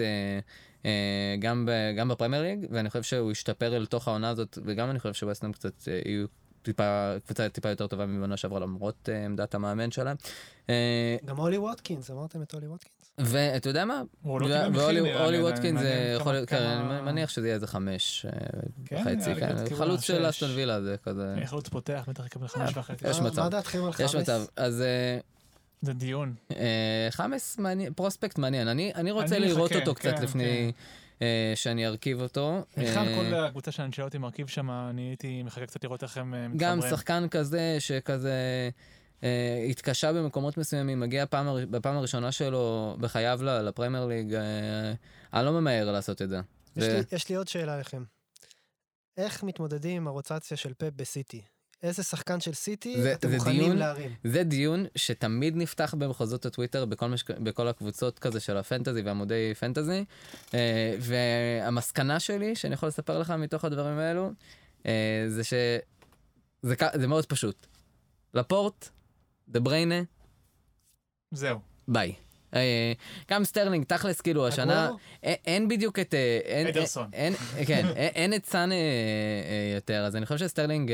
Speaker 2: גם בפרמייר ליג, ואני חושב שהוא השתפר אל תוך העונה הזאת, וגם אני חושב שווסטהאם קצת יהיו טיפה, קבוצה טיפה יותר טובה ממנה שעברה למרות עמדת המאמן שלה.
Speaker 4: גם אולי ווטקינס, אמרתם את אולי ווטקינס.
Speaker 2: ואתה יודע מה? אולי ווטקינס זה יכול להיות, אני מניח שזה יהיה איזה חמש וחצי, חלוץ של אסטון וילה זה כזה.
Speaker 3: חלוץ פותח, בטח יקבל חמש וחצי.
Speaker 2: יש מצב.
Speaker 4: מה דעתכם על חמש?
Speaker 2: יש מצב, אז...
Speaker 3: זה דיון.
Speaker 2: חמש פרוספקט מעניין, אני רוצה לראות אותו קצת לפני... שאני ארכיב אותו.
Speaker 3: בכלל כל הקבוצה שאני שאלה אותי מרכיב שם, אני הייתי מחכה קצת לראות איך הם מתחברים.
Speaker 2: גם שחקן כזה שכזה התקשה במקומות מסוימים, מגיע בפעם הראשונה שלו בחייו לפרמייר ליג, אני לא ממהר לעשות את זה.
Speaker 4: יש לי עוד שאלה לכם. איך מתמודדים עם הרוטציה של פפ בסיטי? איזה שחקן של סיטי אתם מוכנים להרים?
Speaker 2: זה דיון שתמיד נפתח במחוזות הטוויטר, בכל, משק... בכל הקבוצות כזה של הפנטזי ועמודי פנטזי, והמסקנה שלי, שאני יכול לספר לך מתוך הדברים האלו, זה ש... זה, זה מאוד פשוט. לפורט, דה בריינה,
Speaker 3: זהו.
Speaker 2: ביי. גם סטרלינג, תכלס, כאילו, השנה, אין בדיוק את...
Speaker 3: אדרסון.
Speaker 2: כן, אין את סאן יותר, אז אני חושב שסטרלינג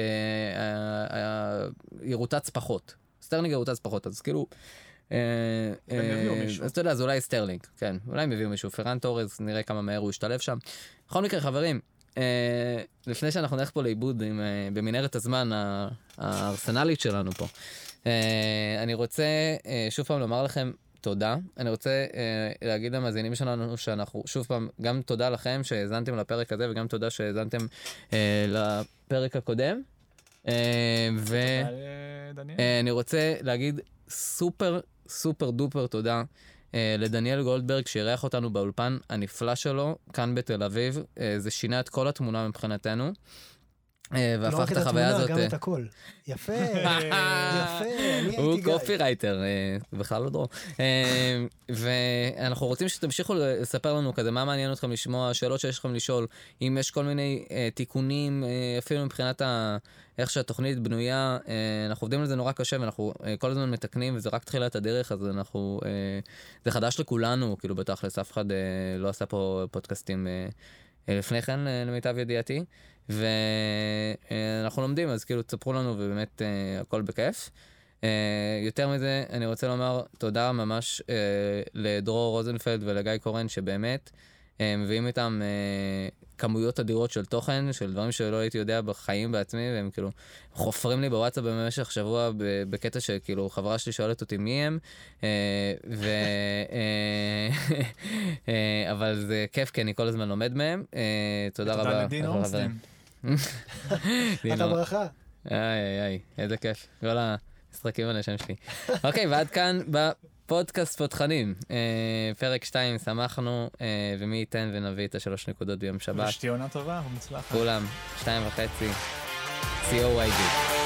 Speaker 2: ירוצץ פחות. סטרלינג ירוצץ פחות, אז כאילו... אז אתה יודע, אז אולי סטרלינג, כן, אולי הם הביאו מישהו, פרן טורס, נראה כמה מהר הוא ישתלב שם. בכל מקרה, חברים, לפני שאנחנו נלך פה לאיבוד במנהרת הזמן הארסנלית שלנו פה, אני רוצה שוב פעם לומר לכם תודה. אני רוצה להגיד למאזינים שלנו שאנחנו, שוב פעם, גם תודה לכם שהאזנתם לפרק הזה, וגם תודה שהאזנתם לפרק הקודם. ואני רוצה להגיד סופר סופר דופר תודה לדניאל גולדברג שאירח אותנו באולפן הנפלא שלו כאן בתל אביב. זה שינה את כל התמונה מבחינתנו. והפך את החוויה הזאת...
Speaker 4: לא רק את התמונה, גם את הכל. יפה, יפה, אני הייתי גיא.
Speaker 2: הוא קופי רייטר, בכלל לא דרור. ואנחנו רוצים שתמשיכו לספר לנו כזה, מה מעניין אתכם לשמוע, שאלות שיש לכם לשאול, אם יש כל מיני תיקונים, אפילו מבחינת איך שהתוכנית בנויה, אנחנו עובדים על זה נורא קשה, ואנחנו כל הזמן מתקנים, וזה רק תחילת הדרך, אז אנחנו... זה חדש לכולנו, כאילו בטח לסף אחד לא עשה פה פודקאסטים לפני כן, למיטב ידיעתי. ואנחנו לומדים, אז כאילו תספרו לנו ובאמת הכל בכיף. יותר מזה, אני רוצה לומר תודה ממש לדרור רוזנפלד ולגיא קורן, שבאמת מביאים איתם כמויות אדירות של תוכן, של דברים שלא הייתי יודע בחיים בעצמי, והם כאילו חופרים לי בוואטסאפ במשך שבוע בקטע שכאילו חברה שלי שואלת אותי מי הם, ו... אבל זה כיף כי אני כל הזמן לומד מהם. תודה רבה.
Speaker 3: תודה לדין אורסטין.
Speaker 4: אתה ברכה.
Speaker 2: איי איי איי, איזה כיף. כל המשחקים על השם שלי. אוקיי, ועד כאן בפודקאסט פותחנים. פרק שתיים, שמחנו, ומי ייתן ונביא את השלוש נקודות ביום שבת.
Speaker 3: ושתהיה עונה טובה ומוצלחת.
Speaker 2: כולם, שתיים וחצי. סי או וואי ג'י.